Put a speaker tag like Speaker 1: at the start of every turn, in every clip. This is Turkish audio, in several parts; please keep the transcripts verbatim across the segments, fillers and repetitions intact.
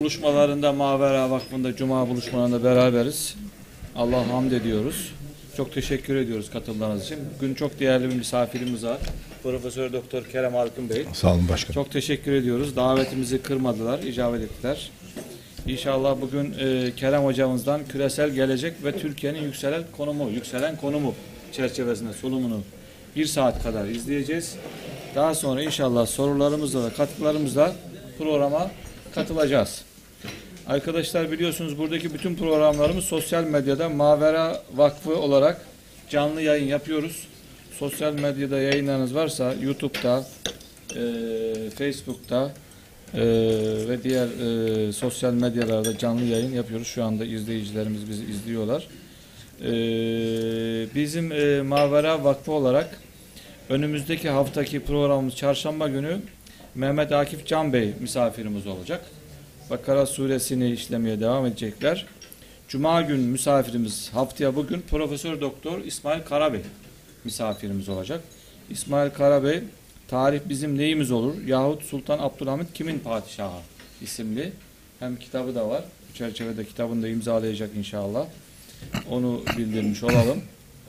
Speaker 1: buluşmalarında Mavera Vakfı'nda Cuma buluşmalarında beraberiz. Allah'a hamd ediyoruz. Çok teşekkür ediyoruz katıldığınız için. Bugün çok değerli bir misafirimiz var. Profesör Doktor Kerem Alkın Bey.
Speaker 2: Sağ olun başkanım.
Speaker 1: Çok teşekkür ediyoruz. Davetimizi kırmadılar, icabet ettiler. İnşallah bugün e, Kerem hocamızdan küresel gelecek ve Türkiye'nin yükselen konumu, yükselen konumu çerçevesinde sunumunu bir saat kadar izleyeceğiz. Daha sonra inşallah sorularımızla ve katkılarımızla programa katılacağız. Arkadaşlar biliyorsunuz buradaki bütün programlarımız sosyal medyada Mavera Vakfı olarak canlı yayın yapıyoruz. Sosyal medyada yayınlarınız varsa YouTube'da, e, Facebook'ta e, ve diğer e, sosyal medyalarda canlı yayın yapıyoruz. Şu anda izleyicilerimiz bizi izliyorlar. E, bizim e, Mavera Vakfı olarak önümüzdeki haftaki programımız çarşamba günü Mehmet Akif Can Bey misafirimiz olacak. Bakara suresini işlemeye devam edecekler. Cuma gün misafirimiz haftaya bugün Profesör Doktor İsmail Karabey misafirimiz olacak. İsmail Karabey tarih bizim neyimiz olur yahut Sultan Abdülhamit kimin padişahı isimli hem kitabı da var. Bu çerçevede kitabını da imzalayacak inşallah. Onu bildirmiş olalım.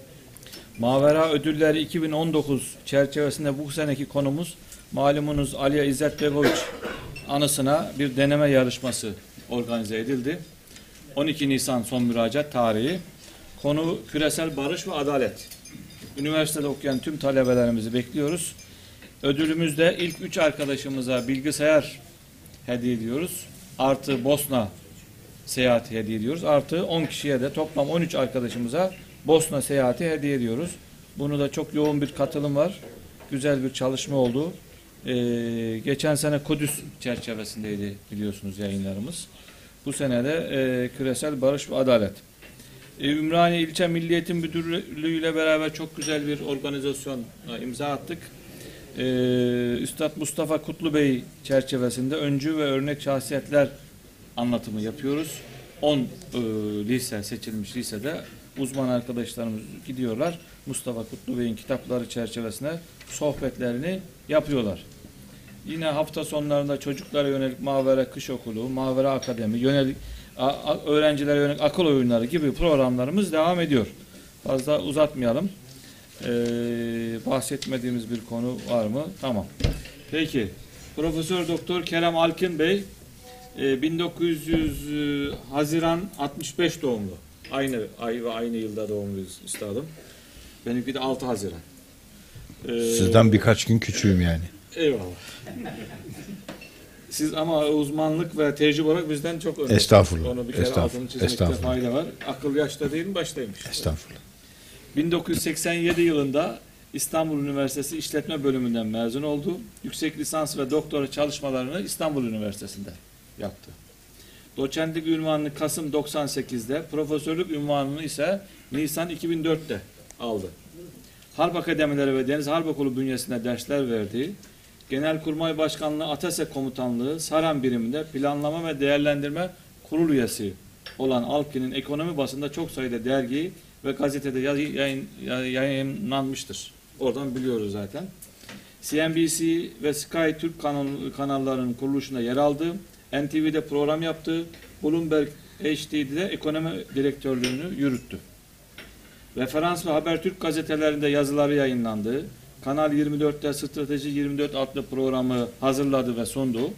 Speaker 1: Mavera Ödülleri iki bin on dokuz çerçevesinde bu seneki konumuz malumunuz Aliye İzzet Begoviç anısına bir deneme yarışması organize edildi. on iki Nisan son müracaat tarihi. Konu küresel barış ve adalet. Üniversitede okuyan tüm talebelerimizi bekliyoruz. Ödülümüzde ilk üç arkadaşımıza bilgisayar hediye ediyoruz. Artı Bosna seyahati hediye ediyoruz. Artı on kişiye de toplam on üç arkadaşımıza Bosna seyahati hediye ediyoruz. Bunu da çok yoğun bir katılım var. Güzel bir çalışma oldu. Ee, geçen sene Kudüs çerçevesindeydi biliyorsunuz yayınlarımız. Bu sene de e, küresel barış ve adalet. Ee, Ümraniye İlçe Milli Eğitim Müdürlüğü ile beraber çok güzel bir organizasyon imza attık. Ee, Üstad Mustafa Kutlu Bey çerçevesinde öncü ve örnek şahsiyetler anlatımı yapıyoruz. on e, lise seçilmiş lisede uzman arkadaşlarımız gidiyorlar. Mustafa Kutlu Bey'in kitapları çerçevesinde sohbetlerini yapıyorlar. Yine hafta sonlarında çocuklara yönelik Mavera Kış Okulu, Mavera Akademi, yönelik a, a, öğrencilere yönelik akıl oyunları gibi programlarımız devam ediyor. Fazla uzatmayalım. Ee, bahsetmediğimiz bir konu var mı? Tamam. Peki. Profesör Doktor Kerem Alkın Bey e, bin dokuz yüz e, Haziran altmış beş doğumlu. Aynı ay ve aynı yılda doğumluyuz üstadım. Benimki de altı Haziran. Ee,
Speaker 2: Sizden birkaç gün küçüğüm yani.
Speaker 1: Eyvallah. Siz ama uzmanlık ve tecrübe olarak bizden çok önemli.
Speaker 2: Estağfurullah.
Speaker 1: Onu bir kere altını çizmekte fayda var. Akıl yaşta değil mi baştaymış.
Speaker 2: Estağfurullah.
Speaker 1: bin dokuz yüz seksen yedi yılında İstanbul Üniversitesi İşletme Bölümünden mezun oldu. Yüksek lisans ve doktora çalışmalarını İstanbul Üniversitesi'nde yaptı. Doçentlik ünvanını Kasım doksan sekizde, profesörlük ünvanını ise Nisan iki bin dörtte aldı. Harp Akademileri ve Deniz Harp Okulu bünyesinde dersler verdi. Genelkurmay Başkanlığı Atasya Komutanlığı Saran biriminde planlama ve değerlendirme kurul üyesi olan Alkın'ın ekonomi basında çok sayıda dergi ve gazetede yayın, yayınlanmıştır. Oradan biliyoruz zaten. C N B C ve Sky Türk kanal, kanallarının kuruluşunda yer aldı. N T V'de program yaptı. Bloomberg H D'de ekonomi direktörlüğünü yürüttü. Referans ve Habertürk gazetelerinde yazıları yayınlandı. Kanal yirmi dörtte Strateji yirmi dört adlı programı hazırladı ve sundu.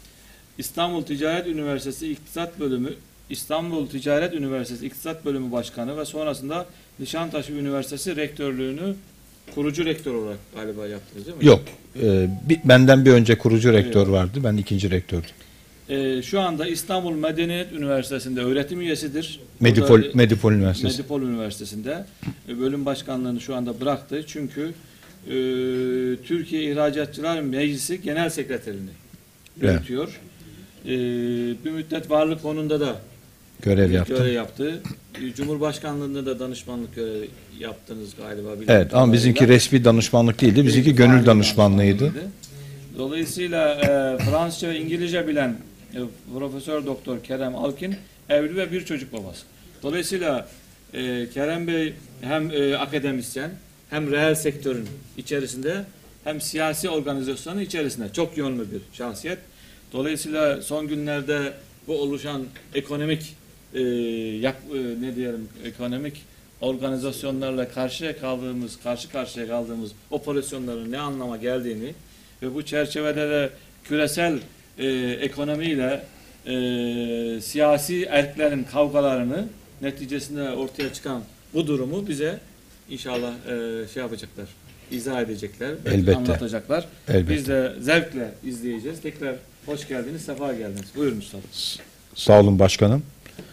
Speaker 1: İstanbul Ticaret Üniversitesi İktisat Bölümü İstanbul Ticaret Üniversitesi İktisat Bölümü Başkanı ve sonrasında Nişantaşı Üniversitesi Rektörlüğünü kurucu rektör olarak galiba yaptınız değil mi?
Speaker 2: Yok. E, bir, benden bir önce kurucu rektör vardı. Ben ikinci rektördüm.
Speaker 1: Ee, şu anda İstanbul Medeniyet Üniversitesi'nde öğretim üyesidir.
Speaker 2: Medipol,
Speaker 1: Orada,
Speaker 2: Medipol Üniversitesi.
Speaker 1: Medipol Üniversitesi'nde bölüm başkanlığını şu anda bıraktı. Çünkü e, Türkiye İhracatçılar Meclisi Genel Sekreterini yönetiyor. Evet. E, bir müddet varlık fonunda da
Speaker 2: görev yaptı.
Speaker 1: Görev yaptı. Cumhurbaşkanlığında da danışmanlık görevi yaptınız galiba.
Speaker 2: Evet ama bizimki resmi danışmanlık değildi. Bizimki gönül danışmanlığıydı.
Speaker 1: Dolayısıyla e, Fransızca ve İngilizce bilen e, Profesör Doktor Kerem Alkın evli ve bir çocuk babası. Dolayısıyla e, Kerem Bey hem e, akademisyen hem reel sektörün içerisinde hem siyasi organizasyonun içerisinde çok yönlü bir şahsiyet. Dolayısıyla son günlerde bu oluşan ekonomik e, yap, e, ne diyelim ekonomik organizasyonlarla karşıya kaldığımız, karşı karşıya kaldığımız operasyonların ne anlama geldiğini ve bu çerçevede de küresel e, ekonomiyle e, siyasi erklerin kavgalarını neticesinde ortaya çıkan bu durumu bize inşallah e, şey yapacaklar, izah edecekler,
Speaker 2: Elbette.
Speaker 1: anlatacaklar.
Speaker 2: Elbette.
Speaker 1: Biz de zevkle izleyeceğiz. Tekrar hoş geldiniz, sefa geldiniz. Buyurun Mustafa.
Speaker 2: Sağ olun başkanım.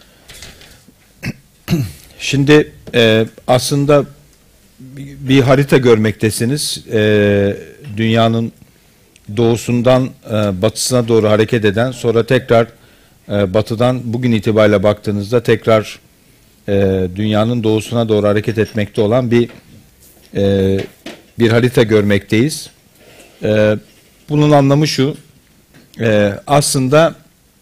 Speaker 2: Şimdi e, aslında bir, bir harita görmektesiniz. E, dünyanın doğusundan e, batısına doğru hareket eden, sonra tekrar e, batıdan bugün itibariyle baktığınızda tekrar e, dünyanın doğusuna doğru hareket etmekte olan bir e, bir harita görmekteyiz. E, bunun anlamı şu, e, aslında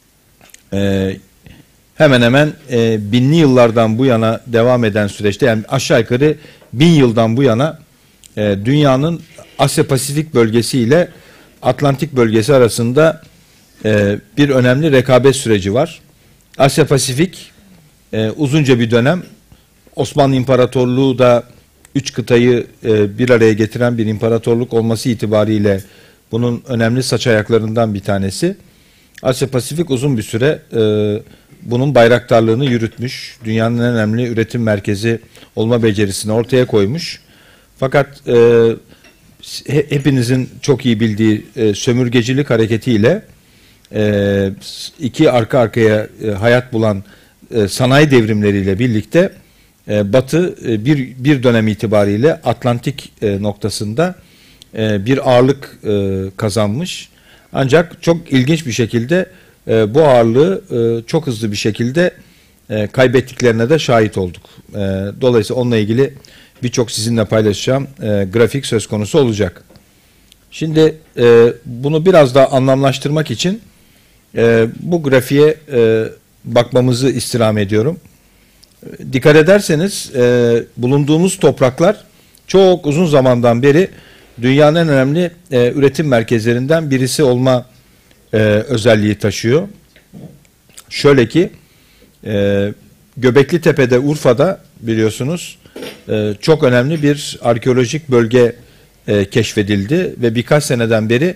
Speaker 2: e, hemen hemen e, binli yıllardan bu yana devam eden süreçte, yani aşağı yukarı bin yıldan bu yana e, dünyanın Asya Pasifik bölgesi ile Atlantik bölgesi arasında e, bir önemli rekabet süreci var. Asya Pasifik e, uzunca bir dönem Osmanlı İmparatorluğu da üç kıtayı e, bir araya getiren bir imparatorluk olması itibariyle bunun önemli saç ayaklarından bir tanesi. Asya Pasifik uzun bir süre e, bunun bayraktarlığını yürütmüş. Dünyanın en önemli üretim merkezi olma becerisini ortaya koymuş. Fakat e, hepinizin çok iyi bildiği e, sömürgecilik hareketiyle e, iki arka arkaya e, hayat bulan e, sanayi devrimleriyle birlikte e, Batı e, bir bir dönem itibariyle Atlantik e, noktasında e, bir ağırlık e, kazanmış. Ancak çok ilginç bir şekilde e, bu ağırlığı e, çok hızlı bir şekilde e, kaybettiklerine de şahit olduk. E, dolayısıyla onunla ilgili birçok sizinle paylaşacağım e, grafik söz konusu olacak. Şimdi e, bunu biraz daha anlamlaştırmak için e, bu grafiğe e, bakmamızı istirham ediyorum. E, dikkat ederseniz e, bulunduğumuz topraklar çok uzun zamandan beri dünyanın en önemli e, üretim merkezlerinden birisi olma e, özelliği taşıyor. Şöyle ki e, Göbekli Tepe'de, Urfa'da biliyorsunuz e, çok önemli bir arkeolojik bölge e, keşfedildi ve birkaç seneden beri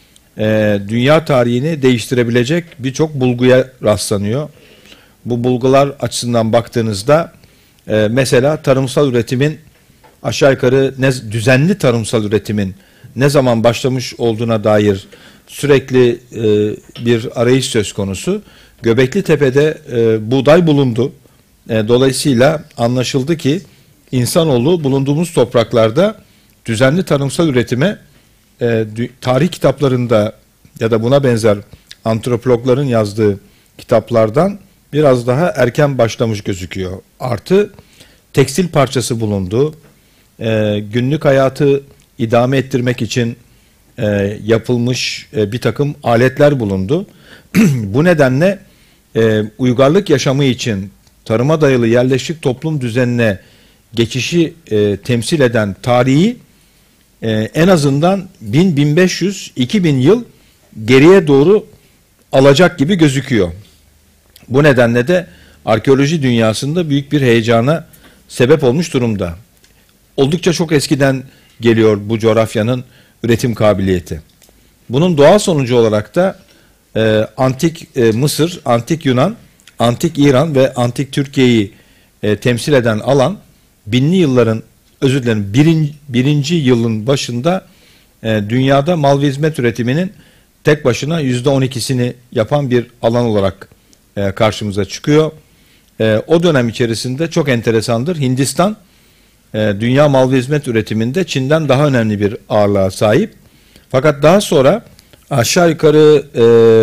Speaker 2: e, dünya tarihini değiştirebilecek birçok bulguya rastlanıyor. Bu bulgular açısından baktığınızda e, mesela tarımsal üretimin aşağı yukarı ne, düzenli tarımsal üretimin ne zaman başlamış olduğuna dair sürekli e, bir arayış söz konusu. Göbekli Tepe'de e, buğday bulundu. E, dolayısıyla anlaşıldı ki insanoğlu bulunduğumuz topraklarda düzenli tarımsal üretime e, tarih kitaplarında ya da buna benzer antropologların yazdığı kitaplardan biraz daha erken başlamış gözüküyor. Artı tekstil parçası bulundu. E, günlük hayatı idame ettirmek için e, yapılmış e, bir takım aletler bulundu. Bu nedenle e, uygarlık yaşamı için tarıma dayalı yerleşik toplum düzenine geçişi e, temsil eden tarihi e, en azından bin bin beş yüz iki bin yıl geriye doğru alacak gibi gözüküyor. Bu nedenle de arkeoloji dünyasında büyük bir heyecana sebep olmuş durumda. Oldukça çok eskiden geliyor bu coğrafyanın üretim kabiliyeti. Bunun doğal sonucu olarak da e, antik e, Mısır, antik Yunan, antik İran ve antik Türkiye'yi e, temsil eden alan binli yılların, özür dilerim birinci, birinci yılın başında e, dünyada mal ve hizmet üretiminin tek başına yüzde on ikisini yapan bir alan olarak e, karşımıza çıkıyor. E, o dönem içerisinde çok enteresandır. Hindistan e, dünya mal ve hizmet üretiminde Çin'den daha önemli bir ağırlığa sahip. Fakat daha sonra aşağı yukarı e,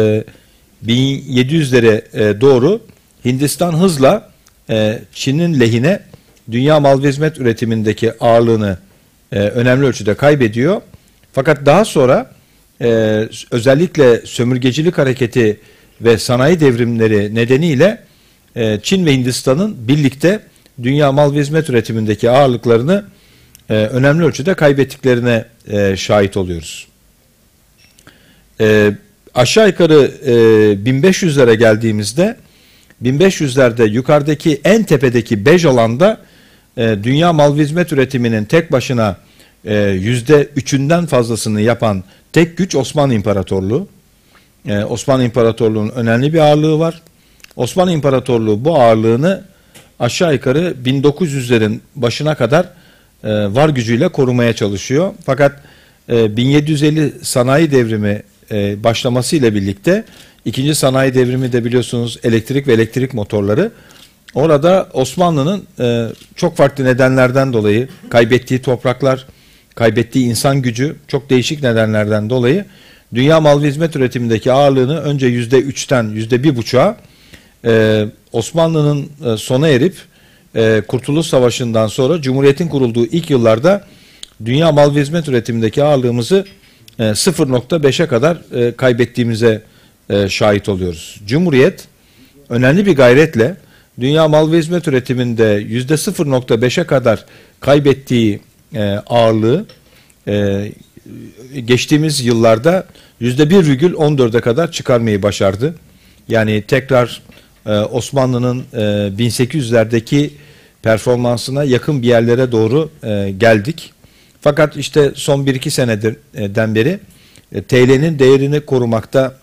Speaker 2: bin yedi yüzlere e, doğru Hindistan hızla e, Çin'in lehine dünya mal ve hizmet üretimindeki ağırlığını e, önemli ölçüde kaybediyor. Fakat daha sonra e, özellikle sömürgecilik hareketi ve sanayi devrimleri nedeniyle e, Çin ve Hindistan'ın birlikte dünya mal ve hizmet üretimindeki ağırlıklarını e, önemli ölçüde kaybettiklerine e, şahit oluyoruz. E, aşağı yukarı e, bin beş yüzlere geldiğimizde bin beş yüzlerde yukarıdaki en tepedeki bej alanda e, dünya mal ve hizmet üretiminin tek başına e, yüzde üçünden fazlasını yapan tek güç Osmanlı İmparatorluğu. E, Osmanlı İmparatorluğu'nun önemli bir ağırlığı var. Osmanlı İmparatorluğu bu ağırlığını aşağı yukarı bin dokuz yüzlerin başına kadar e, var gücüyle korumaya çalışıyor. Fakat e, bin yedi yüz elli sanayi devrimi e, başlamasıyla birlikte ikinci sanayi devrimi de biliyorsunuz elektrik ve elektrik motorları. Orada Osmanlı'nın e, çok farklı nedenlerden dolayı kaybettiği topraklar, kaybettiği insan gücü, çok değişik nedenlerden dolayı dünya mal ve hizmet üretimindeki ağırlığını önce yüzde üçten yüzde bir buçuğa e, Osmanlı'nın e, sona erip e, Kurtuluş Savaşı'ndan sonra Cumhuriyet'in kurulduğu ilk yıllarda dünya mal ve hizmet üretimindeki ağırlığımızı e, sıfır nokta beşe kadar e, kaybettiğimize e, şahit oluyoruz. Cumhuriyet önemli bir gayretle dünya mal ve hizmet üretiminde yüzde sıfır nokta beşe kadar kaybettiği e, ağırlığı e, geçtiğimiz yıllarda yüzde bir virgül on dörde kadar çıkarmayı başardı. Yani tekrar e, Osmanlı'nın e, bin sekiz yüzlerdeki performansına yakın bir yerlere doğru e, geldik. Fakat işte son bir iki seneden beri e, T L'nin değerini korumakta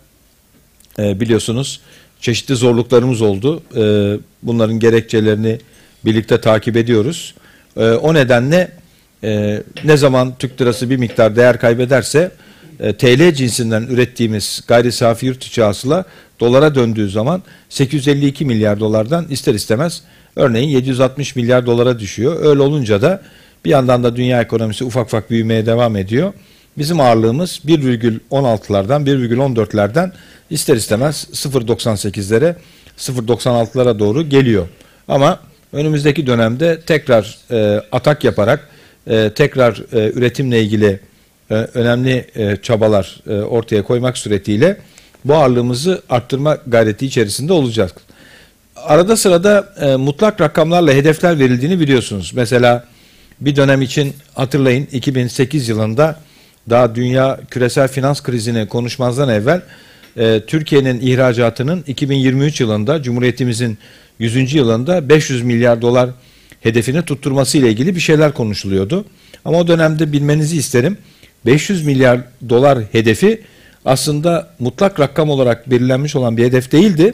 Speaker 2: e, biliyorsunuz çeşitli zorluklarımız oldu. E, bunların gerekçelerini birlikte takip ediyoruz. E, o nedenle e, ne zaman Türk lirası bir miktar değer kaybederse e, T L cinsinden ürettiğimiz gayri safi yurt içi hasıla dolara döndüğü zaman sekiz yüz elli iki milyar dolardan ister istemez örneğin yedi yüz altmış milyar dolara düşüyor. Öyle olunca da bir yandan da dünya ekonomisi ufak ufak büyümeye devam ediyor. Bizim ağırlığımız bir virgül on altılardan bir virgül on dörtlerden ister istemez sıfır virgül doksan sekizlere sıfır virgül doksan altılara doğru geliyor. Ama önümüzdeki dönemde tekrar e, atak yaparak e, tekrar e, üretimle ilgili e, önemli e, çabalar e, ortaya koymak suretiyle bu ağırlığımızı arttırma gayreti içerisinde olacak. Arada sırada e, mutlak rakamlarla hedefler verildiğini biliyorsunuz. Mesela bir dönem için hatırlayın iki bin sekiz yılında daha dünya küresel finans krizini konuşmazdan evvel e, Türkiye'nin ihracatının iki bin yirmi üç yılında Cumhuriyetimizin yüzüncü yılında beş yüz milyar dolar hedefini tutturması ile ilgili bir şeyler konuşuluyordu. Ama o dönemde bilmenizi isterim, beş yüz milyar dolar hedefi aslında mutlak rakam olarak belirlenmiş olan bir hedef değildi.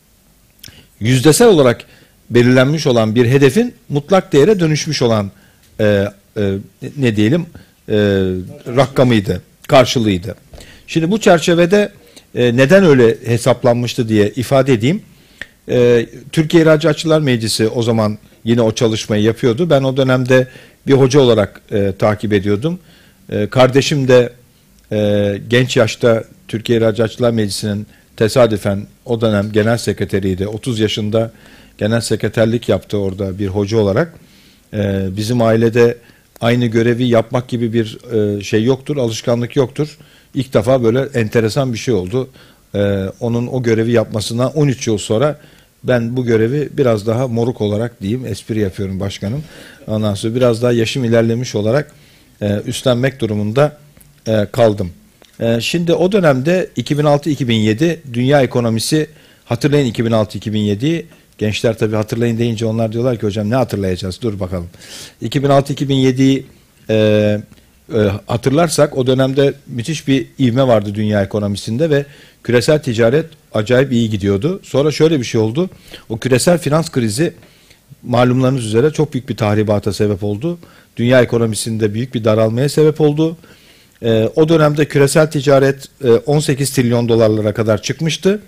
Speaker 2: Yüzdesel olarak belirlenmiş olan bir hedefin mutlak değere dönüşmüş olan e, e, ne diyelim e, rakamıydı, karşılığıydı. Şimdi bu çerçevede e, neden öyle hesaplanmıştı diye ifade edeyim. E, Türkiye İhracatçılar Meclisi o zaman yine o çalışmayı yapıyordu. Ben o dönemde bir hoca olarak e, takip ediyordum. E, kardeşim de e, genç yaşta Türkiye İhracatçılar Meclisi'nin tesadüfen o dönem genel sekreteriydi. otuz yaşında genel sekreterlik yaptı orada bir hoca olarak. E, bizim ailede aynı görevi yapmak gibi bir e, şey yoktur, alışkanlık yoktur. İlk defa böyle enteresan bir şey oldu. E, onun o görevi yapmasına on üç yıl sonra ben bu görevi biraz daha moruk olarak diyeyim, espri yapıyorum başkanım. Ondan sonra biraz daha yaşım ilerlemiş olarak e, üstlenmek durumunda e, kaldım. E, şimdi o dönemde iki bin altı iki bin yedi dünya ekonomisi, hatırlayın iki bin altı iki bin yediyi, gençler tabii hatırlayın deyince onlar diyorlar ki hocam ne hatırlayacağız, dur bakalım. iki bin altı iki bin yediyi e, e, hatırlarsak o dönemde müthiş bir ivme vardı dünya ekonomisinde ve küresel ticaret acayip iyi gidiyordu. Sonra şöyle bir şey oldu. O küresel finans krizi malumlarınız üzere çok büyük bir tahribata sebep oldu. Dünya ekonomisinde büyük bir daralmaya sebep oldu. E, o dönemde küresel ticaret e, on sekiz trilyon dolarlara kadar çıkmıştı.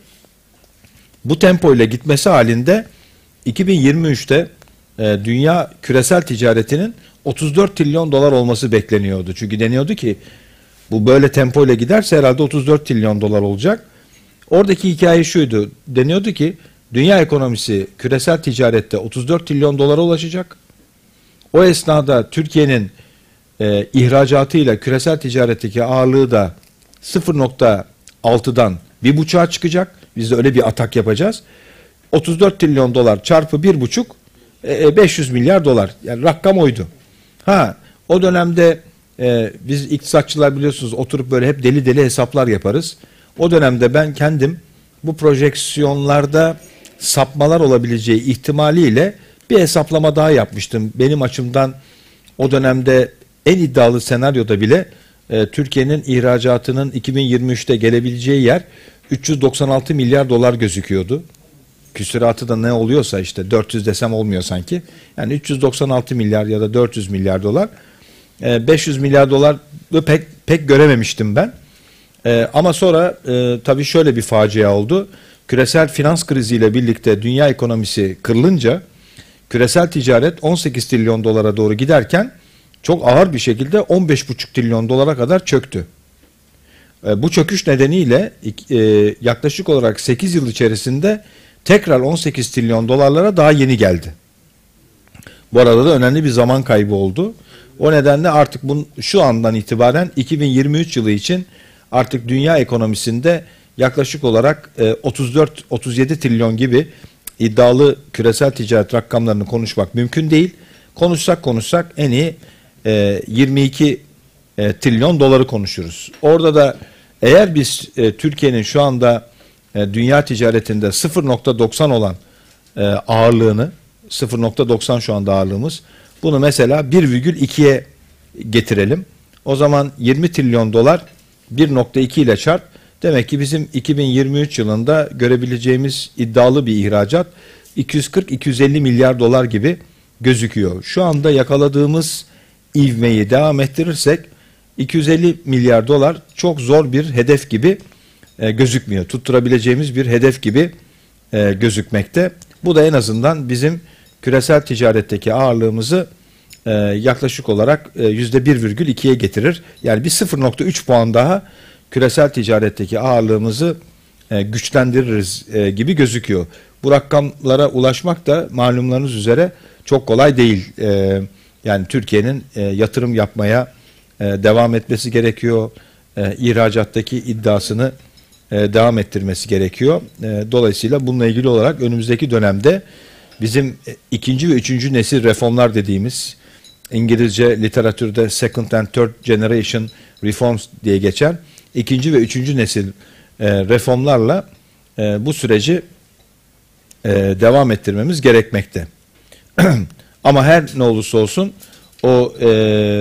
Speaker 2: Bu tempoyla gitmesi halinde iki bin yirmi üçte e, dünya küresel ticaretinin otuz dört trilyon dolar olması bekleniyordu. Çünkü deniyordu ki bu böyle tempoyla giderse herhalde otuz dört trilyon dolar olacak. Oradaki hikaye şuydu. Deniyordu ki dünya ekonomisi küresel ticarette otuz dört trilyon dolara ulaşacak. O esnada Türkiye'nin e, ihracatıyla küresel ticaretteki ağırlığı da sıfır nokta altıdan bir buçuğa çıkacak. Biz de öyle bir atak yapacağız. otuz dört trilyon dolar çarpı bir buçuk e, beş yüz milyar dolar. Yani rakam oydu. Ha, o dönemde e, biz iktisatçılar biliyorsunuz oturup böyle hep deli deli hesaplar yaparız. O dönemde ben kendim bu projeksiyonlarda sapmalar olabileceği ihtimaliyle bir hesaplama daha yapmıştım. Benim açımdan o dönemde en iddialı senaryoda bile e, Türkiye'nin ihracatının iki bin yirmi üçte gelebileceği yer üç yüz doksan altı milyar dolar gözüküyordu. Küsuratı da ne oluyorsa işte dört yüz desem olmuyor sanki. Yani üç yüz doksan altı milyar ya da dört yüz milyar dolar. E, beş yüz milyar dolar pek pek görememiştim ben. E, ama sonra e, tabii şöyle bir facia oldu. Küresel finans kriziyle birlikte dünya ekonomisi kırılınca küresel ticaret on sekiz trilyon dolara doğru giderken çok ağır bir şekilde on beş buçuk trilyon dolara kadar çöktü. E, bu çöküş nedeniyle e, yaklaşık olarak sekiz yıl içerisinde tekrar on sekiz trilyon dolarlara daha yeni geldi. Bu arada da önemli bir zaman kaybı oldu. O nedenle artık bunu, şu andan itibaren iki bin yirmi üç yılı için artık dünya ekonomisinde yaklaşık olarak e, otuz dört otuz yedi trilyon gibi iddialı küresel ticaret rakamlarını konuşmak mümkün değil. Konuşsak konuşsak en iyi e, yirmi iki e, trilyon doları konuşuruz. Orada da eğer biz e, Türkiye'nin şu anda e, dünya ticaretinde sıfır nokta doksan olan e, ağırlığını, sıfır nokta doksan şu anda ağırlığımız, bunu mesela bir virgül ikiye getirelim. O zaman yirmi trilyon dolar bir nokta iki ile çarp. Demek ki bizim iki bin yirmi üç yılında görebileceğimiz iddialı bir ihracat iki yüz kırk iki yüz elli milyar dolar gibi gözüküyor. Şu anda yakaladığımız ivmeyi devam ettirirsek iki yüz elli milyar dolar çok zor bir hedef gibi e, gözükmüyor. Tutturabileceğimiz bir hedef gibi e, gözükmekte. Bu da en azından bizim küresel ticaretteki ağırlığımızı e, yaklaşık olarak e, yüzde bir virgül ikiye getirir. Yani bir sıfır nokta üç puan daha küresel ticaretteki ağırlığımızı e, güçlendiririz e, gibi gözüküyor. Bu rakamlara ulaşmak da malumlarınız üzere çok kolay değil. E, yani Türkiye'nin e, yatırım yapmaya e, devam etmesi gerekiyor. E, ihracattaki iddiasını e, devam ettirmesi gerekiyor. E, dolayısıyla bununla ilgili olarak önümüzdeki dönemde bizim ikinci ve üçüncü nesil reformlar dediğimiz, İngilizce literatürde second and third generation reforms diye geçer. İkinci ve üçüncü nesil e, reformlarla e, bu süreci e, devam ettirmemiz gerekmekte. Ama her ne olursa olsun o e,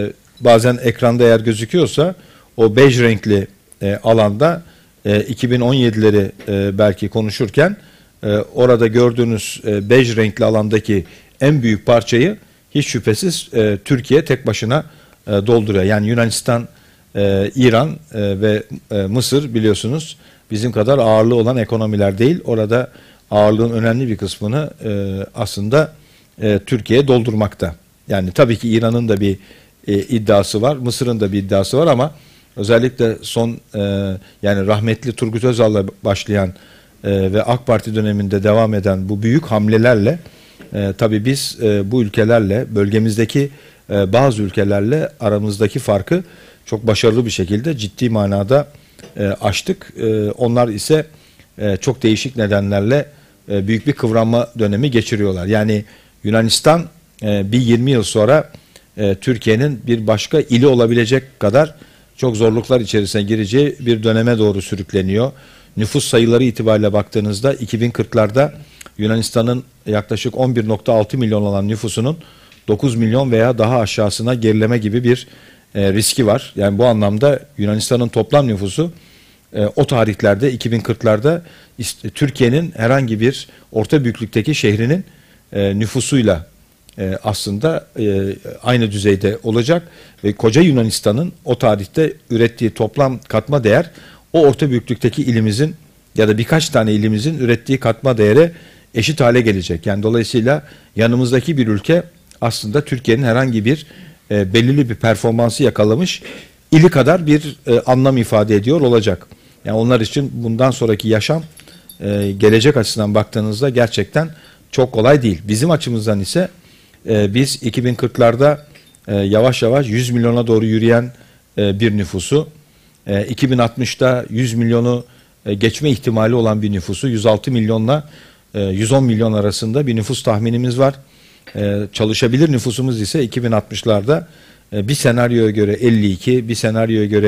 Speaker 2: bazen ekranda eğer gözüküyorsa o bej renkli e, alanda e, iki bin on yedileri e, belki konuşurken e, orada gördüğünüz e, bej renkli alandaki en büyük parçayı hiç şüphesiz e, Türkiye tek başına e, dolduruyor. Yani Yunanistan, e, İran e, ve e, Mısır biliyorsunuz bizim kadar ağırlığı olan ekonomiler değil. Orada ağırlığın önemli bir kısmını e, aslında e, Türkiye doldurmakta. Yani tabii ki İran'ın da bir e, iddiası var, Mısır'ın da bir iddiası var ama özellikle son e, yani rahmetli Turgut Özal'la başlayan e, ve AK Parti döneminde devam eden bu büyük hamlelerle e, tabii biz e, bu ülkelerle, bölgemizdeki e, bazı ülkelerle aramızdaki farkı çok başarılı bir şekilde ciddi manada e, aştık. E, onlar ise e, çok değişik nedenlerle e, büyük bir kıvranma dönemi geçiriyorlar. Yani Yunanistan e, bir yirmi yıl sonra e, Türkiye'nin bir başka ili olabilecek kadar çok zorluklar içerisine gireceği bir döneme doğru sürükleniyor. Nüfus sayıları itibariyle baktığınızda iki bin kırklarda Yunanistan'ın yaklaşık on bir nokta altı milyon olan nüfusunun dokuz milyon veya daha aşağısına gerileme gibi bir e, riski var. Yani bu anlamda Yunanistan'ın toplam nüfusu e, o tarihlerde iki bin kırklarda Türkiye'nin herhangi bir orta büyüklükteki şehrinin e, nüfusuyla e, aslında e, aynı düzeyde olacak ve koca Yunanistan'ın o tarihte ürettiği toplam katma değer o orta büyüklükteki ilimizin ya da birkaç tane ilimizin ürettiği katma değere eşit hale gelecek. Yani dolayısıyla yanımızdaki bir ülke aslında Türkiye'nin herhangi bir e, belirli bir performansı yakalamış ili kadar bir e, anlam ifade ediyor olacak. Yani onlar için bundan sonraki yaşam e, gelecek açısından baktığınızda gerçekten çok kolay değil. Bizim açımızdan ise e, biz iki bin kırklarda e, yavaş yavaş yüz milyona doğru yürüyen e, bir nüfusu, e, iki bin altmışta yüz milyonu e, geçme ihtimali olan bir nüfusu, yüz altı milyonla e, yüz on milyon arasında bir nüfus tahminimiz var. E, çalışabilir nüfusumuz ise iki bin altmışlarda e, bir senaryoya göre elli iki, bir senaryoya göre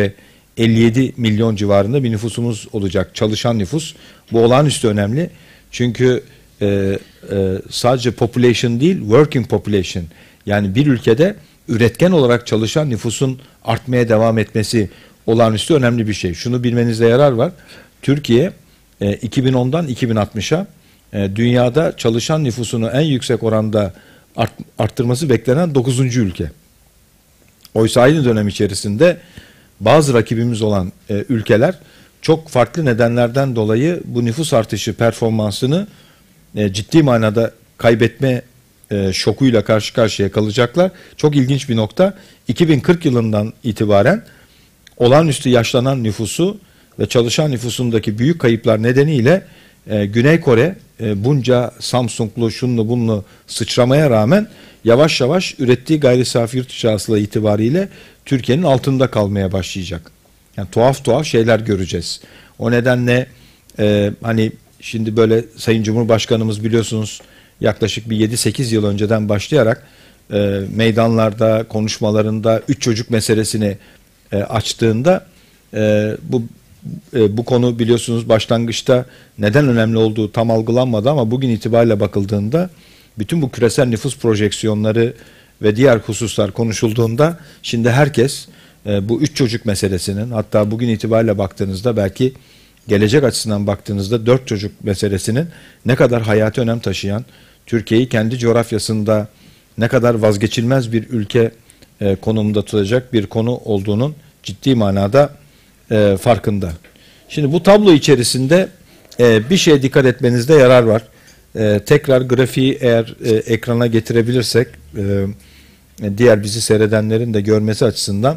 Speaker 2: elli yedi milyon civarında bir nüfusumuz olacak. Çalışan nüfus. Bu olağanüstü önemli. Çünkü e, e, sadece population değil, working population. Yani bir ülkede üretken olarak çalışan nüfusun artmaya devam etmesi olağanüstü önemli bir şey. Şunu bilmenizde yarar var. Türkiye e, iki bin ondan iki bin altmışa e, dünyada çalışan nüfusunu en yüksek oranda art, arttırması beklenen dokuzuncu ülke. Oysa aynı dönem içerisinde bazı rakibimiz olan e, ülkeler çok farklı nedenlerden dolayı bu nüfus artışı performansını e, ciddi manada kaybetme e, şokuyla karşı karşıya kalacaklar. Çok ilginç bir nokta. iki bin kırk yılından itibaren olağanüstü yaşlanan nüfusu ve çalışan nüfusundaki büyük kayıplar nedeniyle e, Güney Kore e, bunca Samsung'lu şunlu bunlu sıçramaya rağmen yavaş yavaş ürettiği gayri safi yurt içi hasıla itibariyle Türkiye'nin altında kalmaya başlayacak. Yani tuhaf tuhaf şeyler göreceğiz. O nedenle e, hani şimdi böyle Sayın Cumhurbaşkanımız biliyorsunuz yaklaşık bir yedi sekiz yıl önceden başlayarak e, meydanlarda, konuşmalarında üç çocuk meselesini e, açtığında e, bu e, bu konu biliyorsunuz başlangıçta neden önemli olduğu tam algılanmadı ama bugün itibariyle bakıldığında bütün bu küresel nüfus projeksiyonları ve diğer hususlar konuşulduğunda şimdi herkes e, bu üç çocuk meselesinin, hatta bugün itibariyle baktığınızda belki gelecek açısından baktığınızda dört çocuk meselesinin ne kadar hayati önem taşıyan, Türkiye'yi kendi coğrafyasında ne kadar vazgeçilmez bir ülke e, konumunda tutacak bir konu olduğunun ciddi manada e, farkında. Şimdi bu tablo içerisinde e, bir şeye dikkat etmenizde yarar var. E, tekrar grafiği eğer e, ekrana getirebilirsek e, diğer bizi seyredenlerin de görmesi açısından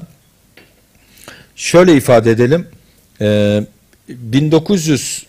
Speaker 2: şöyle ifade edelim. E, bin dokuz yüz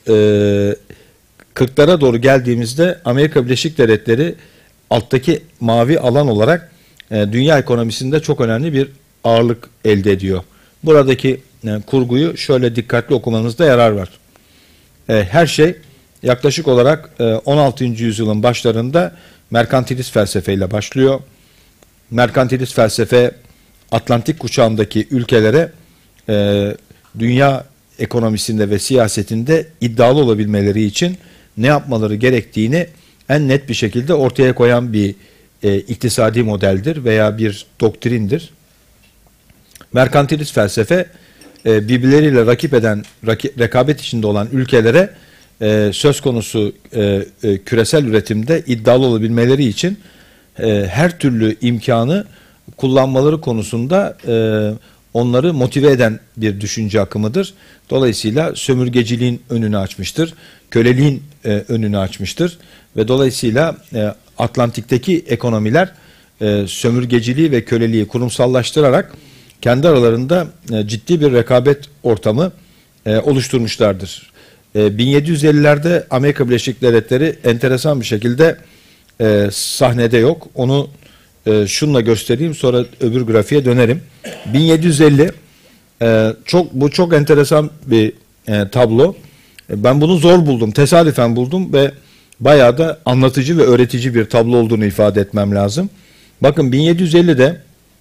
Speaker 2: kırklara doğru geldiğimizde Amerika Birleşik Devletleri alttaki mavi alan olarak e, dünya ekonomisinde çok önemli bir ağırlık elde ediyor. Buradaki e, kurguyu şöyle dikkatli okumanızda yarar var. E, her şey yaklaşık olarak e, on altıncı yüzyılın başlarında merkantilist felsefeyle başlıyor. Merkantilist felsefe Atlantik kuşağındaki ülkelere e, dünya ekonomisinde ve siyasetinde iddialı olabilmeleri için ne yapmaları gerektiğini en net bir şekilde ortaya koyan bir e, iktisadi modeldir veya bir doktrindir. Merkantilist felsefe e, birbirleriyle rakip eden, raki, rekabet içinde olan ülkelere e, söz konusu e, e, küresel üretimde iddialı olabilmeleri için e, her türlü imkanı kullanmaları konusunda e, onları motive eden bir düşünce akımıdır. Dolayısıyla sömürgeciliğin önünü açmıştır, köleliğin e, önünü açmıştır ve dolayısıyla e, Atlantik'teki ekonomiler e, sömürgeciliği ve köleliği kurumsallaştırarak kendi aralarında e, ciddi bir rekabet ortamı e, oluşturmuşlardır. E, bin yedi yüz ellilerde Amerika Birleşik Devletleri enteresan bir şekilde e, sahnede yok. Onu e, şunla göstereyim, sonra öbür grafiğe dönerim. bin yedi yüz elli e, çok bu çok enteresan bir e, tablo. E, ben bunu zor buldum, tesadüfen buldum ve bayağı da anlatıcı ve öğretici bir tablo olduğunu ifade etmem lazım. Bakın bin yedi yüz ellide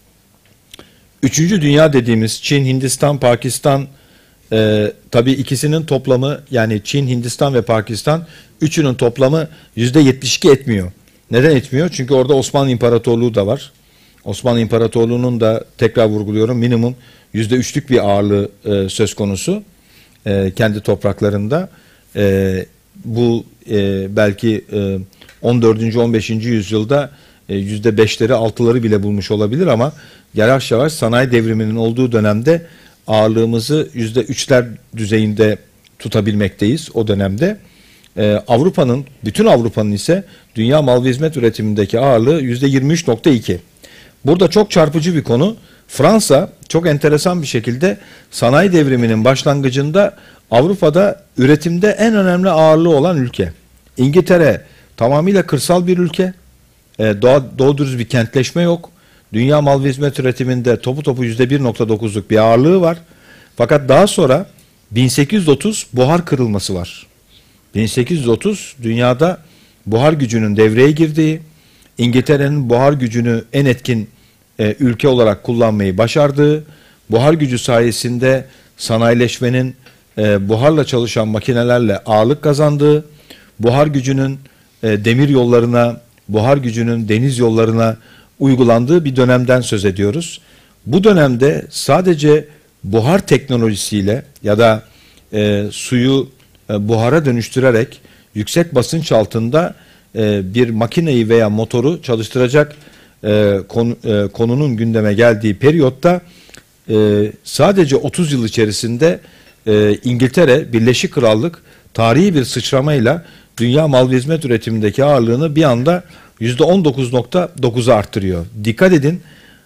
Speaker 2: Üçüncü Dünya dediğimiz Çin, Hindistan, Pakistan, e, tabii ikisinin toplamı, yani Çin, Hindistan ve Pakistan üçünün toplamı yüzde yetmiş iki etmiyor. Neden etmiyor? Çünkü orada Osmanlı İmparatorluğu da var. Osmanlı İmparatorluğu'nun da tekrar vurguluyorum minimum yüzde üçlük bir ağırlığı e, söz konusu e, kendi topraklarında. E, bu e, belki e, on dördüncü on beşinci yüzyılda e, yüzde beşleri altıları bile bulmuş olabilir ama yavaş yavaş sanayi devriminin olduğu dönemde ağırlığımızı yüzde üçler düzeyinde tutabilmekteyiz o dönemde. Ee, Avrupa'nın, bütün Avrupa'nın ise dünya mal ve hizmet üretimindeki ağırlığı yüzde yirmi üç nokta iki. Burada çok çarpıcı bir konu. Fransa çok enteresan bir şekilde sanayi devriminin başlangıcında Avrupa'da üretimde en önemli ağırlığı olan ülke. İngiltere tamamıyla kırsal bir ülke. Ee, doğru, doğru dürüst bir kentleşme yok. Dünya mal ve hizmet üretiminde topu topu yüzde bir nokta dokuzluk bir ağırlığı var. Fakat daha sonra bin sekiz yüz otuz buhar kırılması var. bin sekiz yüz otuz dünyada buhar gücünün devreye girdiği, İngiltere'nin buhar gücünü en etkin e, ülke olarak kullanmayı başardığı, buhar gücü sayesinde sanayileşmenin e, buharla çalışan makinelerle ağırlık kazandığı, buhar gücünün e, demir yollarına, buhar gücünün deniz yollarına uygulandığı bir dönemden söz ediyoruz. Bu dönemde sadece buhar teknolojisiyle ya da e, suyu e, buhara dönüştürerek yüksek basınç altında e, bir makineyi veya motoru çalıştıracak e, konu, e, konunun gündeme geldiği periyotta e, sadece otuz yıl içerisinde e, İngiltere, Birleşik Krallık tarihi bir sıçramayla dünya mal ve hizmet üretimindeki ağırlığını bir anda yüzde on dokuz nokta dokuza arttırıyor. Dikkat edin,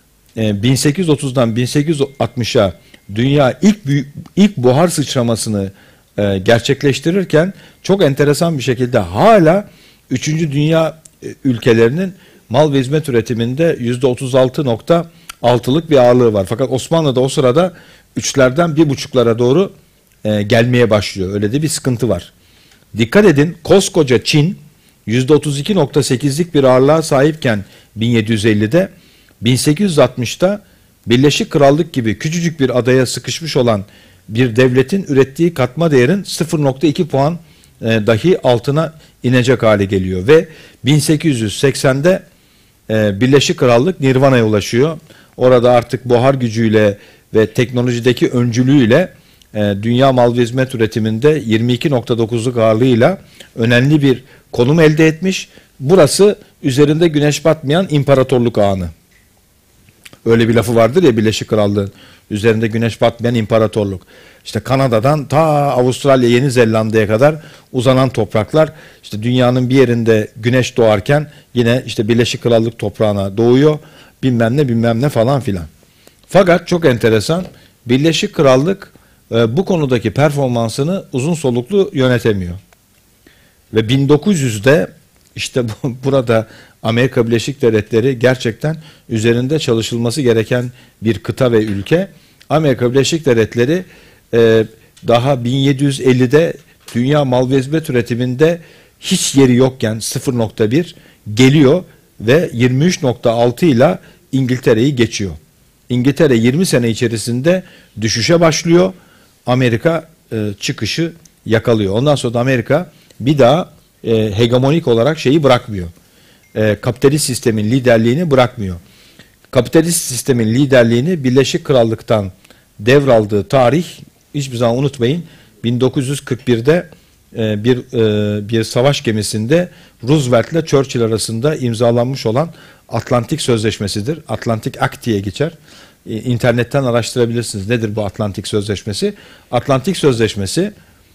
Speaker 2: bin sekiz yüz otuzdan bin sekiz yüz altmışa dünya ilk büyük, ilk buhar sıçramasını e, gerçekleştirirken çok enteresan bir şekilde hala üçüncü dünya e, ülkelerinin mal ve hizmet üretiminde yüzde otuz altı nokta altılık bir ağırlığı var. Fakat Osmanlı da o sırada üçlerden bir buçuklara doğru e, gelmeye başlıyor. Öyle de bir sıkıntı var. Dikkat edin, koskoca Çin yüzde otuz iki nokta sekizlik bir ağırlığa sahipken bin yedi yüz ellide, bin sekiz yüz altmışta Birleşik Krallık gibi küçücük bir adaya sıkışmış olan bir devletin ürettiği katma değerin sıfır nokta iki puan e, dahi altına inecek hale geliyor ve bin sekiz yüz seksende e, Birleşik Krallık Nirvana'ya ulaşıyor. Orada artık buhar gücüyle ve teknolojideki öncülüğüyle e, dünya mal ve hizmet üretiminde yirmi iki nokta dokuzluk ağırlığıyla önemli bir konum elde etmiş. Burası üzerinde güneş batmayan imparatorluk ağını. Öyle bir lafı vardır ya Birleşik Krallığın, üzerinde güneş batmayan imparatorluk. İşte Kanada'dan ta Avustralya, Yeni Zelanda'ya kadar uzanan topraklar, işte dünyanın bir yerinde güneş doğarken yine işte Birleşik Krallık toprağına doğuyor, bilmem ne bilmem ne falan filan. Fakat çok enteresan, Birleşik Krallık e, bu konudaki performansını uzun soluklu yönetemiyor. Ve bin dokuz yüzde işte bu, burada Amerika Birleşik Devletleri gerçekten üzerinde çalışılması gereken bir kıta ve ülke. Amerika Birleşik Devletleri e, daha bin yedi yüz ellide dünya mal ve hizmet üretiminde hiç yeri yokken sıfır nokta bir geliyor ve yirmi üç nokta altı ile İngiltere'yi geçiyor. İngiltere yirmi sene içerisinde düşüşe başlıyor. Amerika e, çıkışı yakalıyor. Ondan sonra da Amerika bir daha e, hegemonik olarak şeyi bırakmıyor. E, kapitalist sistemin liderliğini bırakmıyor. Kapitalist sistemin liderliğini Birleşik Krallık'tan devraldığı tarih, hiçbir zaman unutmayın, bin dokuz yüz kırk birde e, bir e, bir savaş gemisinde Roosevelt ile Churchill arasında imzalanmış olan Atlantik Sözleşmesi'dir. Atlantic Act diye geçer. E, internetten araştırabilirsiniz. Nedir bu Atlantik Sözleşmesi? Atlantik Sözleşmesi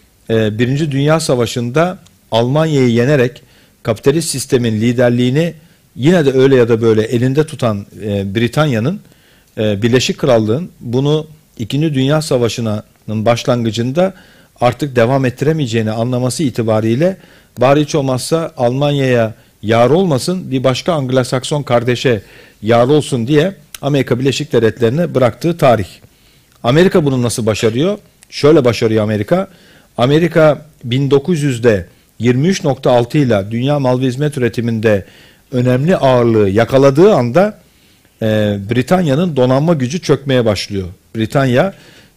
Speaker 2: e, Birinci Dünya Savaşı'nda Almanya'yı yenerek kapitalist sistemin liderliğini yine de öyle ya da böyle elinde tutan e, Britanya'nın, e, Birleşik Krallığın bunu İkinci Dünya Savaşı'nın başlangıcında artık devam ettiremeyeceğini anlaması itibariyle bari hiç olmazsa Almanya'ya yar olmasın, bir başka Anglo-Sakson kardeşe yar olsun diye Amerika Birleşik Devletleri'ne bıraktığı tarih. Amerika bunu nasıl başarıyor? Şöyle başarıyor Amerika. Amerika bin dokuz yüzde yirmi üç nokta altı ile dünya mal ve hizmet üretiminde önemli ağırlığı yakaladığı anda e, Britanya'nın donanma gücü çökmeye başlıyor. Britanya,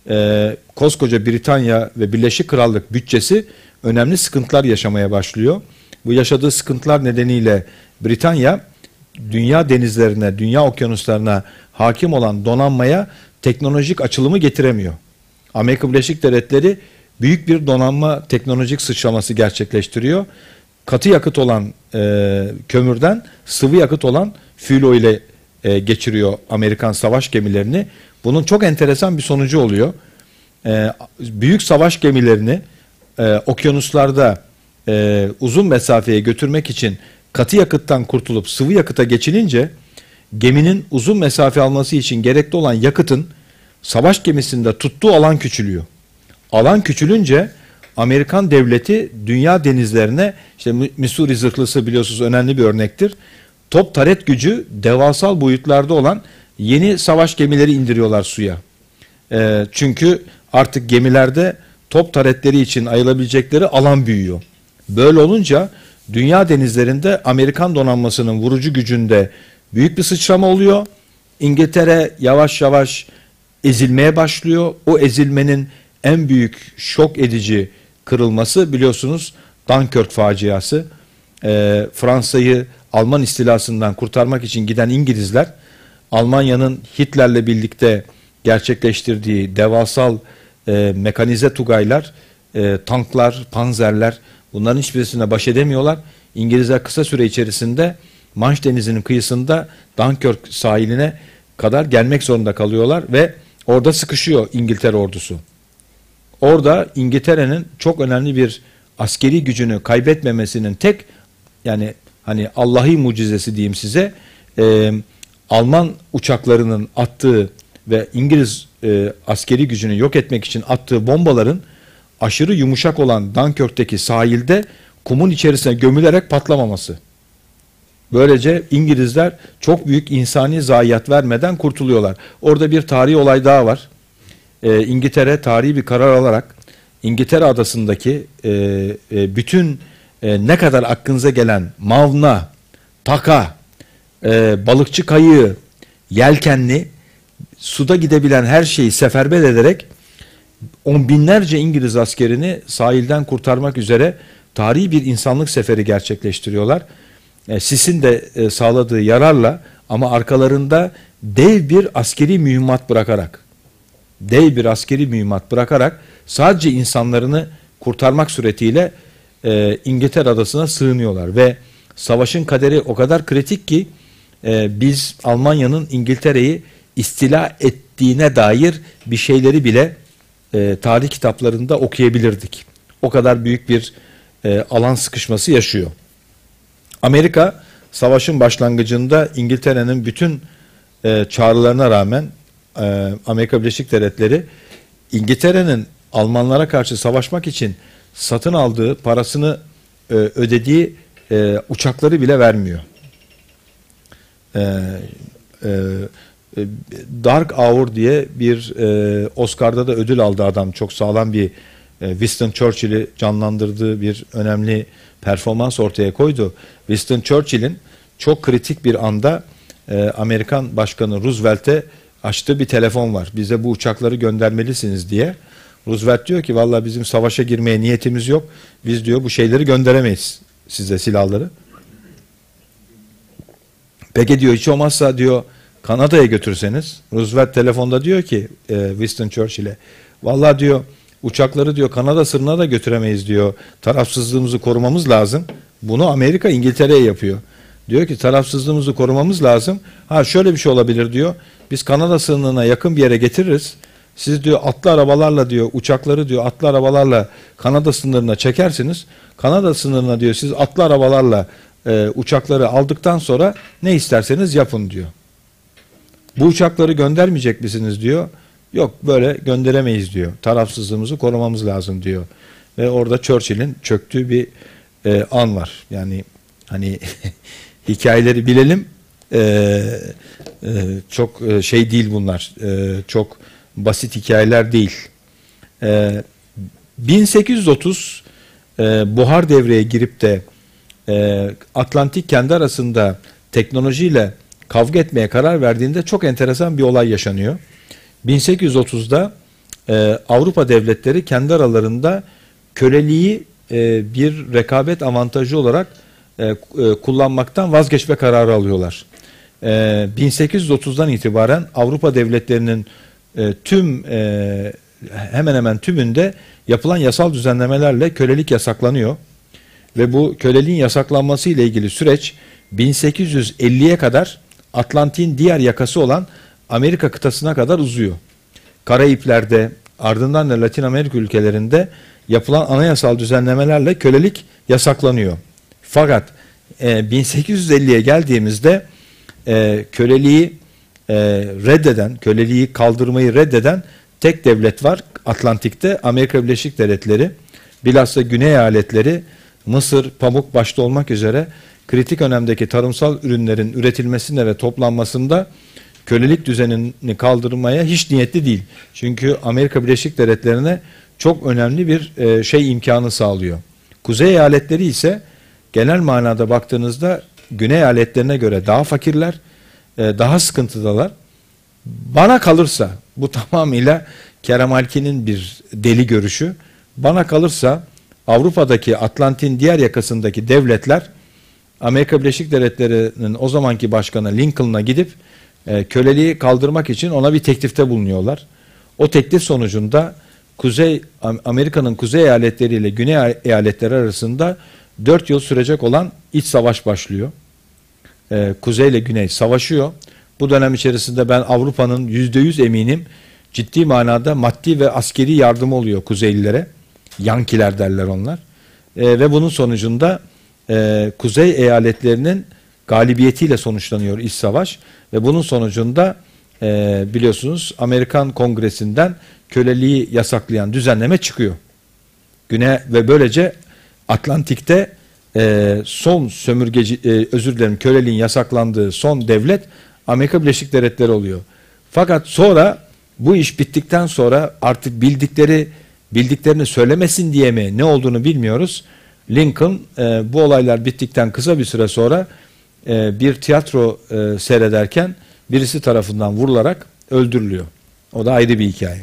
Speaker 2: e, koskoca Britanya ve Birleşik Krallık bütçesi önemli sıkıntılar yaşamaya başlıyor. Bu yaşadığı sıkıntılar nedeniyle Britanya dünya denizlerine, dünya okyanuslarına hakim olan donanmaya teknolojik açılımı getiremiyor. Amerika Birleşik Devletleri büyük bir donanma teknolojik sıçraması gerçekleştiriyor. Katı yakıt olan e, kömürden sıvı yakıt olan fülo ile e, geçiriyor Amerikan savaş gemilerini. Bunun çok enteresan bir sonucu oluyor. E, büyük savaş gemilerini e, okyanuslarda e, uzun mesafeye götürmek için katı yakıttan kurtulup sıvı yakıta geçilince geminin uzun mesafe alması için gerekli olan yakıtın savaş gemisinde tuttuğu alan küçülüyor. Alan küçülünce Amerikan devleti dünya denizlerine, işte Missouri zırhlısı biliyorsunuz önemli bir örnektir, top taret gücü devasal boyutlarda olan yeni savaş gemileri indiriyorlar suya. E, çünkü artık gemilerde top taretleri için ayılabilecekleri alan büyüyor. Böyle olunca dünya denizlerinde Amerikan donanmasının vurucu gücünde büyük bir sıçrama oluyor. İngiltere yavaş yavaş ezilmeye başlıyor. O ezilmenin en büyük şok edici kırılması biliyorsunuz Dunkirk faciası. E, Fransa'yı Alman istilasından kurtarmak için giden İngilizler Almanya'nın Hitler'le birlikte gerçekleştirdiği devasal e, mekanize tugaylar, e, tanklar, panzerler bunların hiçbirisine baş edemiyorlar. İngilizler kısa süre içerisinde Manş Denizi'nin kıyısında Dunkirk sahiline kadar gelmek zorunda kalıyorlar ve orada sıkışıyor İngiltere ordusu. Orada İngiltere'nin çok önemli bir askeri gücünü kaybetmemesinin tek yani hani Allah'ı mucizesi diyeyim size e, Alman uçaklarının attığı ve İngiliz e, askeri gücünü yok etmek için attığı bombaların aşırı yumuşak olan Dunkirk'teki sahilde kumun içerisine gömülerek patlamaması. Böylece İngilizler çok büyük insani zayiat vermeden kurtuluyorlar. Orada bir tarihi olay daha var. E, İngiltere tarihi bir karar alarak İngiltere adasındaki e, e, bütün e, ne kadar aklınıza gelen mavna, taka, e, balıkçı kayığı, yelkenli, suda gidebilen her şeyi seferber ederek on binlerce İngiliz askerini sahilden kurtarmak üzere tarihi bir insanlık seferi gerçekleştiriyorlar. E, Sis'in de e, sağladığı yararla ama arkalarında dev bir askeri mühimmat bırakarak dev bir askeri mühimmat bırakarak sadece insanlarını kurtarmak suretiyle e, İngiltere adasına sığınıyorlar ve savaşın kaderi o kadar kritik ki e, biz Almanya'nın İngiltere'yi istila ettiğine dair bir şeyleri bile e, tarih kitaplarında okuyabilirdik. O kadar büyük bir e, alan sıkışması yaşıyor. Amerika savaşın başlangıcında İngiltere'nin bütün e, çağrılarına rağmen e, Amerika Birleşik Devletleri İngiltere'nin Almanlara karşı savaşmak için satın aldığı, parasını e, ödediği e, uçakları bile vermiyor. E, e, Dark Hour diye bir e, Oscar'da da ödül aldı adam. Çok sağlam bir e, Winston Churchill'i canlandırdığı bir önemli performans ortaya koydu. Winston Churchill'in çok kritik bir anda e, Amerikan Başkanı Roosevelt'e açtığı bir telefon var. Bize bu uçakları göndermelisiniz diye. Roosevelt diyor ki vallahi bizim savaşa girmeye niyetimiz yok. Biz diyor bu şeyleri gönderemeyiz size silahları. Peki diyor hiç olmazsa diyor Kanada'ya götürseniz. Roosevelt telefonda diyor ki e, Winston Churchill'e vallahi diyor uçakları diyor Kanada sınırına da götüremeyiz diyor. Tarafsızlığımızı korumamız lazım. Bunu Amerika İngiltere'ye yapıyor. Diyor ki tarafsızlığımızı korumamız lazım. Ha şöyle bir şey olabilir diyor. Biz Kanada sınırına yakın bir yere getiririz. Siz diyor atlı arabalarla diyor uçakları diyor atlı arabalarla Kanada sınırına çekersiniz. Kanada sınırına diyor siz atlı arabalarla e, uçakları aldıktan sonra ne isterseniz yapın diyor. Bu uçakları göndermeyecek misiniz diyor. Yok böyle gönderemeyiz diyor. Tarafsızlığımızı korumamız lazım diyor. Ve orada Churchill'in çöktüğü bir e, an var. Yani hani hikayeleri bilelim. E, e, çok e, şey değil bunlar. E, çok basit hikayeler değil. E, bin sekiz yüz otuz e, buhar devreye girip de e, Atlantik kendi arasında teknolojiyle kavga etmeye karar verdiğinde çok enteresan bir olay yaşanıyor. bin sekiz yüz otuzda e, Avrupa devletleri kendi aralarında köleliği e, bir rekabet avantajı olarak e, e, kullanmaktan vazgeçme kararı alıyorlar. E, bin sekiz yüz otuzdan itibaren Avrupa devletlerinin e, tüm e, hemen hemen tümünde yapılan yasal düzenlemelerle kölelik yasaklanıyor. Ve bu köleliğin yasaklanması ile ilgili süreç bin sekiz yüz elliye kadar Atlantik'in diğer yakası olan Amerika kıtasına kadar uzuyor. Karayipler'de ardından da Latin Amerika ülkelerinde yapılan anayasal düzenlemelerle kölelik yasaklanıyor. Fakat e, bin sekiz yüz elliye geldiğimizde e, köleliği e, reddeden, köleliği kaldırmayı reddeden tek devlet var Atlantik'te, Amerika Birleşik Devletleri. Bilhassa Güney eyaletleri Mısır, pamuk başta olmak üzere kritik önemdeki tarımsal ürünlerin üretilmesinde ve toplanmasında kölelik düzenini kaldırmaya hiç niyetli değil. Çünkü Amerika Birleşik Devletleri'ne çok önemli bir e, şey imkanı sağlıyor. Kuzey eyaletleri ise genel manada baktığınızda Güney eyaletlerine göre daha fakirler, e, daha sıkıntıdalar Bana kalırsa, bu tamamıyla Kerem Alkin'in bir deli görüşü. Bana kalırsa Avrupa'daki Atlantik'in diğer yakasındaki devletler Amerika Birleşik Devletleri'nin o zamanki başkanı Lincoln'a gidip e, köleliği kaldırmak için ona bir teklifte bulunuyorlar. O teklif sonucunda Kuzey Amerika'nın kuzey eyaletleri ile güney eyaletleri arasında dört yıl sürecek olan iç savaş başlıyor. Ee, kuzey ile güney savaşıyor. Bu dönem içerisinde ben Avrupa'nın yüzde yüz eminim ciddi manada maddi ve askeri yardımı oluyor Kuzeylilere. Yankiler derler onlar. Ee, ve bunun sonucunda e, kuzey eyaletlerinin galibiyetiyle sonuçlanıyor iç savaş. Ve bunun sonucunda e, biliyorsunuz Amerikan Kongresi'nden köleliği yasaklayan düzenleme çıkıyor. Güney ve böylece Atlantik'te e, son sömürgeci, e, özür dilerim köleliğin yasaklandığı son devlet Amerika Birleşik Devletleri oluyor. Fakat sonra bu iş bittikten sonra artık bildikleri bildiklerini söylemesin diye mi ne olduğunu bilmiyoruz. Lincoln e, bu olaylar bittikten kısa bir süre sonra e, bir tiyatro e, seyrederken birisi tarafından vurularak öldürülüyor. O da ayrı bir hikaye.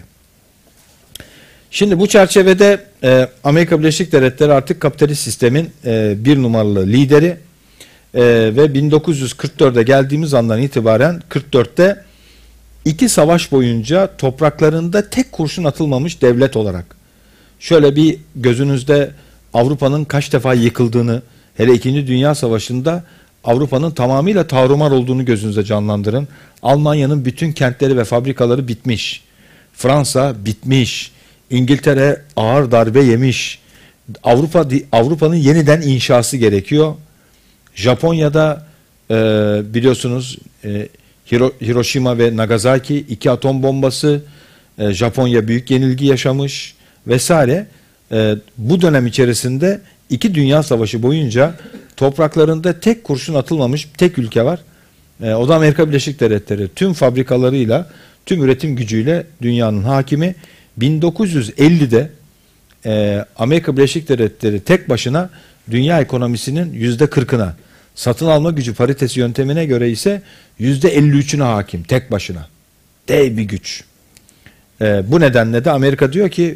Speaker 2: Şimdi bu çerçevede e, Amerika Birleşik Devletleri artık kapitalist sistemin e, bir numaralı lideri e, ve bin dokuz yüz kırk dörde geldiğimiz andan itibaren kırk dörtte iki savaş boyunca topraklarında tek kurşun atılmamış devlet olarak. Şöyle bir gözünüzde Avrupa'nın kaç defa yıkıldığını, hele İkinci Dünya Savaşı'nda Avrupa'nın tamamıyla tarumar olduğunu gözünüze canlandırın. Almanya'nın bütün kentleri ve fabrikaları bitmiş. Fransa bitmiş. İngiltere ağır darbe yemiş. Avrupa Avrupa'nın yeniden inşası gerekiyor. Japonya'da e, biliyorsunuz e, Hiro, Hiroşima ve Nagasaki iki atom bombası, e, Japonya büyük yenilgi yaşamış vesaire. E, bu dönem içerisinde iki dünya savaşı boyunca topraklarında tek kurşun atılmamış tek ülke var. E, o da Amerika Birleşik Devletleri. Tüm fabrikalarıyla, tüm üretim gücüyle dünyanın hakimi. bin dokuz yüz ellide e, Amerika Birleşik Devletleri tek başına dünya ekonomisinin yüzde kırkına, satın alma gücü paritesi yöntemine göre ise yüzde elli üçüne hakim tek başına. Dev bir güç. E, bu nedenle de Amerika diyor ki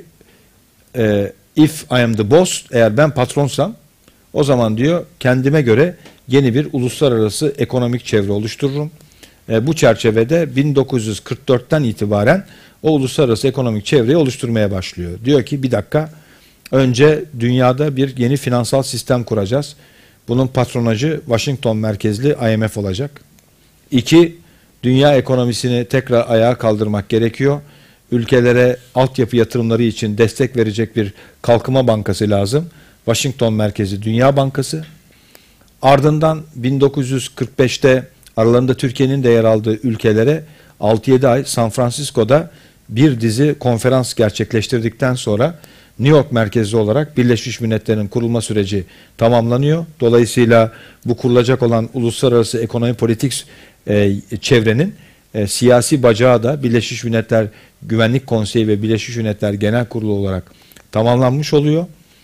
Speaker 2: e, if I am the boss, eğer ben patronsam o zaman diyor kendime göre yeni bir uluslararası ekonomik çevre oluştururum. E, bu çerçevede bin dokuz yüz kırk dörtten itibaren o uluslararası ekonomik çevreyi oluşturmaya başlıyor. Diyor ki bir dakika, önce dünyada bir yeni finansal sistem kuracağız. Bunun patronajı Washington merkezli I M F olacak. İki, dünya ekonomisini tekrar ayağa kaldırmak gerekiyor. Ülkelere altyapı yatırımları için destek verecek bir kalkınma bankası lazım. Washington merkezi Dünya Bankası. Ardından bin dokuz yüz kırk beşte aralarında Türkiye'nin de yer aldığı ülkelere altı yedi ay San Francisco'da bir dizi konferans gerçekleştirdikten sonra New York merkezli olarak Birleşmiş Milletler'in kurulma süreci tamamlanıyor. Dolayısıyla bu kurulacak olan uluslararası ekonomi politik e, çevrenin e, siyasi bacağı da Birleşmiş Milletler Güvenlik Konseyi ve Birleşmiş Milletler Genel Kurulu olarak tamamlanmış oluyor.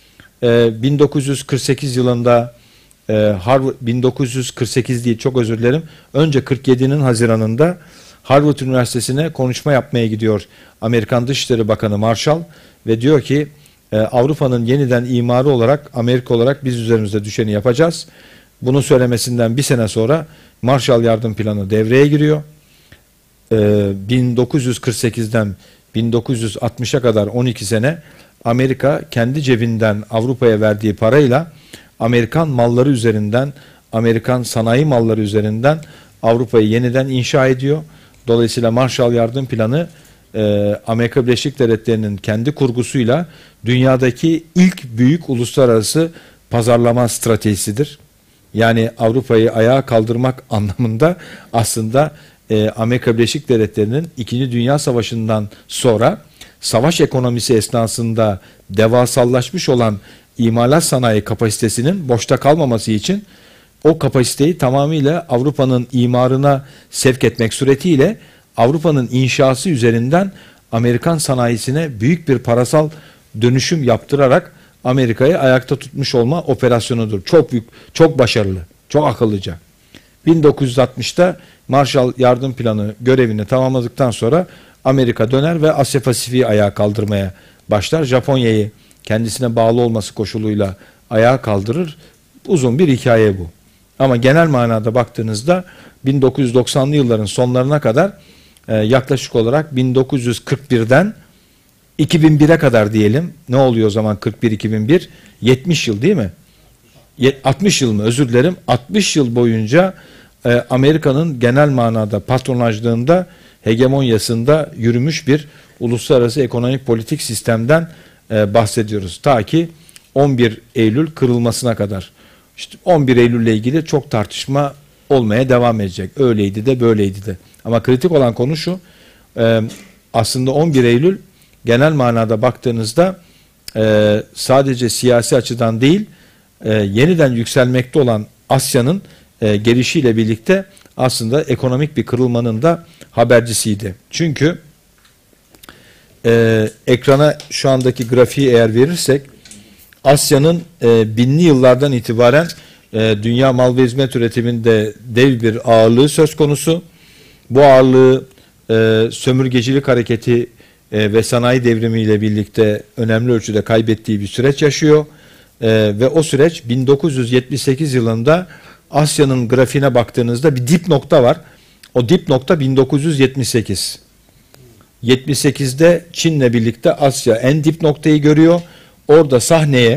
Speaker 2: E, bin dokuz yüz kırk sekiz yılında e, Harvard, bin dokuz yüz kırk sekiz değil, çok özür dilerim. Önce kırk yedinin Haziran'ında Harvard Üniversitesi'ne konuşma yapmaya gidiyor Amerikan Dışişleri Bakanı Marshall ve diyor ki e, Avrupa'nın yeniden imarı olarak, Amerika olarak biz üzerimizde düşeni yapacağız. Bunu söylemesinden bir sene sonra Marshall Yardım Planı devreye giriyor. E, bin dokuz yüz kırk sekizden bin dokuz yüz altmışa kadar on iki sene Amerika kendi cebinden Avrupa'ya verdiği parayla Amerikan malları üzerinden, Amerikan sanayi malları üzerinden Avrupa'yı yeniden inşa ediyor. Dolayısıyla Marshall Yardım Planı e, Amerika Birleşik Devletleri'nin kendi kurgusuyla dünyadaki ilk büyük uluslararası pazarlama stratejisidir. Yani Avrupa'yı ayağa kaldırmak anlamında aslında e, Amerika Birleşik Devletleri'nin İkinci Dünya Savaşı'ndan sonra savaş ekonomisi esnasında devasallaşmış olan imalat sanayi kapasitesinin boşta kalmaması için o kapasiteyi tamamıyla Avrupa'nın imarına sevk etmek suretiyle Avrupa'nın inşası üzerinden Amerikan sanayisine büyük bir parasal dönüşüm yaptırarak Amerika'yı ayakta tutmuş olma operasyonudur. Çok büyük, çok başarılı, çok akıllıca. bin dokuz yüz altmışta Marshall Yardım Planı görevini tamamladıktan sonra Amerika döner ve Asya Pasifik'i ayağa kaldırmaya başlar. Japonya'yı kendisine bağlı olması koşuluyla ayağa kaldırır. Uzun bir hikaye bu. Ama genel manada baktığınızda bin dokuz yüz doksanlı yılların sonlarına kadar e, yaklaşık olarak bin dokuz yüz kırk birden iki bin bire kadar diyelim. Ne oluyor o zaman kırk bir iki bin bir? yetmiş yıl değil mi? altmış yıl mı? Özür dilerim. altmış yıl boyunca e, Amerika'nın genel manada patronajlığında, hegemonyasında yürümüş bir uluslararası ekonomik politik sistemden e, bahsediyoruz. Ta ki on bir Eylül kırılmasına kadar. İşte on bir Eylül ile ilgili çok tartışma olmaya devam edecek. Öyleydi de böyleydi de. Ama kritik olan konu şu. E, aslında on bir Eylül genel manada baktığınızda e, sadece siyasi açıdan değil, e, yeniden yükselmekte olan Asya'nın e, gelişiyle birlikte aslında ekonomik bir kırılmanın da habercisiydi. Çünkü e, ekrana şu andaki grafiği eğer verirsek, Asya'nın e, binli yıllardan itibaren e, dünya mal ve hizmet üretiminde dev bir ağırlığı söz konusu. Bu ağırlığı e, sömürgecilik hareketi e, ve sanayi devrimiyle birlikte önemli ölçüde kaybettiği bir süreç yaşıyor. E, ve o süreç bin dokuz yüz yetmiş sekiz yılında Asya'nın grafiğine baktığınızda bir dip nokta var. O dip nokta bin dokuz yüz yetmiş sekiz. yetmiş sekizde Çin'le birlikte Asya en dip noktayı görüyor. Orada sahneye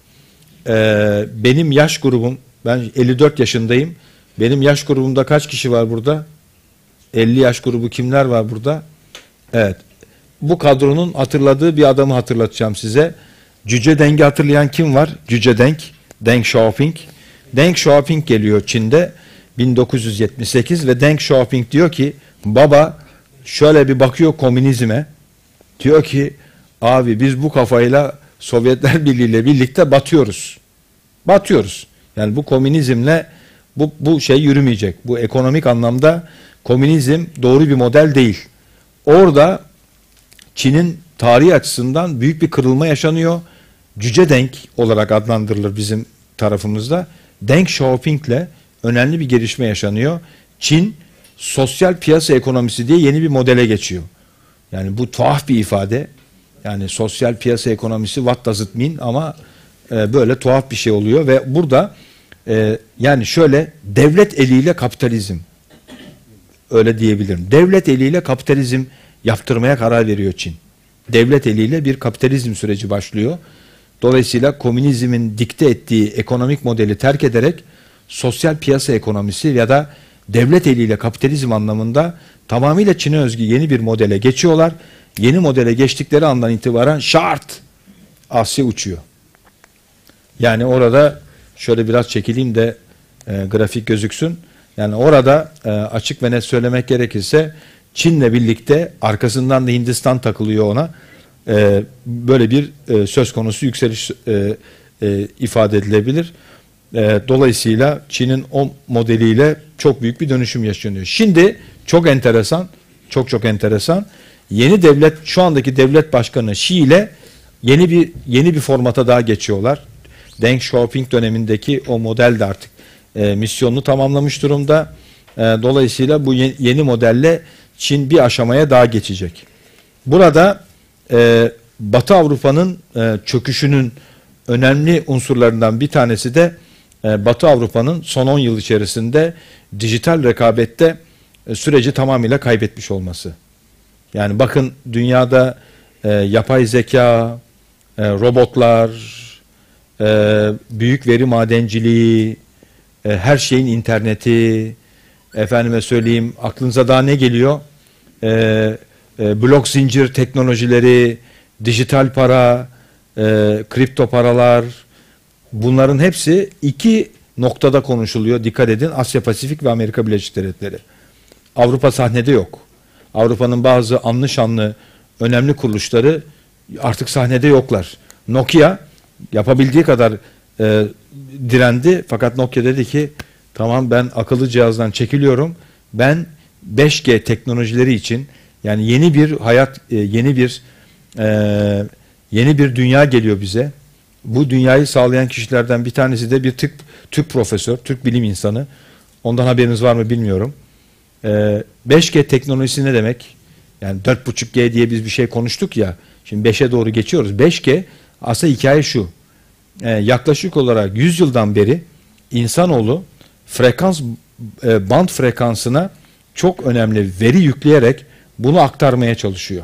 Speaker 2: e, benim yaş grubum, ben elli dört yaşındayım. Benim yaş grubumda kaç kişi var burada? elli yaş grubu kimler var burada? Evet. Bu kadronun hatırladığı bir adamı hatırlatacağım size. Cüce Deng'i hatırlayan kim var? Cüce Deng, Deng Xiaoping. Deng Xiaoping geliyor Çin'de bin dokuz yüz yetmiş sekiz ve Deng Xiaoping diyor ki, baba şöyle bir bakıyor komünizme. Diyor ki, abi biz bu kafayla Sovyetler Birliği ile birlikte batıyoruz. Batıyoruz. Yani bu komünizmle bu, bu şey yürümeyecek. Bu ekonomik anlamda komünizm doğru bir model değil. Orada Çin'in tarihi açısından büyük bir kırılma yaşanıyor. Cüce Deng olarak adlandırılır bizim tarafımızda. Deng Xiaoping'le önemli bir gelişme yaşanıyor. Çin sosyal piyasa ekonomisi diye yeni bir modele geçiyor. Yani bu tuhaf bir ifade. Yani sosyal piyasa ekonomisi what does it mean, ama e, böyle tuhaf bir şey oluyor ve burada e, yani şöyle devlet eliyle kapitalizm, öyle diyebilirim. Devlet eliyle kapitalizm yaptırmaya karar veriyor Çin. Devlet eliyle bir kapitalizm süreci başlıyor. Dolayısıyla komünizmin dikte ettiği ekonomik modeli terk ederek sosyal piyasa ekonomisi ya da devlet eliyle kapitalizm anlamında tamamıyla Çin'e özgü yeni bir modele geçiyorlar. Yeni modele geçtikleri andan itibaren şart Asya uçuyor. Yani orada şöyle biraz çekileyim de e, grafik gözüksün. Yani orada e, açık ve net söylemek gerekirse Çin'le birlikte arkasından da Hindistan takılıyor ona. E, böyle bir e, söz konusu yükseliş e, e, ifade edilebilir. E, dolayısıyla Çin'in o modeliyle çok büyük bir dönüşüm yaşanıyor. Şimdi çok enteresan, çok çok enteresan. Yeni devlet, şu andaki devlet başkanı Xi ile yeni bir yeni bir formata daha geçiyorlar. Deng Xiaoping dönemindeki o model de artık e, misyonunu tamamlamış durumda. E, dolayısıyla bu yeni, yeni modelle Çin bir aşamaya daha geçecek. Burada e, Batı Avrupa'nın e, çöküşünün önemli unsurlarından bir tanesi de e, Batı Avrupa'nın son on yıl içerisinde dijital rekabette e, süreci tamamıyla kaybetmiş olması. Yani bakın dünyada e, yapay zeka, e, robotlar, e, büyük veri madenciliği, e, her şeyin interneti, efendime söyleyeyim aklınıza daha ne geliyor? E, e, blok zincir teknolojileri, dijital para, e, kripto paralar, bunların hepsi iki noktada konuşuluyor. Dikkat edin, Asya Pasifik ve Amerika Birleşik Devletleri. Avrupa sahnede yok. Avrupa'nın bazı anlı şanlı önemli kuruluşları artık sahnede yoklar. Nokia yapabildiği kadar e, direndi, fakat Nokia dedi ki tamam, ben akıllı cihazdan çekiliyorum. Ben beş G teknolojileri için, yani yeni bir hayat, e, yeni bir e, yeni bir dünya geliyor bize. Bu dünyayı sağlayan kişilerden bir tanesi de bir tıp, tıp profesör, Türk bilim insanı. Ondan haberiniz var mı bilmiyorum. E, beş G teknolojisi ne demek? Yani dört buçuk G diye biz bir şey konuştuk ya. Şimdi beşe doğru geçiyoruz. beş G aslında hikaye şu. E, yaklaşık olarak yüz yıldan beri insanoğlu frekans e, band frekansına çok önemli veri yükleyerek bunu aktarmaya çalışıyor.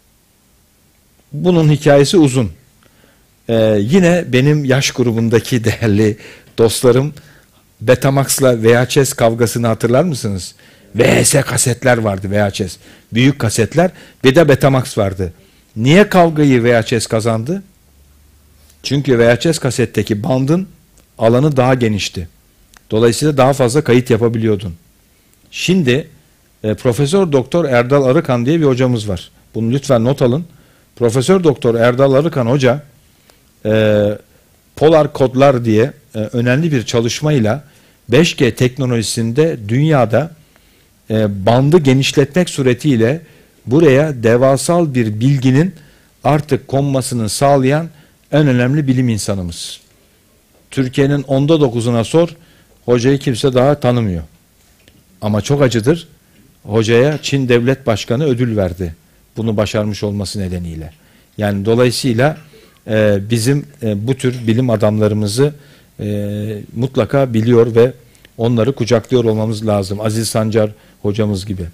Speaker 2: Bunun hikayesi uzun. Ee, yine benim yaş grubundaki değerli dostlarım Betamax'la V H S kavgasını hatırlar mısınız? V H S kasetler vardı, V H S. Büyük kasetler, bir de Betamax vardı. Niye kavgayı V H S kazandı? Çünkü V H S kasetteki bandın alanı daha genişti. Dolayısıyla daha fazla kayıt yapabiliyordun. Şimdi e, Profesör Doktor Erdal Arıkan diye bir hocamız var. Bunu lütfen not alın. Profesör Doktor Erdal Arıkan Hoca e, Polar Kodlar diye e, önemli bir çalışmayla beş G teknolojisinde dünyada e, bandı genişletmek suretiyle buraya devasal bir bilginin artık konmasını sağlayan en önemli bilim insanımız. Türkiye'nin onda dokuzuna sor, hocayı kimse daha tanımıyor. Ama çok acıdır, hocaya Çin Devlet Başkanı ödül verdi. Bunu başarmış olması nedeniyle. Yani dolayısıyla e, bizim e, bu tür bilim adamlarımızı e, mutlaka biliyor ve onları kucaklıyor olmamız lazım. Aziz Sancar hocamız gibi.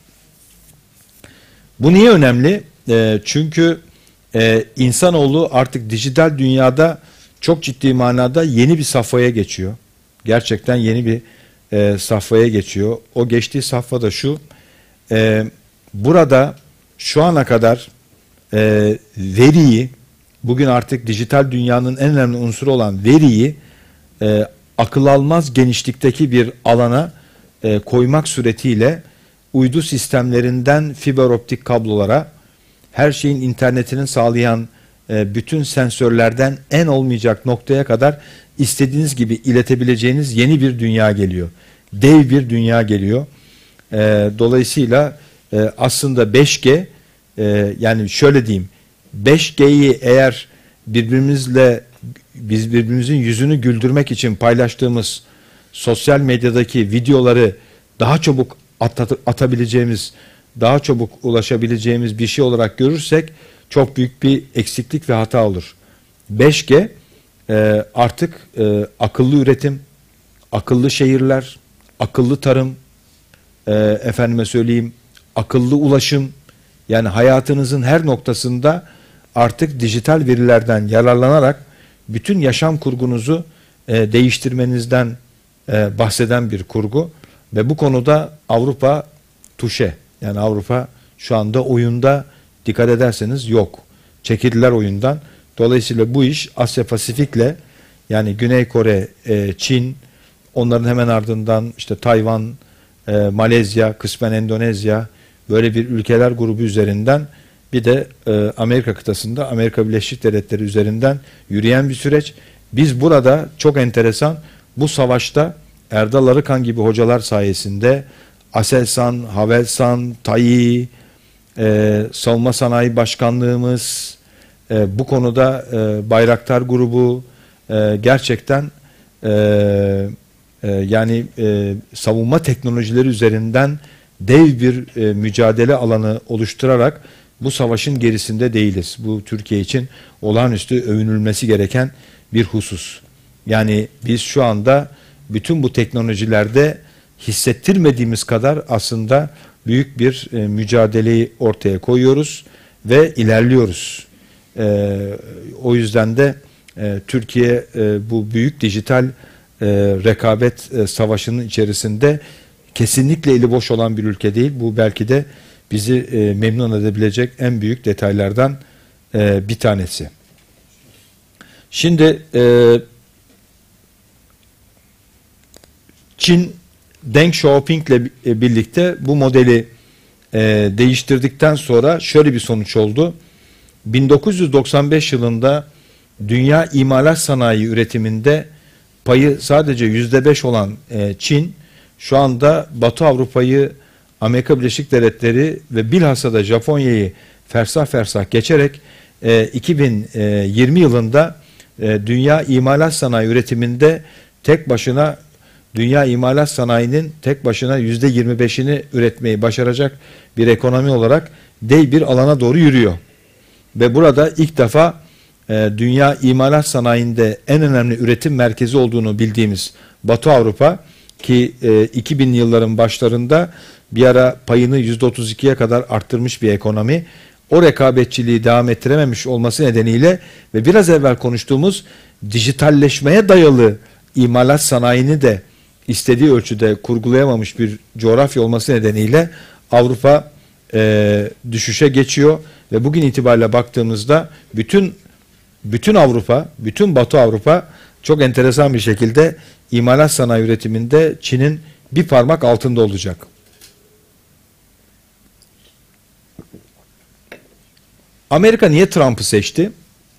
Speaker 2: Bu niye önemli? E, çünkü e, insanoğlu artık dijital dünyada çok ciddi manada yeni bir safhaya geçiyor. Gerçekten yeni bir e, safhaya geçiyor. O geçtiği safha da şu. E, burada şu ana kadar e, veriyi, bugün artık dijital dünyanın en önemli unsuru olan veriyi e, akıl almaz genişlikteki bir alana e, koymak suretiyle uydu sistemlerinden fiber optik kablolara, her şeyin internetinin sağlayan e, bütün sensörlerden en olmayacak noktaya kadar istediğiniz gibi iletebileceğiniz yeni bir dünya geliyor. Dev bir dünya geliyor. E, dolayısıyla e, aslında beş G, e, yani şöyle diyeyim, beş G'yi eğer birbirimizle, biz birbirimizin yüzünü güldürmek için paylaştığımız sosyal medyadaki videoları daha çabuk at atabileceğimiz, daha çabuk ulaşabileceğimiz bir şey olarak görürsek çok büyük bir eksiklik ve hata olur. beş G e, artık e, akıllı üretim, akıllı şehirler, akıllı tarım, e, efendime söyleyeyim akıllı ulaşım, yani hayatınızın her noktasında artık dijital verilerden yararlanarak bütün yaşam kurgunuzu e, değiştirmenizden e, bahseden bir kurgu ve bu konuda Avrupa tuşe, yani Avrupa şu anda oyunda, dikkat ederseniz yok. Çekildiler oyundan. Dolayısıyla bu iş Asya Pasifik'le, yani Güney Kore, e, Çin, onların hemen ardından işte Tayvan, e, Malezya, kısmen Endonezya, böyle bir ülkeler grubu üzerinden, bir de e, Amerika kıtasında Amerika Birleşik Devletleri üzerinden yürüyen bir süreç. Biz burada çok enteresan, bu savaşta Erdal Arıkan gibi hocalar sayesinde Aselsan, Havelsan, TAİ, e, Savunma Sanayi Başkanlığımız, e, bu konuda e, Bayraktar grubu e, gerçekten e, e, yani e, savunma teknolojileri üzerinden dev bir e, mücadele alanı oluşturarak bu savaşın gerisinde değiliz. Bu Türkiye için olağanüstü övünülmesi gereken bir husus. Yani biz şu anda bütün bu teknolojilerde hissettirmediğimiz kadar aslında büyük bir e, mücadeleyi ortaya koyuyoruz ve ilerliyoruz. E, o yüzden de e, Türkiye e, bu büyük dijital e, rekabet e, savaşının içerisinde kesinlikle eli boş olan bir ülke değil. Bu belki de bizi e, memnun edebilecek en büyük detaylardan e, bir tanesi. Şimdi e, Çin Deng Xiaoping ile birlikte bu modeli e, değiştirdikten sonra şöyle bir sonuç oldu. bin dokuz yüz doksan beş yılında dünya imalat sanayi üretiminde payı sadece yüzde beş olan e, Çin, şu anda Batı Avrupa'yı, Amerika Birleşik Devletleri ve bilhassa da Japonya'yı fersah fersah geçerek e, iki bin yirmi yılında e, dünya imalat sanayi üretiminde tek başına dünya imalat sanayinin tek başına yüzde yirmi beşini üretmeyi başaracak bir ekonomi olarak dev bir alana doğru yürüyor. Ve burada ilk defa e, dünya imalat sanayinde en önemli üretim merkezi olduğunu bildiğimiz Batı Avrupa ki e, iki binli yılların başlarında bir ara payını yüzde otuz ikiye kadar arttırmış bir ekonomi. O rekabetçiliği devam ettirememiş olması nedeniyle ve biraz evvel konuştuğumuz dijitalleşmeye dayalı imalat sanayini de istediği ölçüde kurgulayamamış bir coğrafya olması nedeniyle Avrupa e, düşüşe geçiyor ve bugün itibariyle baktığımızda bütün bütün Avrupa, bütün Batı Avrupa çok enteresan bir şekilde imalat sanayi üretiminde Çin'in bir parmak altında olacak. Amerika niye Trump'ı seçti?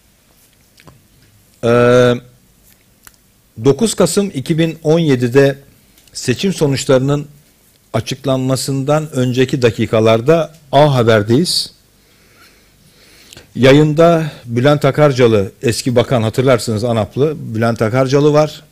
Speaker 2: Ee, dokuz Kasım iki bin on yedi'de seçim sonuçlarının açıklanmasından önceki dakikalarda A Haber'deyiz. Yayında Bülent Akarcalı, eski bakan, hatırlarsınız, ANAP'lı Bülent Akarcalı var.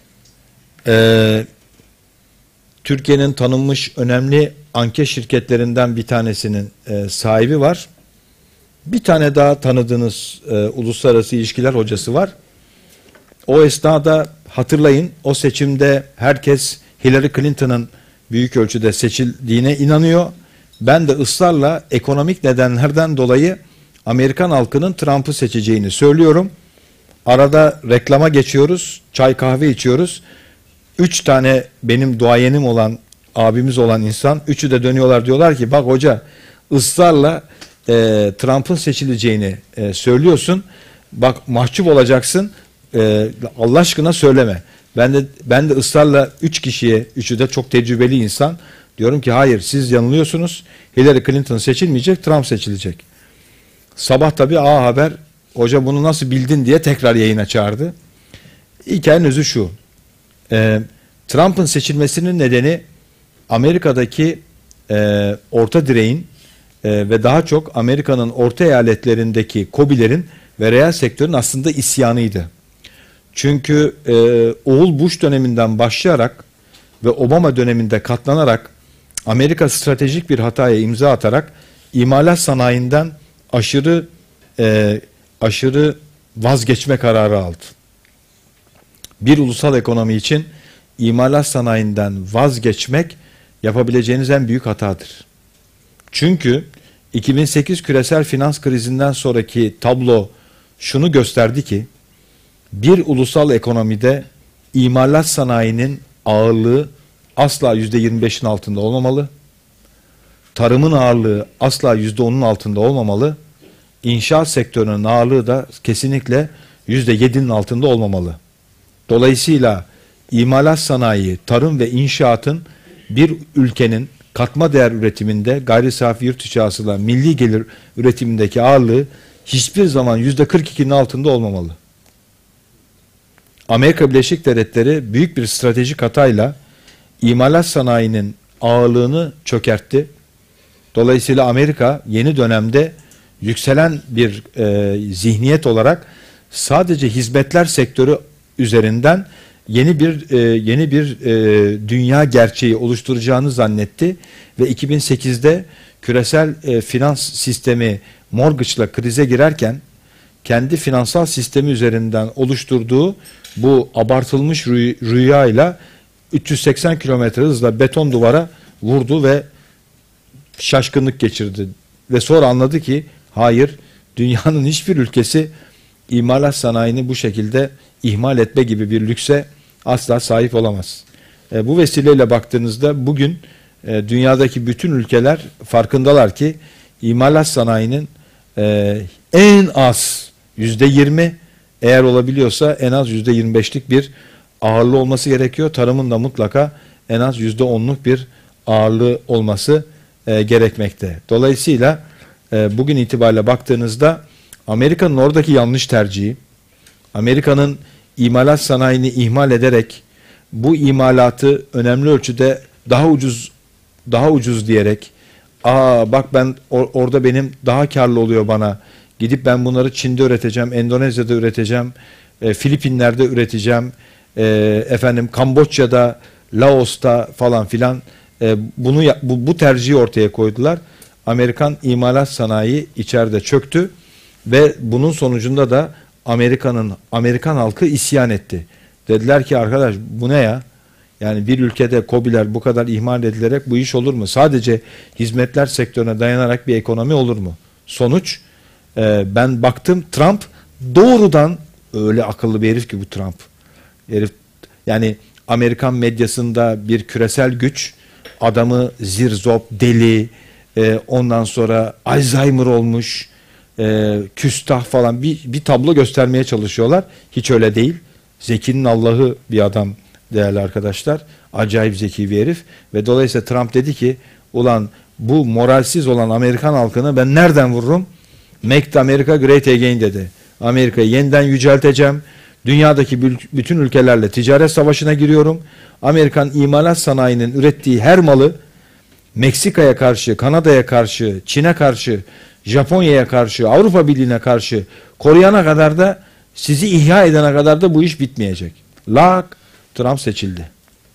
Speaker 2: Ee, Türkiye'nin tanınmış önemli anket şirketlerinden bir tanesinin e, sahibi var. Bir tane daha tanıdığınız e, uluslararası ilişkiler hocası var. O esnada hatırlayın, o seçimde herkes Hillary Clinton'ın büyük ölçüde seçildiğine inanıyor. Ben de ısrarla ekonomik nedenlerden dolayı Amerikan halkının Trump'ı seçeceğini söylüyorum. Arada reklama geçiyoruz, çay kahve içiyoruz. Üç tane benim duayenim olan, abimiz olan insan, üçü de dönüyorlar, diyorlar ki bak hoca ısrarla e, Trump'ın seçileceğini e, söylüyorsun. Bak mahcup olacaksın. E, Allah aşkına söyleme. Ben de ben de ısrarla üç kişiye, üçü de çok tecrübeli insan, diyorum ki hayır, siz yanılıyorsunuz. Hillary Clinton seçilmeyecek, Trump seçilecek. Sabah tabii A Haber hoca bunu nasıl bildin diye tekrar yayına çağırdı. Hikayenin özü şu. E, Trump'ın seçilmesinin nedeni Amerika'daki e, orta direğin e, ve daha çok Amerika'nın orta eyaletlerindeki KOBİ'lerin ve reel sektörün aslında isyanıydı. Çünkü e, oğul Bush döneminden başlayarak ve Obama döneminde katlanarak Amerika stratejik bir hataya imza atarak imalat sanayinden aşırı e, aşırı vazgeçme kararı aldı. Bir ulusal ekonomi için imalat sanayinden vazgeçmek yapabileceğiniz en büyük hatadır. Çünkü iki bin sekiz küresel finans krizinden sonraki tablo şunu gösterdi ki bir ulusal ekonomide imalat sanayinin ağırlığı asla yüzde yirmi beşin altında olmamalı. Tarımın ağırlığı asla yüzde onun altında olmamalı. İnşaat sektörünün ağırlığı da kesinlikle yüzde yedinin altında olmamalı. Dolayısıyla imalat sanayi, tarım ve inşaatın bir ülkenin katma değer üretiminde, gayri safi yurt içi hasıla, milli gelir üretimindeki ağırlığı hiçbir zaman yüzde kırk ikinin altında olmamalı. Amerika Birleşik Devletleri büyük bir stratejik hatayla imalat sanayinin ağırlığını çökertti. Dolayısıyla Amerika yeni dönemde yükselen bir e, zihniyet olarak sadece hizmetler sektörü üzerinden yeni bir e, yeni bir e, dünya gerçeği oluşturacağını zannetti ve iki bin sekizde küresel e, finans sistemi mortgage'la krize girerken kendi finansal sistemi üzerinden oluşturduğu bu abartılmış rüy rüyayla üç yüz seksen kilometre hızla beton duvara vurdu ve şaşkınlık geçirdi. Ve sonra anladı ki hayır, dünyanın hiçbir ülkesi imalat sanayini bu şekilde ihmal etme gibi bir lükse asla sahip olamaz. E, bu vesileyle baktığınızda bugün e, dünyadaki bütün ülkeler farkındalar ki imalat sanayinin e, en az yüzde yirmi, eğer olabiliyorsa en az yüzde yirmi beşlik bir ağırlığı olması gerekiyor. Tarımın da mutlaka en az yüzde onluk bir ağırlığı olması e, gerekmekte. Dolayısıyla e, bugün itibariyle baktığınızda Amerika'nın oradaki yanlış tercihi, Amerika'nın imalat sanayini ihmal ederek bu imalatı önemli ölçüde daha ucuz daha ucuz diyerek, aa bak ben or orada benim daha karlı oluyor bana, gidip ben bunları Çin'de üreteceğim, Endonezya'da üreteceğim, e, Filipinler'de üreteceğim, e, efendim Kamboçya'da Laos'ta falan filan e, bunu bu, bu tercihi ortaya koydular. Amerikan imalat sanayi içeride çöktü ve bunun sonucunda da Amerika'nın Amerikan halkı isyan etti. Dediler ki arkadaş bu ne ya? Yani bir ülkede KOBİ'ler bu kadar ihmal edilerek bu iş olur mu? Sadece hizmetler sektörüne dayanarak bir ekonomi olur mu? Sonuç e, ben baktım Trump doğrudan öyle akıllı bir herif ki bu Trump. Herif yani Amerikan medyasında bir küresel güç adamı zirzop, deli, e, ondan sonra Alzheimer olmuş, e, küstah falan bir, bir tablo göstermeye çalışıyorlar. Hiç öyle değil. Zekinin Allah'ı bir adam değerli arkadaşlar. Acayip zeki bir herif. Ve dolayısıyla Trump dedi ki ulan bu moralsiz olan Amerikan halkını ben nereden vururum? Make America Great Again dedi. Amerika'yı yeniden yücelteceğim. Dünyadaki bütün ülkelerle ticaret savaşına giriyorum. Amerikan imalat sanayinin ürettiği her malı Meksika'ya karşı, Kanada'ya karşı, Çin'e karşı, Japonya'ya karşı, Avrupa Birliği'ne karşı koruyana kadar da sizi ihya edene kadar da bu iş bitmeyecek. Lak, Trump seçildi.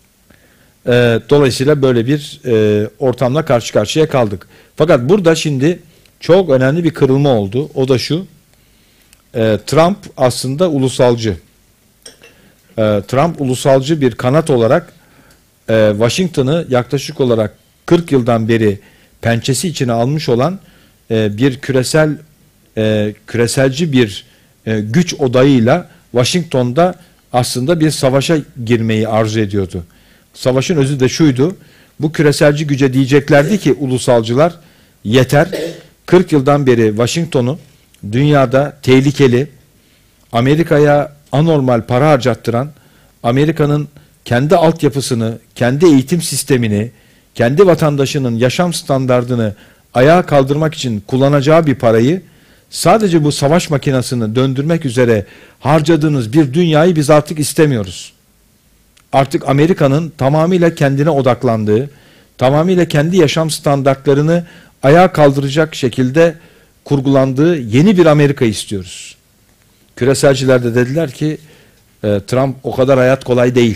Speaker 2: Ee, dolayısıyla böyle bir e, ortamla karşı karşıya kaldık. Fakat burada şimdi çok önemli bir kırılma oldu. O da şu. E, Trump aslında ulusalcı. E, Trump ulusalcı bir kanat olarak e, Washington'ı yaklaşık olarak kırk yıldan beri pençesi içine almış olan e, bir küresel e, küreselci bir e, güç odağıyla Washington'da aslında bir savaşa girmeyi arzu ediyordu. Savaşın özü de şuydu. Bu küreselci güce diyeceklerdi ki ulusalcılar yeter. kırk yıldan beri Washington'u dünyada tehlikeli, Amerika'ya anormal para harcattıran, Amerika'nın kendi altyapısını, kendi eğitim sistemini, kendi vatandaşının yaşam standardını ayağa kaldırmak için kullanacağı bir parayı sadece bu savaş makinesini döndürmek üzere harcadığınız bir dünyayı biz artık istemiyoruz. Artık Amerika'nın tamamıyla kendine odaklandığı, tamamıyla kendi yaşam standartlarını ayağa kaldıracak şekilde kurgulandığı yeni bir Amerika istiyoruz. Küreselciler de dediler ki e, Trump o kadar hayat kolay değil.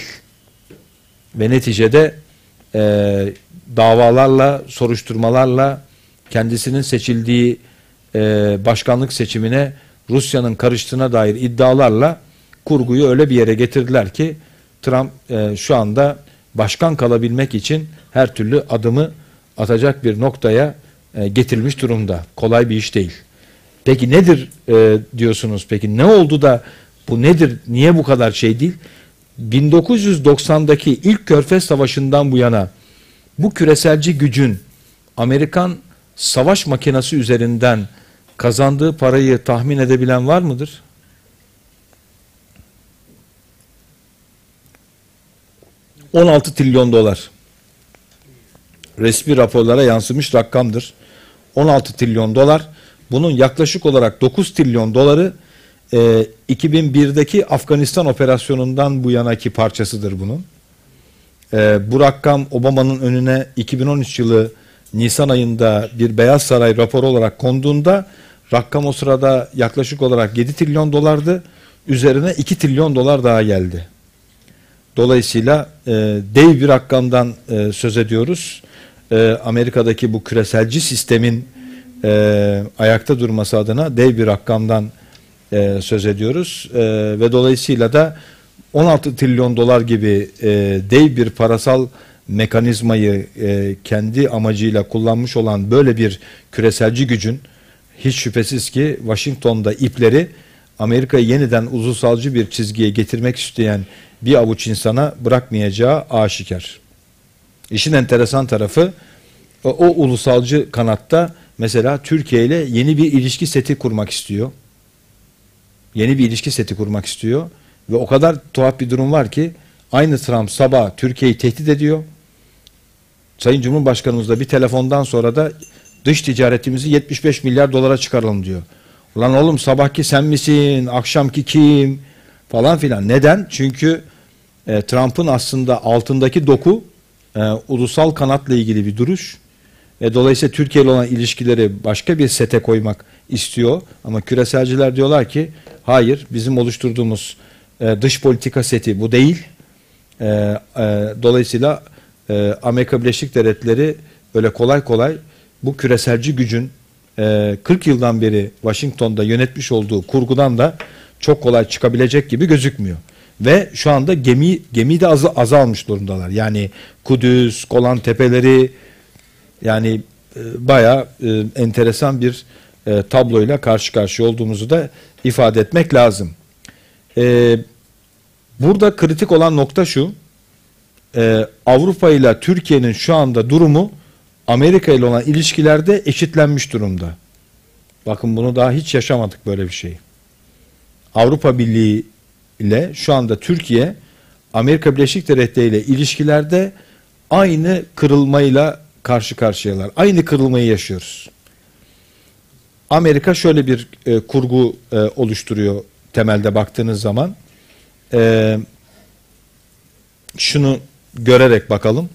Speaker 2: Ve neticede e, davalarla, soruşturmalarla kendisinin seçildiği e, başkanlık seçimine Rusya'nın karıştığına dair iddialarla kurguyu öyle bir yere getirdiler ki Trump e, şu anda başkan kalabilmek için her türlü adımı atacak bir noktaya e, getirilmiş durumda. Kolay bir iş değil. Peki nedir e, diyorsunuz? Peki ne oldu da bu nedir? Niye bu kadar şey değil? bin dokuz yüz doksandaki ilk Körfez Savaşı'ndan bu yana bu küreselci gücün Amerikan savaş makinesi üzerinden kazandığı parayı tahmin edebilen var mıdır? on altı trilyon dolar. Resmi raporlara yansımış rakamdır. on altı trilyon dolar. Bunun yaklaşık olarak dokuz trilyon doları e, iki bin birdeki Afganistan operasyonundan bu yanaki parçasıdır bunun. E, bu rakam Obama'nın önüne iki bin on üç yılı Nisan ayında bir Beyaz Saray raporu olarak konduğunda rakam o sırada yaklaşık olarak yedi trilyon dolardı. Üzerine iki trilyon dolar daha geldi. Dolayısıyla e, dev bir rakamdan e, söz ediyoruz. E, Amerika'daki bu küreselci sistemin e, ayakta durması adına dev bir rakamdan e, söz ediyoruz. E, ve dolayısıyla da on altı trilyon dolar gibi e, dev bir parasal mekanizmayı e, kendi amacıyla kullanmış olan böyle bir küreselci gücün hiç şüphesiz ki Washington'da ipleri Amerika'yı yeniden ulusalcı bir çizgiye getirmek isteyen bir avuç insana bırakmayacağı aşikar. İşin enteresan tarafı o, o ulusalcı kanatta mesela Türkiye ile yeni bir ilişki seti kurmak istiyor. Yeni bir ilişki seti kurmak istiyor ve o kadar tuhaf bir durum var ki aynı Trump sabah Türkiye'yi tehdit ediyor. Sayın Cumhurbaşkanımız da bir telefondan sonra da dış ticaretimizi yetmiş beş milyar dolara çıkaralım diyor. Ulan oğlum sabahki sen misin, akşamki kim falan filan. Neden? Çünkü e, Trump'ın aslında altındaki doku e, ulusal kanatla ilgili bir duruş. E, dolayısıyla Türkiye ile olan ilişkileri başka bir sete koymak istiyor. Ama küreselciler diyorlar ki hayır bizim oluşturduğumuz e, dış politika seti bu değil. E, e, dolayısıyla e, Amerika Birleşik Devletleri öyle kolay kolay bu küreselci gücün e, kırk yıldan beri Washington'da yönetmiş olduğu kurgudan da çok kolay çıkabilecek gibi gözükmüyor. Ve şu anda gemi gemiyi de az, azalmış durumdalar. Yani Kudüs, Golan Tepeleri, yani e, bayağı e, enteresan bir e, tabloyla karşı karşıya olduğumuzu da ifade etmek lazım. E, burada kritik olan nokta şu: e, Avrupa ile Türkiye'nin şu anda durumu Amerika ile olan ilişkilerde eşitlenmiş durumda. Bakın, bunu daha hiç yaşamadık böyle bir şey. Avrupa Birliği ile şu anda Türkiye, Amerika Birleşik Devletleri ile ilişkilerde aynı kırılmayla karşı karşıyalar. Aynı kırılmayı yaşıyoruz. Amerika şöyle bir e, kurgu e, oluşturuyor temelde baktığınız zaman. E, şunu görerek bakalım.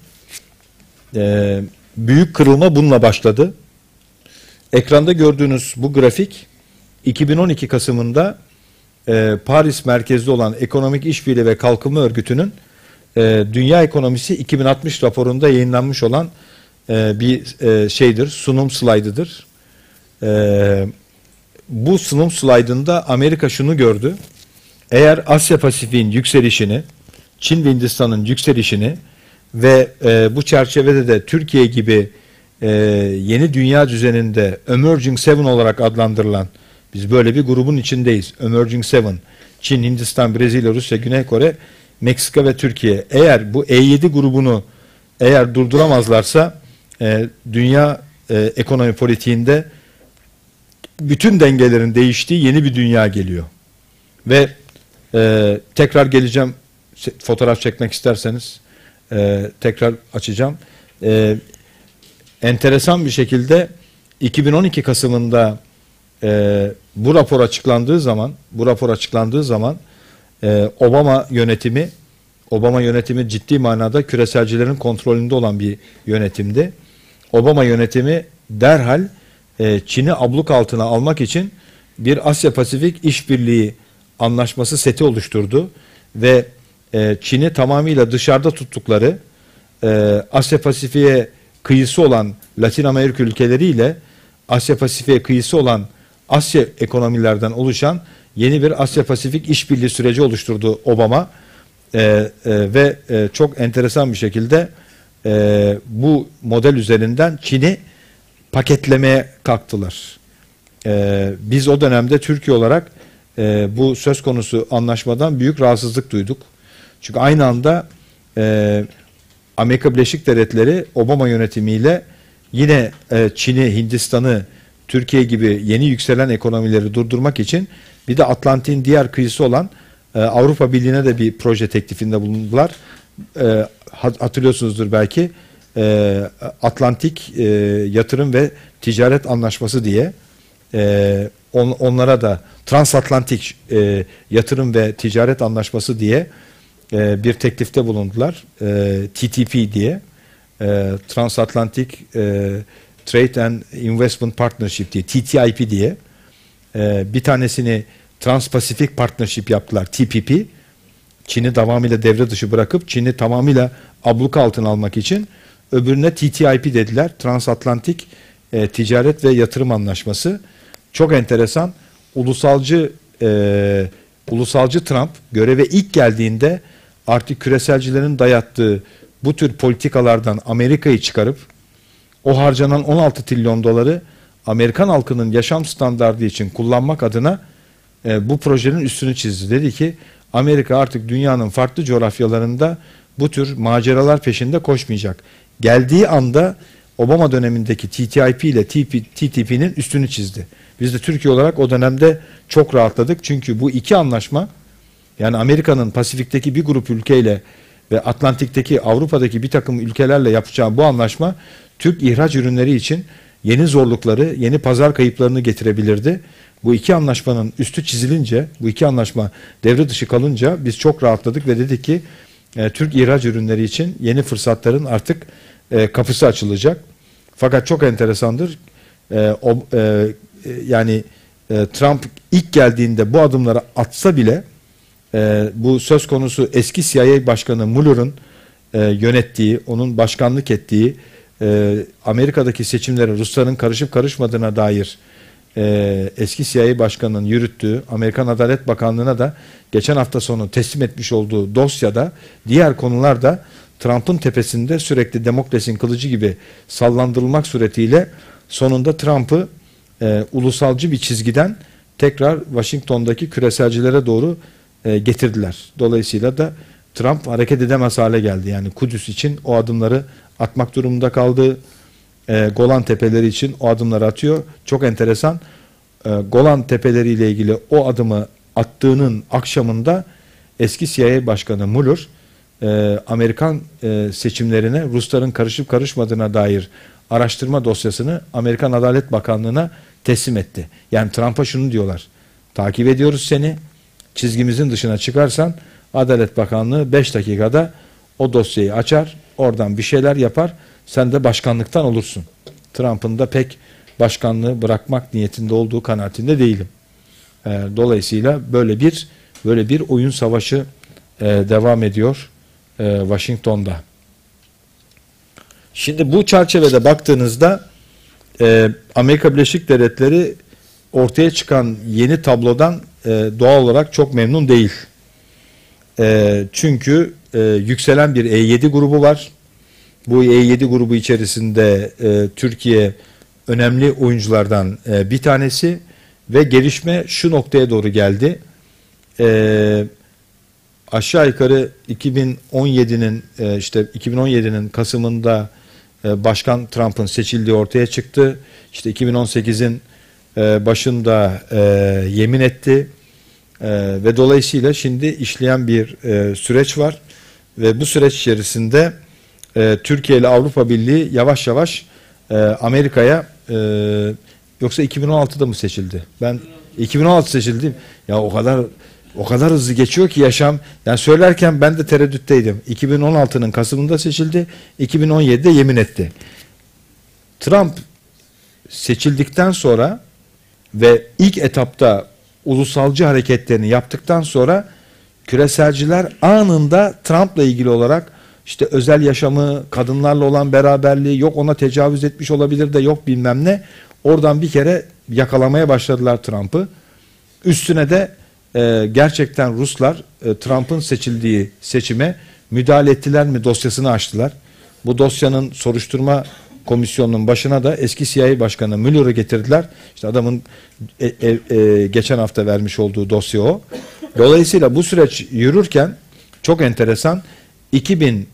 Speaker 2: E, büyük kırılma bununla başladı. Ekranda gördüğünüz bu grafik iki bin on iki Kasım'ında e, Paris merkezli olan Ekonomik İşbirliği ve Kalkınma Örgütü'nün e, Dünya Ekonomisi iki bin altmış raporunda yayınlanmış olan e, bir e, şeydir, sunum slaydıdır. E, bu sunum slaydında Amerika şunu gördü: eğer Asya Pasifik'in yükselişini, Çin ve Hindistan'ın yükselişini ve e, bu çerçevede de Türkiye gibi e, yeni dünya düzeninde Emerging Seven olarak adlandırılan, biz böyle bir grubun içindeyiz. Emerging Seven: Çin, Hindistan, Brezilya, Rusya, Güney Kore, Meksika ve Türkiye. Eğer bu E yedi grubunu eğer durduramazlarsa e, dünya e, ekonomi politiğinde bütün dengelerin değiştiği yeni bir dünya geliyor. Ve e, tekrar geleceğim, fotoğraf çekmek isterseniz e, tekrar açacağım. E, enteresan bir şekilde iki bin on iki Kasım'ında e, bu rapor açıklandığı zaman bu rapor açıklandığı zaman e, Obama yönetimi Obama yönetimi ciddi manada küreselcilerin kontrolünde olan bir yönetimdi. Obama yönetimi derhal e, Çin'i abluk altına almak için bir Asya Pasifik İşbirliği Anlaşması seti oluşturdu ve e, Çin'i tamamıyla dışarıda tuttukları e, Asya Pasifik'e kıyısı olan Latin Amerika ülkeleriyle Asya Pasifik'e kıyısı olan Asya ekonomilerden oluşan yeni bir Asya Pasifik işbirliği süreci oluşturdu Obama. Ee, e, ve e, çok enteresan bir şekilde e, bu model üzerinden Çin'i paketlemeye kalktılar. E, biz o dönemde Türkiye olarak e, bu söz konusu anlaşmadan büyük rahatsızlık duyduk. Çünkü aynı anda e, Amerika Birleşik Devletleri Obama yönetimiyle yine e, Çin'i, Hindistan'ı, Türkiye gibi yeni yükselen ekonomileri durdurmak için bir de Atlantik'in diğer kıyısı olan e, Avrupa Birliği'ne de bir proje teklifinde bulundular. E, hatırlıyorsunuzdur belki, e, Atlantik e, Yatırım ve Ticaret Anlaşması diye e, on, onlara da Transatlantik e, Yatırım ve Ticaret Anlaşması diye e, bir teklifte bulundular. E, T T P diye, e, Transatlantic e, Trade and Investment Partnership diye, T T I P diye. E, bir tanesini Trans-Pacific Partnership yaptılar, T P P. Çin'i tamamıyla devre dışı bırakıp Çin'i tamamıyla abluka altına almak için. Öbürüne T T I P dediler, Transatlantik e, Ticaret ve Yatırım Anlaşması. Çok enteresan. Ulusalcı e, ulusalcı Trump göreve ilk geldiğinde artık küreselcilerin dayattığı bu tür politikalardan Amerika'yı çıkarıp o harcanan on altı trilyon doları Amerikan halkının yaşam standardı için kullanmak adına e, bu projenin üstünü çizdi. Dedi ki Amerika artık dünyanın farklı coğrafyalarında bu tür maceralar peşinde koşmayacak. Geldiği anda Obama dönemindeki T T I P ile T T P'nin üstünü çizdi. Biz de Türkiye olarak o dönemde çok rahatladık. Çünkü bu iki anlaşma, yani Amerika'nın Pasifik'teki bir grup ülkeyle ve Atlantik'teki, Avrupa'daki bir takım ülkelerle yapacağı bu anlaşma Türk ihraç ürünleri için yeni zorlukları, yeni pazar kayıplarını getirebilirdi. Bu iki anlaşmanın üstü çizilince, bu iki anlaşma devre dışı kalınca biz çok rahatladık ve dedik ki e, Türk ihraç ürünleri için yeni fırsatların artık e, kapısı açılacak. Fakat çok enteresandır. E, o, e, yani e, Trump ilk geldiğinde bu adımları atsa bile e, e, bu söz konusu eski C I A Başkanı Mueller'ın e, yönettiği, onun başkanlık ettiği e, Amerika'daki seçimlere Rusların karışıp karışmadığına dair e, eski C I A Başkanı'nın yürüttüğü, Amerikan Adalet Bakanlığı'na da geçen hafta sonu teslim etmiş olduğu dosyada diğer konularda Trump'ın tepesinde sürekli Demokrasinin kılıcı gibi sallandırılmak suretiyle sonunda Trump'ı e, ulusalcı bir çizgiden tekrar Washington'daki küreselcilere doğru e, getirdiler. Dolayısıyla da Trump hareket edemez hale geldi. Yani Kudüs için o adımları atmak durumunda kaldı. E, Golan Tepeleri için o adımları atıyor. Çok enteresan. E, Golan Tepeleri ile ilgili o adımı attığının akşamında eski C I A Başkanı Mueller e, Amerikan e, seçimlerine Rusların karışıp karışmadığına dair araştırma dosyasını Amerikan Adalet Bakanlığı'na teslim etti. Yani Trump'a şunu diyorlar: takip ediyoruz seni. Çizgimizin dışına çıkarsan Adalet Bakanlığı beş dakikada o dosyayı açar, oradan bir şeyler yapar, sen de başkanlıktan olursun. Trump'ın da pek başkanlığı bırakmak niyetinde olduğu kanaatinde değilim. E, dolayısıyla böyle bir böyle bir oyun savaşı e, devam ediyor e, Washington'da. Şimdi bu çerçevede baktığınızda e, Amerika Birleşik Devletleri ortaya çıkan yeni tablodan e, doğal olarak çok memnun değil. E, çünkü e, yükselen bir E yedi grubu var. Bu E yedi grubu içerisinde e, Türkiye önemli oyunculardan e, bir tanesi ve gelişme şu noktaya doğru geldi. E, aşağı yukarı iki bin on yedinin e, işte iki bin on yedinin Kasım'ında e, Başkan Trump'ın seçildiği ortaya çıktı. İşte iki bin on sekizin e, başında e, yemin etti. E, ve dolayısıyla şimdi işleyen bir e, süreç var ve bu süreç içerisinde e, Türkiye ile Avrupa Birliği yavaş yavaş e, Amerika'ya e, yoksa iki bin on altıda mı seçildi? Ben iki bin on altı seçildim. Ya o kadar o kadar hızlı geçiyor ki yaşam. Yani söylerken ben de tereddütteydim. iki bin on altının Kasım'ında seçildi. iki bin on yedide yemin etti. Trump seçildikten sonra ve ilk etapta ulusalcı hareketlerini yaptıktan sonra küreselciler anında Trump'la ilgili olarak işte özel yaşamı, kadınlarla olan beraberliği, yok ona tecavüz etmiş olabilir de yok bilmem ne, oradan bir kere yakalamaya başladılar Trump'ı. Üstüne de e, gerçekten Ruslar e, Trump'ın seçildiği seçime müdahale ettiler mi dosyasını açtılar. Bu dosyanın soruşturma komisyonunun başına da eski C I A Başkanı Mueller'ı getirdiler. İşte adamın e, e, e, geçen hafta vermiş olduğu dosya o. Dolayısıyla bu süreç yürürken çok enteresan, iki bin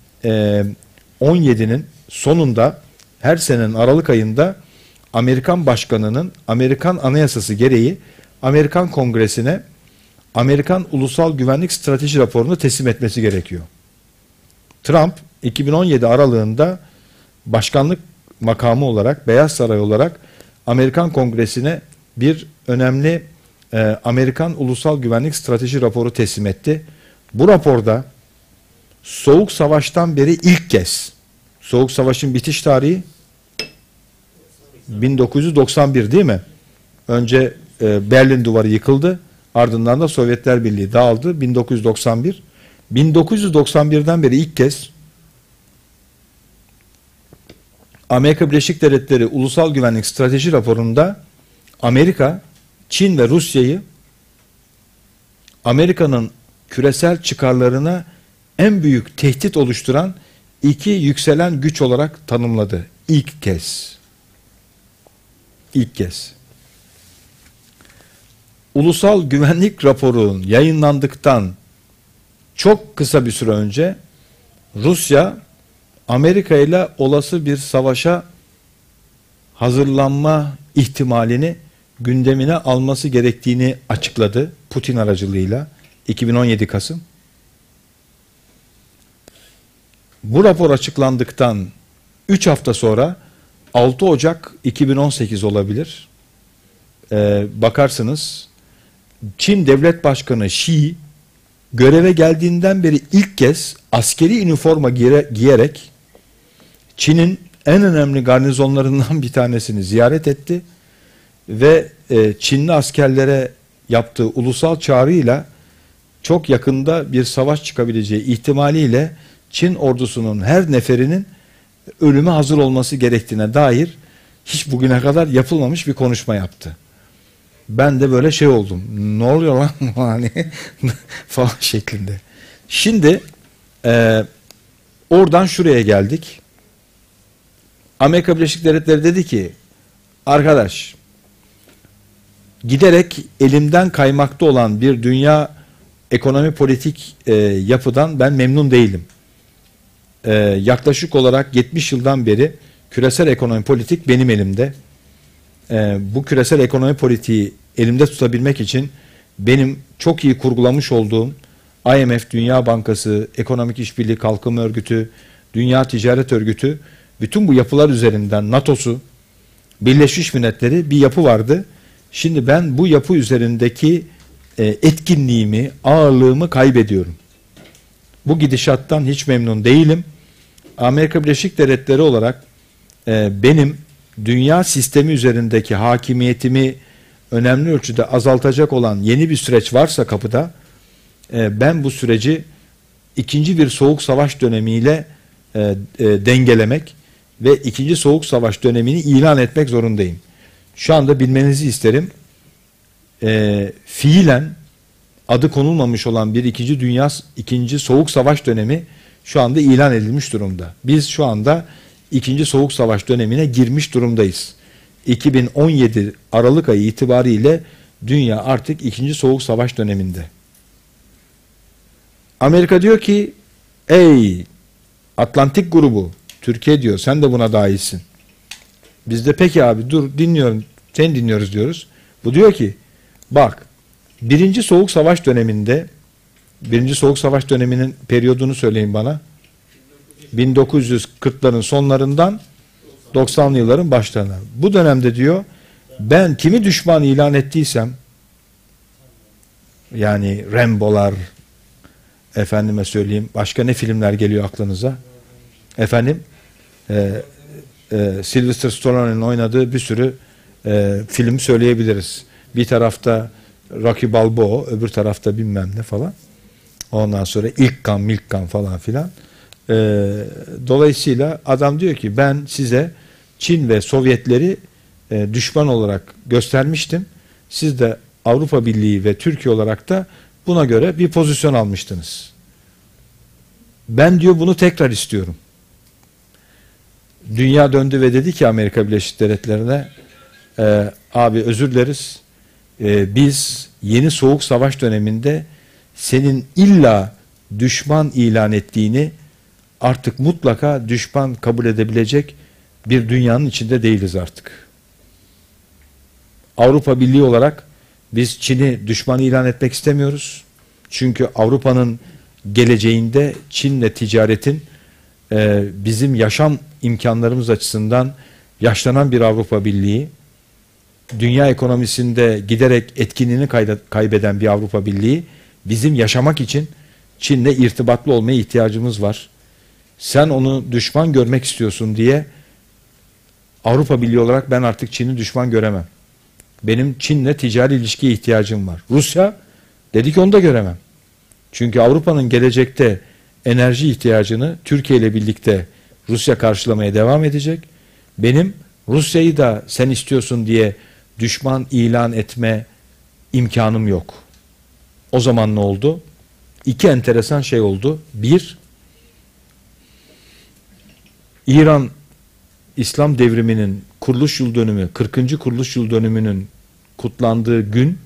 Speaker 2: on yedinin sonunda her senenin Aralık ayında Amerikan Başkanı'nın Amerikan Anayasası gereği Amerikan Kongresi'ne Amerikan Ulusal Güvenlik Strateji raporunu teslim etmesi gerekiyor. Trump iki bin on yedi aralığında başkanlık makamı olarak, Beyaz Saray olarak Amerikan Kongresi'ne bir önemli e, Amerikan Ulusal Güvenlik Strateji raporu teslim etti. Bu raporda Soğuk Savaş'tan beri ilk kez, Soğuk Savaş'ın bitiş tarihi bin dokuz yüz doksan bir değil mi? Önce e, Berlin Duvarı yıkıldı, ardından da Sovyetler Birliği dağıldı bin dokuz yüz doksan bir. bin dokuz yüz doksan birden beri ilk kez Amerika Birleşik Devletleri Ulusal Güvenlik Strateji raporunda Amerika, Çin ve Rusya'yı Amerika'nın küresel çıkarlarına en büyük tehdit oluşturan iki yükselen güç olarak tanımladı. İlk kez. İlk kez. Ulusal güvenlik raporu yayınlandıktan çok kısa bir süre önce Rusya, Amerika ile olası bir savaşa hazırlanma ihtimalini gündemine alması gerektiğini açıkladı Putin aracılığıyla iki bin on yedi Kasım. Bu rapor açıklandıktan üç hafta sonra altı Ocak iki bin on sekiz olabilir. Ee, bakarsınız Çin Devlet Başkanı Xi göreve geldiğinden beri ilk kez askeri üniforma giye giyerek Çin'in en önemli garnizonlarından bir tanesini ziyaret etti ve e, Çinli askerlere yaptığı ulusal çağrıyla çok yakında bir savaş çıkabileceği ihtimaliyle Çin ordusunun her neferinin ölüme hazır olması gerektiğine dair hiç bugüne kadar yapılmamış bir konuşma yaptı. Ben de böyle şey oldum. Ne oluyor lan hani falan şeklinde. Şimdi e, oradan şuraya geldik. Amerika Birleşik Devletleri dedi ki arkadaş giderek elimden kaymakta olan bir dünya ekonomi politik e, yapıdan ben memnun değilim. E, yaklaşık olarak yetmiş yıldan beri küresel ekonomi politik benim elimde. E, bu küresel ekonomi politiği elimde tutabilmek için benim çok iyi kurgulamış olduğum I M F, Dünya Bankası, Ekonomik İşbirliği Kalkınma Örgütü, Dünya Ticaret Örgütü, bütün bu yapılar üzerinden NATO'su, Birleşmiş Milletleri bir yapı vardı. Şimdi ben bu yapı üzerindeki e, etkinliğimi, ağırlığımı kaybediyorum. Bu gidişattan hiç memnun değilim. Amerika Birleşik Devletleri olarak e, benim dünya sistemi üzerindeki hakimiyetimi önemli ölçüde azaltacak olan yeni bir süreç varsa kapıda, e, ben bu süreci ikinci bir soğuk savaş dönemiyle e, e, dengelemek ve ikinci soğuk savaş dönemini ilan etmek zorundayım. Şu anda bilmenizi isterim. E, fiilen adı konulmamış olan bir ikinci dünya, ikinci soğuk savaş dönemi şu anda ilan edilmiş durumda. Biz şu anda ikinci soğuk savaş dönemine girmiş durumdayız. iki bin on yedi Aralık ayı itibariyle dünya artık ikinci soğuk savaş döneminde. Amerika diyor ki ey Atlantik grubu, Türkiye diyor sen de buna dahilsin. Biz de peki abi dur dinliyorum, seni dinliyoruz diyoruz. Bu diyor ki bak birinci soğuk savaş döneminde, birinci soğuk savaş döneminin periyodunu söyleyin bana. bin dokuz yüz kırkların sonlarından doksanlı yılların başlarına. Bu dönemde diyor ben kimi düşman ilan ettiysem, yani Rambo'lar, efendime söyleyeyim başka ne filmler geliyor aklınıza? Efendim e, e, Sylvester Stallone'nin oynadığı bir sürü e, film söyleyebiliriz. Bir tarafta Rocky Balboa, öbür tarafta bilmem ne falan. Ondan sonra ilk kan, milk kan falan filan. E, dolayısıyla adam diyor ki ben size Çin ve Sovyetleri e, düşman olarak göstermiştim. Siz de Avrupa Birliği ve Türkiye olarak da buna göre bir pozisyon almıştınız. Ben diyor bunu tekrar istiyorum. Dünya döndü ve dedi ki Amerika Birleşik Devletleri'ne e, abi özür dileriz. E, biz yeni soğuk savaş döneminde senin illa düşman ilan ettiğini artık mutlaka düşman kabul edebilecek bir dünyanın içinde değiliz artık. Avrupa Birliği olarak biz Çin'i düşman ilan etmek istemiyoruz. Çünkü Avrupa'nın geleceğinde Çin'le ticaretin e, bizim yaşam imkanlarımız açısından yaşlanan bir Avrupa Birliği, dünya ekonomisinde giderek etkinliğini kaybeden bir Avrupa Birliği, bizim yaşamak için Çin'le irtibatlı olmaya ihtiyacımız var. Sen onu düşman görmek istiyorsun diye Avrupa Birliği olarak ben artık Çin'i düşman göremem. Benim Çin'le ticari ilişkiye ihtiyacım var. Rusya dedi ki onu da göremem. Çünkü Avrupa'nın gelecekte enerji ihtiyacını Türkiye ile birlikte Rusya karşılamaya devam edecek. Benim Rusya'yı da sen istiyorsun diye düşman ilan etme imkanım yok. O zaman ne oldu? İki enteresan şey oldu. Bir, İran İslam devriminin kuruluş yıl dönümü, kırkıncı kuruluş yıl dönümünün kutlandığı gün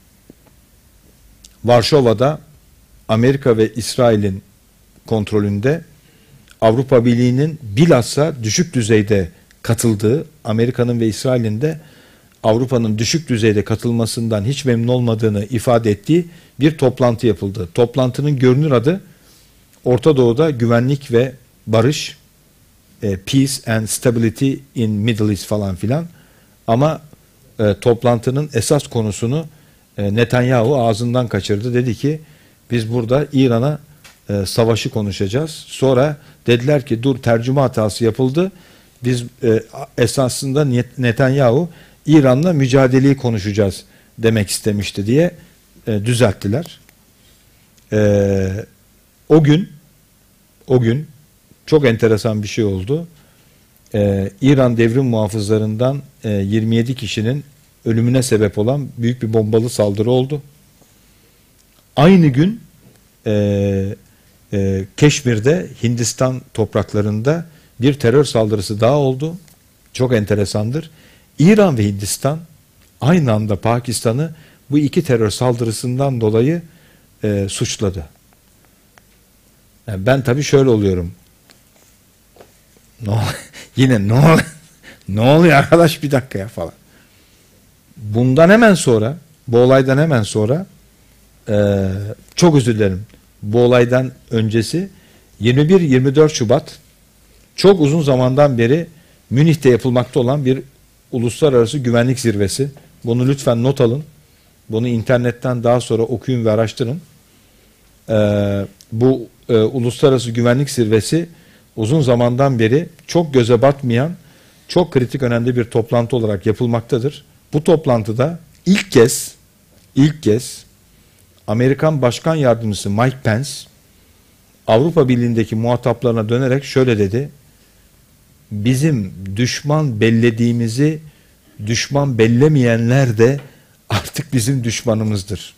Speaker 2: Varşova'da Amerika ve İsrail'in kontrolünde Avrupa Birliği'nin bilhassa düşük düzeyde katıldığı, Amerika'nın ve İsrail'in de Avrupa'nın düşük düzeyde katılmasından hiç memnun olmadığını ifade ettiği bir toplantı yapıldı. Toplantının görünür adı Orta Doğu'da güvenlik ve barış, e, Peace and Stability in Middle East falan filan. Ama e, toplantının esas konusunu e, Netanyahu ağzından kaçırdı. Dedi ki biz burada İran'a e, savaşı konuşacağız. Sonra dediler ki dur tercüme hatası yapıldı. Biz e, esasında Netanyahu İran'la mücadeleyi konuşacağız demek istemişti diye e, düzelttiler. Ee, o gün o gün çok enteresan bir şey oldu. Ee, İran devrim muhafızlarından e, yirmi yedi kişinin ölümüne sebep olan büyük bir bombalı saldırı oldu. Aynı gün e, e, Keşmir'de, Hindistan topraklarında bir terör saldırısı daha oldu. Çok enteresandır. İran ve Hindistan aynı anda Pakistan'ı bu iki terör saldırısından dolayı e, suçladı. Yani ben tabii şöyle oluyorum. No, yine ne ol, ne oluyor arkadaş, bir dakika ya falan. Bundan hemen sonra, bu olaydan hemen sonra e, çok özür dilerim. Bu olaydan öncesi yirmi bir yirmi dört Şubat çok uzun zamandan beri Münih'te yapılmakta olan bir uluslararası güvenlik zirvesi. Bunu lütfen not alın. Bunu internetten daha sonra okuyun ve araştırın. Ee, bu e, uluslararası güvenlik zirvesi uzun zamandan beri çok göze batmayan, çok kritik önemli bir toplantı olarak yapılmaktadır. Bu toplantıda ilk kez, ilk kez Amerikan Başkan Yardımcısı Mike Pence, Avrupa Birliği'ndeki muhataplarına dönerek şöyle dedi: bizim düşman bellediğimizi düşman bellemeyenler de artık bizim düşmanımızdır.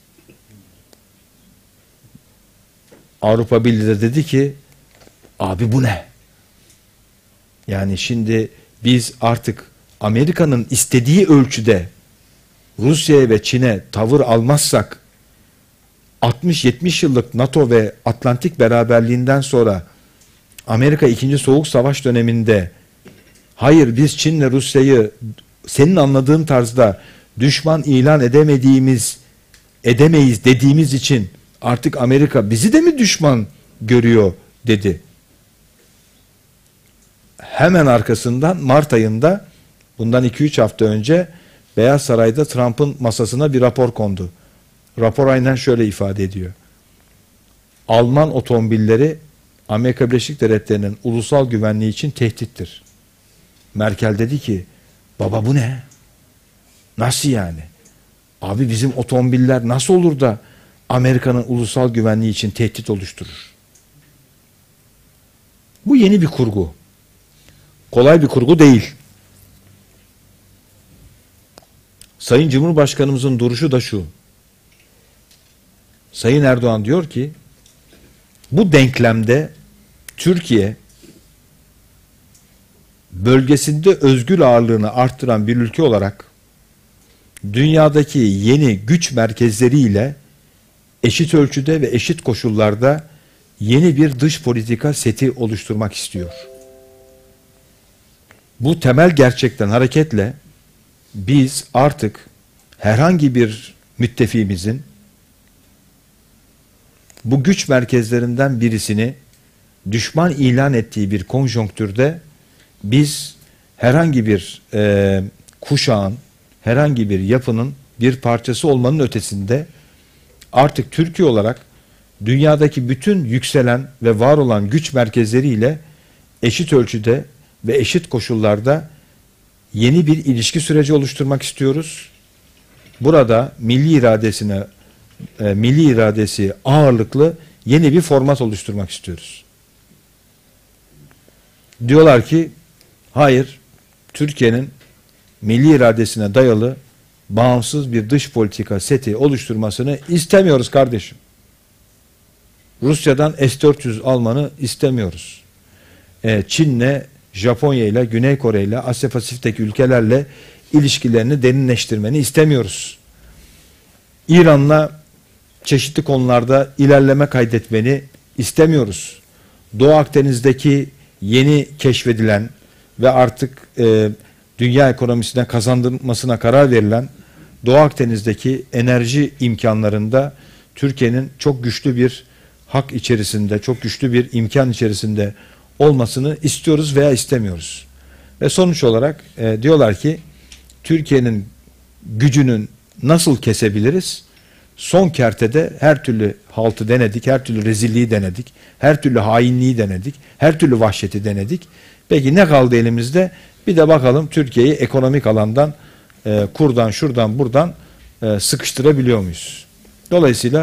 Speaker 2: Avrupa Birliği de dedi ki, abi bu ne? Yani şimdi biz artık Amerika'nın istediği ölçüde Rusya'ya ve Çin'e tavır almazsak, altmış yetmiş yıllık NATO ve Atlantik beraberliğinden sonra Amerika ikinci. Soğuk Savaş döneminde hayır biz Çin'le Rusya'yı senin anladığın tarzda düşman ilan edemediğimiz, edemeyiz dediğimiz için artık Amerika bizi de mi düşman görüyor dedi. Hemen arkasından Mart ayında, bundan iki üç hafta önce Beyaz Saray'da Trump'ın masasına bir rapor kondu. Rapor aynen şöyle ifade ediyor: Alman otomobilleri Amerika Birleşik Devletleri'nin ulusal güvenliği için tehdittir. Merkel dedi ki, baba bu ne? Nasıl yani? Abi bizim otomobiller nasıl olur da Amerika'nın ulusal güvenliği için tehdit oluşturur? Bu yeni bir kurgu. Kolay bir kurgu değil. Sayın Cumhurbaşkanımızın duruşu da şu: Sayın Erdoğan diyor ki, bu denklemde Türkiye bölgesinde özgür ağırlığını arttıran bir ülke olarak dünyadaki yeni güç merkezleriyle eşit ölçüde ve eşit koşullarda yeni bir dış politika seti oluşturmak istiyor. Bu temel gerçekten hareketle biz artık herhangi bir müttefiğimizin bu güç merkezlerinden birisini düşman ilan ettiği bir konjonktürde biz herhangi bir e, kuşağın, herhangi bir yapının bir parçası olmanın ötesinde artık Türkiye olarak dünyadaki bütün yükselen ve var olan güç merkezleriyle eşit ölçüde ve eşit koşullarda yeni bir ilişki süreci oluşturmak istiyoruz. Burada milli iradesine e, milli iradesi ağırlıklı yeni bir format oluşturmak istiyoruz. Diyorlar ki hayır, Türkiye'nin milli iradesine dayalı bağımsız bir dış politika seti oluşturmasını istemiyoruz kardeşim. Rusya'dan S dört yüz almanı istemiyoruz. E, Çin'le, Japonya'yla, Güney Kore'yle, Asya Pasifik'teki ülkelerle ilişkilerini derinleştirmeni istemiyoruz. İran'la çeşitli konularda ilerleme kaydetmeni istemiyoruz. Doğu Akdeniz'deki yeni keşfedilen ve artık e, dünya ekonomisine kazandırmasına karar verilen Doğu Akdeniz'deki enerji imkanlarında Türkiye'nin çok güçlü bir hak içerisinde, çok güçlü bir imkan içerisinde olmasını istiyoruz veya istemiyoruz. Ve sonuç olarak e, diyorlar ki Türkiye'nin gücünün nasıl kesebiliriz? Son kertede her türlü haltı denedik, her türlü rezilliği denedik, her türlü hainliği denedik, her türlü vahşeti denedik. Peki ne kaldı elimizde? Bir de bakalım Türkiye'yi ekonomik alandan, e, kurdan, şuradan, buradan e, sıkıştırabiliyor muyuz? Dolayısıyla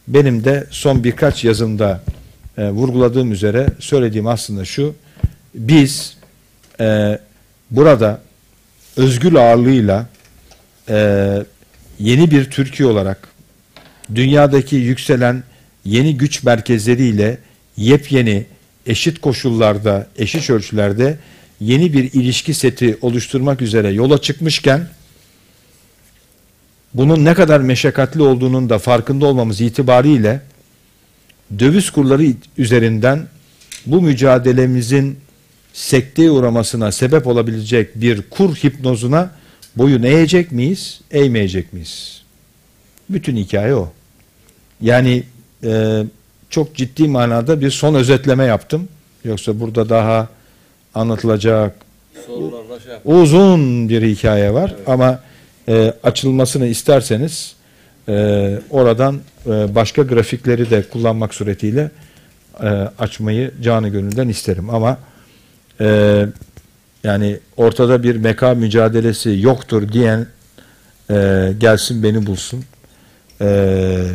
Speaker 2: benim de son birkaç yazımda e, vurguladığım üzere söylediğim aslında şu: biz e, burada özgül ağırlığıyla e, yeni bir Türkiye olarak dünyadaki yükselen yeni güç merkezleriyle yepyeni, eşit koşullarda, eşit ölçülerde yeni bir ilişki seti oluşturmak üzere yola çıkmışken, bunun ne kadar meşakkatli olduğunun da farkında olmamız itibariyle döviz kurları üzerinden bu mücadelemizin sekteye uğramasına sebep olabilecek bir kur hipnozuna boyun eğecek miyiz, eğmeyecek miyiz? Bütün hikaye o. Yani e, çok ciddi manada bir son özetleme yaptım. Yoksa burada daha anlatılacak
Speaker 1: Sorularla şey
Speaker 2: uzun bir hikaye var.
Speaker 1: Evet.
Speaker 2: Ama e, açılmasını isterseniz e, oradan e, başka grafikleri de kullanmak suretiyle e, açmayı canı gönülden isterim. Ama e, yani ortada bir meka mücadelesi yoktur diyen e, gelsin beni bulsun. E,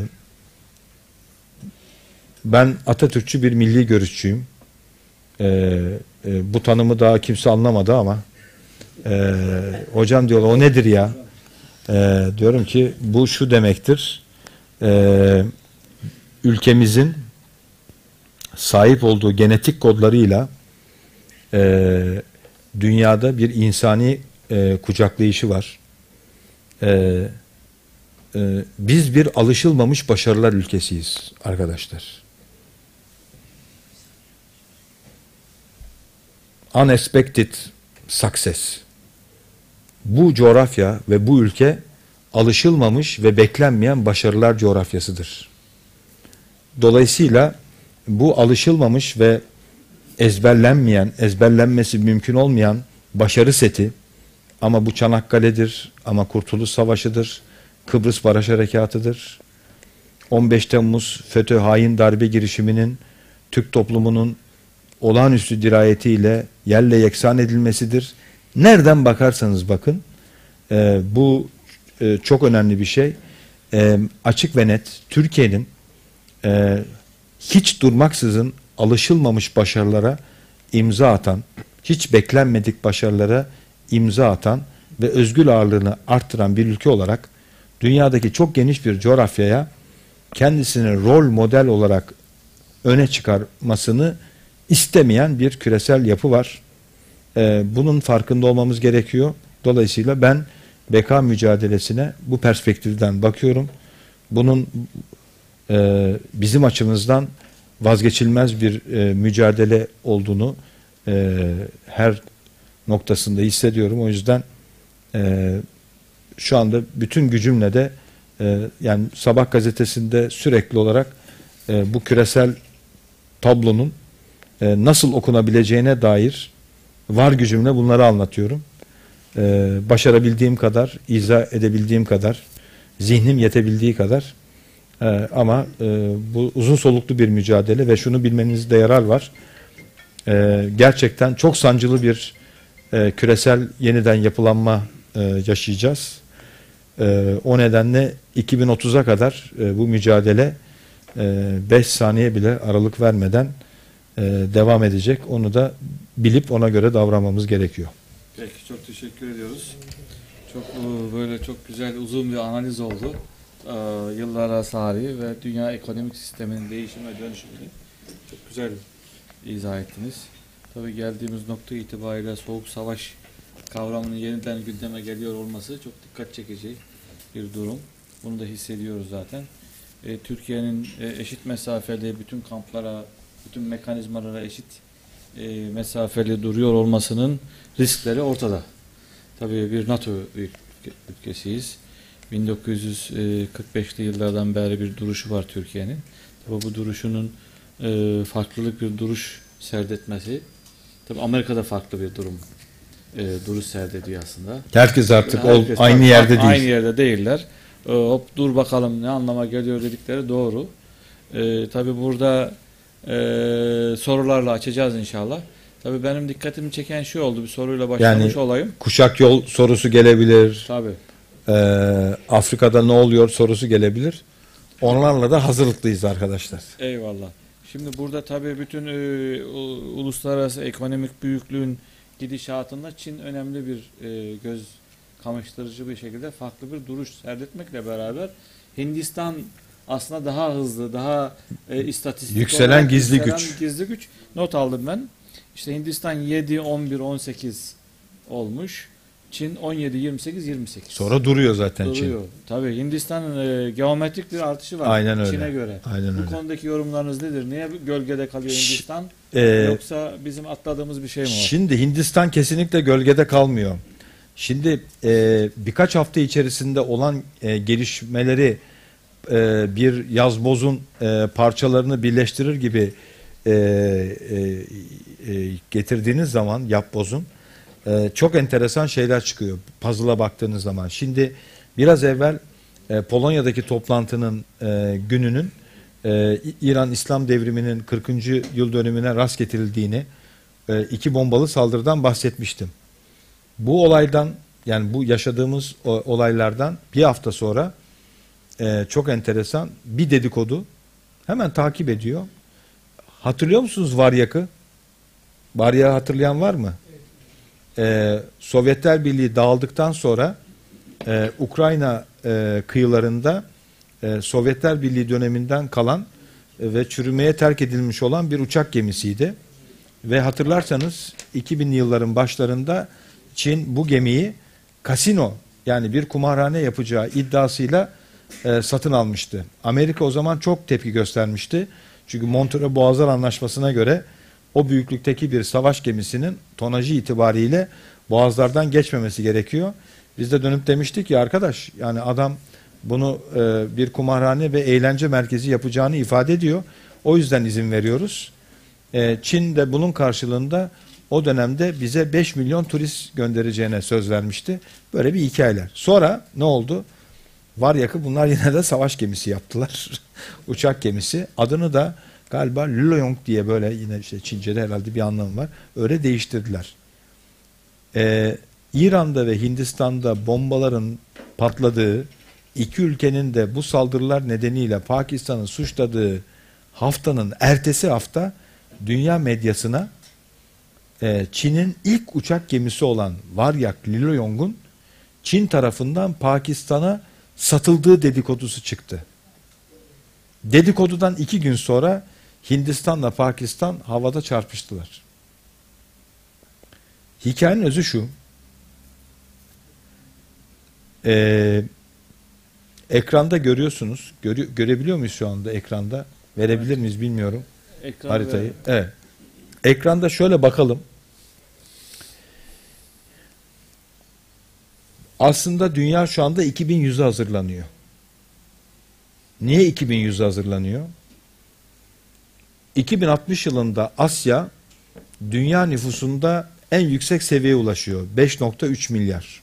Speaker 2: ben Atatürkçü bir milli görüşçüyüm. E, e, bu tanımı daha kimse anlamadı ama e, hocam diyorlar, o nedir ya? E, diyorum ki bu şu demektir: e, ülkemizin sahip olduğu genetik kodlarıyla e, dünyada bir insani e, kucaklayışı var. E, e, biz bir alışılmamış başarılar ülkesiyiz arkadaşlar. Unexpected success. Bu coğrafya ve bu ülke alışılmamış ve beklenmeyen başarılar coğrafyasıdır. Dolayısıyla bu alışılmamış ve ezberlenmeyen, ezberlenmesi mümkün olmayan başarı seti, ama bu Çanakkale'dir, ama Kurtuluş Savaşı'dır, Kıbrıs Barış Harekatı'dır, on beş Temmuz FETÖ hain darbe girişiminin Türk toplumunun olağanüstü dirayetiyle yerle yeksan edilmesidir. Nereden bakarsanız bakın e, bu e, çok önemli bir şey. E, açık ve net Türkiye'nin e, hiç durmaksızın alışılmamış başarılara imza atan, hiç beklenmedik başarılara imza atan ve özgür ağırlığını arttıran bir ülke olarak dünyadaki çok geniş bir coğrafyaya kendisini rol model olarak öne çıkarmasını istemeyen bir küresel yapı var. Ee, bunun farkında olmamız gerekiyor. Dolayısıyla ben beka mücadelesine bu perspektiften bakıyorum. Bunun e, bizim açımızdan vazgeçilmez bir e, mücadele olduğunu e, her noktasında hissediyorum. O yüzden e, şu anda bütün gücümle de e, yani Sabah gazetesinde sürekli olarak e, bu küresel tablonun e, nasıl okunabileceğine dair var gücümle bunları anlatıyorum. E, başarabildiğim kadar, izah edebildiğim kadar, zihnim yetebildiği kadar. E, ama e, bu uzun soluklu bir mücadele ve şunu bilmenizde yarar var. E, gerçekten çok sancılı bir e, küresel yeniden yapılanma e, yaşayacağız. E, o nedenle iki bin otuza kadar e, bu mücadele beş saniye bile aralık vermeden e, devam edecek. Onu da bilip ona göre davranmamız gerekiyor.
Speaker 1: Peki, çok teşekkür ediyoruz. Çok e, böyle çok güzel, uzun bir analiz oldu. E, yıllara sari ve dünya ekonomik sisteminin değişim ve dönüşümünü çok güzel izah ettiniz. Tabii geldiğimiz nokta itibariyle soğuk savaş kavramının yeniden gündeme geliyor olması çok dikkat çekici bir durum. Bunu da hissediyoruz zaten. E, Türkiye'nin e, eşit mesafeli bütün kamplara, bütün mekanizmalara eşit e, mesafeli duruyor olmasının riskleri ortada. Tabii bir NATO ülkesiyiz. bin dokuz yüz kırk beşli yıllardan beri bir duruşu var Türkiye'nin. Tabii bu duruşunun e, farklılık bir duruş serdetmesi. Tabii Amerika'da farklı bir durum. E, duruş serdediyor aslında.
Speaker 2: Herkes artık
Speaker 1: Herkes
Speaker 2: ol, aynı yerde değil.
Speaker 1: Aynı yerde değiller. E, hop dur bakalım ne anlama geliyor dedikleri doğru. E, tabii burada e, sorularla açacağız inşallah. Tabii benim dikkatimi çeken şey oldu. Bir soruyla başlamış
Speaker 2: Yani,
Speaker 1: olayım.
Speaker 2: Kuşak yol sorusu gelebilir.
Speaker 1: Tabii.
Speaker 2: Ee, Afrika'da ne oluyor sorusu gelebilir. onlarla da hazırlıklıyız arkadaşlar.
Speaker 1: Eyvallah. Şimdi burada tabii bütün e, u- uluslararası ekonomik büyüklüğün gidişatında Çin önemli bir e, göz kamaştırıcı bir şekilde farklı bir duruş serdetmekle beraber Hindistan aslında daha hızlı, daha e, istatistik
Speaker 2: Yükselen
Speaker 1: olarak
Speaker 2: gizli
Speaker 1: yükselen
Speaker 2: güç.
Speaker 1: gizli güç. Not aldım ben. İşte Hindistan yedi, on bir, on sekiz olmuş. Çin on yedi, yirmi sekiz, yirmi sekiz.
Speaker 2: Sonra duruyor zaten
Speaker 1: Duruyor.
Speaker 2: Çin.
Speaker 1: Tabii Hindistan'ın e, geometrik bir artışı var.
Speaker 2: Aynen öyle.
Speaker 1: Çin'e göre.
Speaker 2: Aynen
Speaker 1: Bu
Speaker 2: öyle.
Speaker 1: konudaki yorumlarınız nedir? Niye gölgede kalıyor
Speaker 2: Şş,
Speaker 1: Hindistan?
Speaker 2: Ee,
Speaker 1: Yoksa bizim atladığımız bir şey mi var?
Speaker 2: Şimdi Hindistan kesinlikle gölgede kalmıyor. Şimdi e, birkaç hafta içerisinde olan e, gelişmeleri e, bir yazbozun e, parçalarını birleştirir gibi e, e, e, getirdiğiniz zaman yapbozun e, çok enteresan şeyler çıkıyor puzzle'a baktığınız zaman. Şimdi biraz evvel e, Polonya'daki toplantının e, gününün e, İran İslam devriminin kırkıncı yıl dönümüne rast getirildiğini, e, iki bombalı saldırıdan bahsetmiştim. Bu olaydan, yani bu yaşadığımız o, olaylardan bir hafta sonra e, çok enteresan bir dedikodu hemen takip ediyor. Hatırlıyor musunuz Varyak'ı? Varyak'ı hatırlayan var mı? E, Sovyetler Birliği dağıldıktan sonra e, Ukrayna e, kıyılarında e, Sovyetler Birliği döneminden kalan e, ve çürümeye terk edilmiş olan bir uçak gemisiydi. Ve hatırlarsanız iki binli yılların başlarında Çin bu gemiyi kasino, yani bir kumarhane yapacağı iddiasıyla e, satın almıştı. Amerika o zaman çok tepki göstermişti. Çünkü Montreux Boğazlar Anlaşması'na göre o büyüklükteki bir savaş gemisinin tonajı itibariyle boğazlardan geçmemesi gerekiyor. Biz de dönüp demiştik ya, arkadaş, yani adam bunu e, bir kumarhane ve eğlence merkezi yapacağını ifade ediyor. O yüzden izin veriyoruz. E, Çin de bunun karşılığında o dönemde bize beş milyon turist göndereceğine söz vermişti. Böyle bir hikayeler. Sonra ne oldu? Varyak'ı bunlar yine de savaş gemisi yaptılar. Uçak gemisi. Adını da galiba Lüloyong diye, böyle yine işte Çince'de herhalde bir anlamı var. Öyle değiştirdiler. Ee, İran'da ve Hindistan'da bombaların patladığı, iki ülkenin de bu saldırılar nedeniyle Pakistan'ı suçladığı haftanın ertesi hafta dünya medyasına e, Çin'in ilk uçak gemisi olan Varyak Lüloyong'un Çin tarafından Pakistan'a satıldığı dedikodusu çıktı. Dedikodudan iki gün sonra Hindistan'la Pakistan havada çarpıştılar. Hikayenin özü şu. Ee, ekranda görüyorsunuz. Göre, görebiliyor muyuz şu anda ekranda? Verebilir miyiz bilmiyorum.
Speaker 1: Ekran
Speaker 2: Haritayı.
Speaker 1: ve-
Speaker 2: Evet. Ekranda şöyle bakalım. Aslında dünya şu anda iki bin yüze hazırlanıyor. Niye iki bin yüze hazırlanıyor? iki bin altmış yılında Asya dünya nüfusunda en yüksek seviyeye ulaşıyor. beş nokta üç milyar.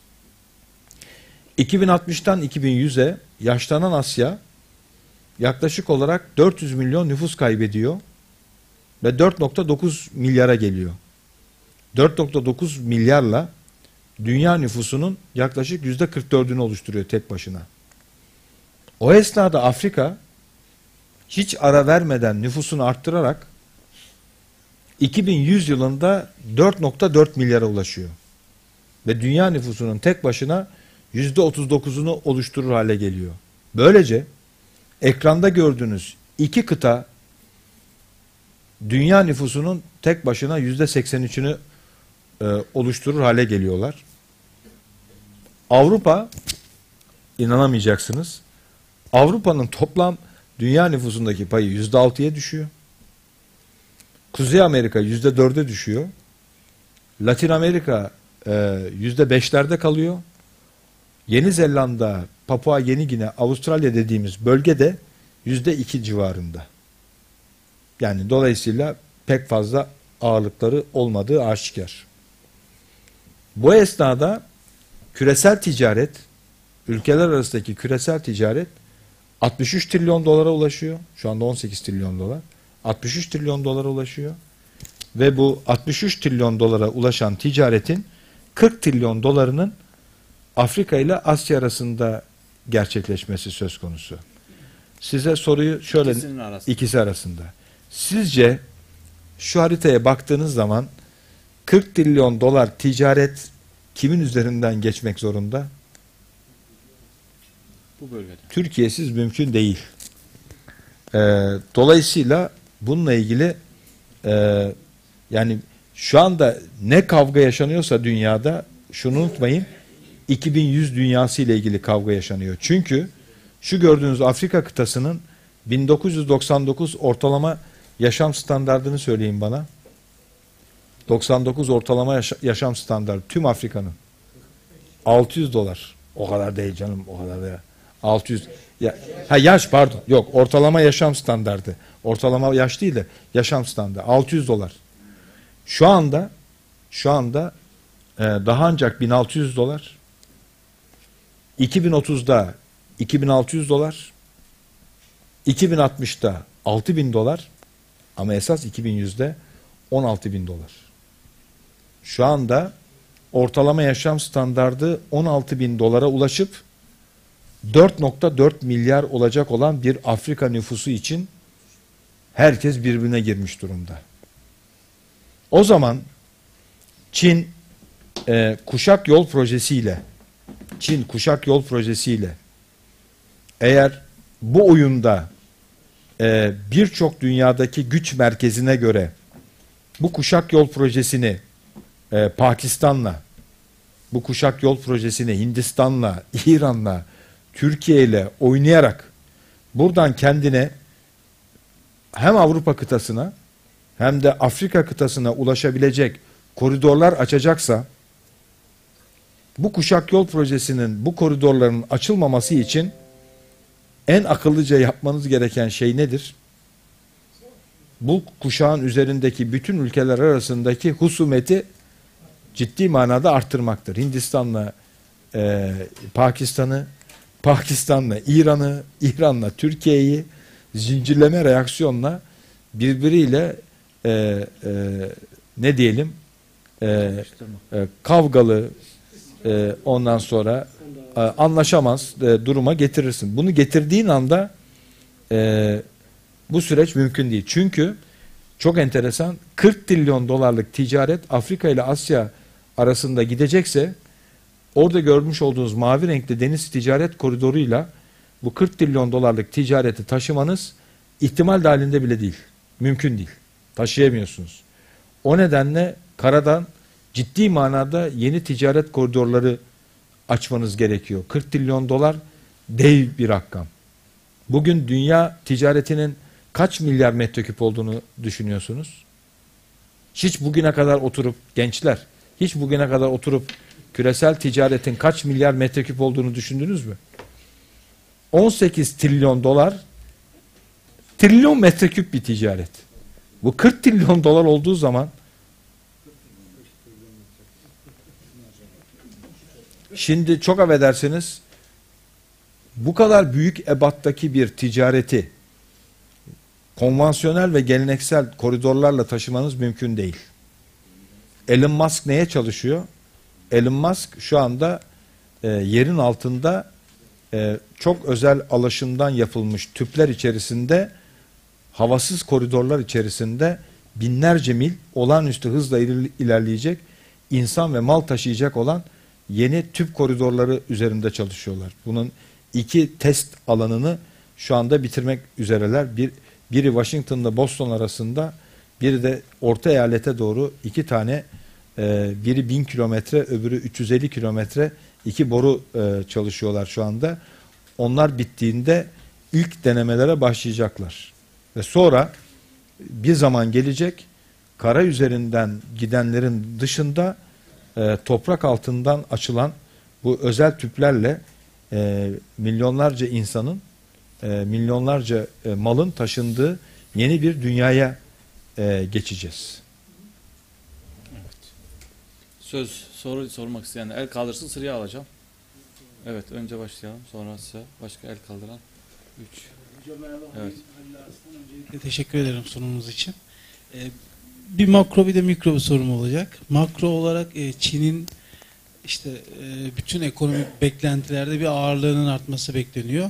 Speaker 2: iki bin altmıştan iki bin yüze yaşlanan Asya yaklaşık olarak dört yüz milyon nüfus kaybediyor ve dört nokta dokuz milyara geliyor. dört nokta dokuz milyarla dünya nüfusunun yaklaşık yüzde kırk dördünü oluşturuyor tek başına. O esnada Afrika hiç ara vermeden nüfusunu arttırarak iki bin yüz yılında dört nokta dört milyara ulaşıyor. Ve dünya nüfusunun tek başına yüzde otuz dokuzunu oluşturur hale geliyor. Böylece ekranda gördüğünüz iki kıta dünya nüfusunun tek başına yüzde seksen üçünü e, oluşturur hale geliyorlar. Avrupa, inanamayacaksınız, Avrupa'nın toplam dünya nüfusundaki payı yüzde altıya düşüyor. Kuzey Amerika yüzde dörde düşüyor. Latin Amerika e, yüzde beşlerde kalıyor. Yeni Zelanda, Papua Yeni Gine, Avustralya dediğimiz bölgede yüzde iki civarında. Yani dolayısıyla pek fazla ağırlıkları olmadığı aşikar. Bu esnada küresel ticaret, ülkeler arasındaki küresel ticaret altmış üç trilyon dolara ulaşıyor. Şu anda on sekiz trilyon dolar. altmış üç trilyon dolara ulaşıyor. Ve bu altmış üç trilyon dolara ulaşan ticaretin kırk trilyon dolarının Afrika ile Asya arasında gerçekleşmesi söz konusu. Size soruyu şöyle
Speaker 1: İkisinin arasında.
Speaker 2: ikisi arasında. Sizce şu haritaya baktığınız zaman kırk trilyon dolar ticaret kimin üzerinden geçmek zorunda?
Speaker 1: Bu bölgede.
Speaker 2: Türkiye'siz mümkün değil. Ee, dolayısıyla bununla ilgili e, yani şu anda ne kavga yaşanıyorsa dünyada şunu unutmayın, iki bin yüz dünyası ile ilgili kavga yaşanıyor. Çünkü şu gördüğünüz Afrika kıtasının bin dokuz yüz doksan dokuz ortalama yaşam standardını söyleyin bana. doksan dokuz ortalama yaşa yaşam standartı tüm Afrika'nın. altı yüz dolar. O kadar değil canım, o kadar değil. altı yüz. Ya, ha yaş pardon. Yok, ortalama yaşam standardı. Ortalama yaş değil de yaşam standardı. altı yüz dolar. Şu anda şu anda e, daha ancak bin altı yüz dolar. iki bin otuzda iki bin altı yüz dolar. iki bin altmışta altı bin dolar. Ama esas iki bin yüzde on altı bin dolar. Şu anda ortalama yaşam standardı on altı bin dolara ulaşıp dört nokta dört milyar olacak olan bir Afrika nüfusu için herkes birbirine girmiş durumda. O zaman Çin e, kuşak yol projesiyle Çin kuşak yol projesiyle eğer bu oyunda e, birçok dünyadaki güç merkezine göre bu kuşak yol projesini e, Pakistan'la, bu kuşak yol projesini Hindistan'la, İran'la, Türkiye ile oynayarak buradan kendine hem Avrupa kıtasına hem de Afrika kıtasına ulaşabilecek koridorlar açacaksa, bu kuşak yol projesinin bu koridorların açılmaması için en akıllıca yapmanız gereken şey nedir? Bu kuşağın üzerindeki bütün ülkeler arasındaki husumeti ciddi manada arttırmaktır. Hindistan'la e, Pakistan'ı, Pakistan'la İran'ı, İran'la Türkiye'yi zincirleme reaksiyonla birbiriyle e, e, ne diyelim e, e, kavgalı e, ondan sonra e, anlaşamaz e, duruma getirirsin. Bunu getirdiğin anda e, bu süreç mümkün değil. Çünkü çok enteresan, kırk trilyon dolarlık ticaret Afrika ile Asya arasında gidecekse orada görmüş olduğunuz mavi renkli deniz ticaret koridoruyla bu kırk trilyon dolarlık ticareti taşımanız ihtimal dahilinde bile değil. Mümkün değil. Taşıyamıyorsunuz. O nedenle karadan ciddi manada yeni ticaret koridorları açmanız gerekiyor. kırk trilyon dolar dev bir rakam. Bugün dünya ticaretinin kaç milyar metreküp olduğunu düşünüyorsunuz? Hiç bugüne kadar oturup gençler, hiç bugüne kadar oturup küresel ticaretin kaç milyar metreküp olduğunu düşündünüz mü? on sekiz trilyon dolar, trilyon metreküp bir ticaret. Bu kırk trilyon dolar olduğu zaman şimdi çok affedersiniz, bu kadar büyük ebattaki bir ticareti konvansiyonel ve geleneksel koridorlarla taşımanız mümkün değil. Elon Musk neye çalışıyor? Elon Musk şu anda e, yerin altında e, çok özel alaşımdan yapılmış tüpler içerisinde, havasız koridorlar içerisinde binlerce mil olağanüstü hızla ilerleyecek, insan ve mal taşıyacak olan yeni tüp koridorları üzerinde çalışıyorlar. Bunun iki test alanını şu anda bitirmek üzereler. Bir, biri Washington'la Boston arasında, biri de Orta Eyalet'e doğru iki tane, e, biri bin kilometre, öbürü üç yüz elli kilometre iki boru e, çalışıyorlar şu anda. Onlar bittiğinde ilk denemelere başlayacaklar. Ve sonra bir zaman gelecek, kara üzerinden gidenlerin dışında e, toprak altından açılan bu özel tüplerle e, milyonlarca insanın, e, milyonlarca e, malın taşındığı yeni bir dünyaya e, geçeceğiz.
Speaker 1: Evet. Söz, soru sormak isteyen el kaldırsın, sıraya alacağım. Evet, önce başlayalım, sonra size başka el kaldıran. Üç. Evet.
Speaker 3: Teşekkür ederim sunumunuz için. Ee, bir makro bir de mikro bir sorum olacak. Makro olarak e, Çin'in işte e, bütün ekonomik beklentilerde bir ağırlığının artması bekleniyor.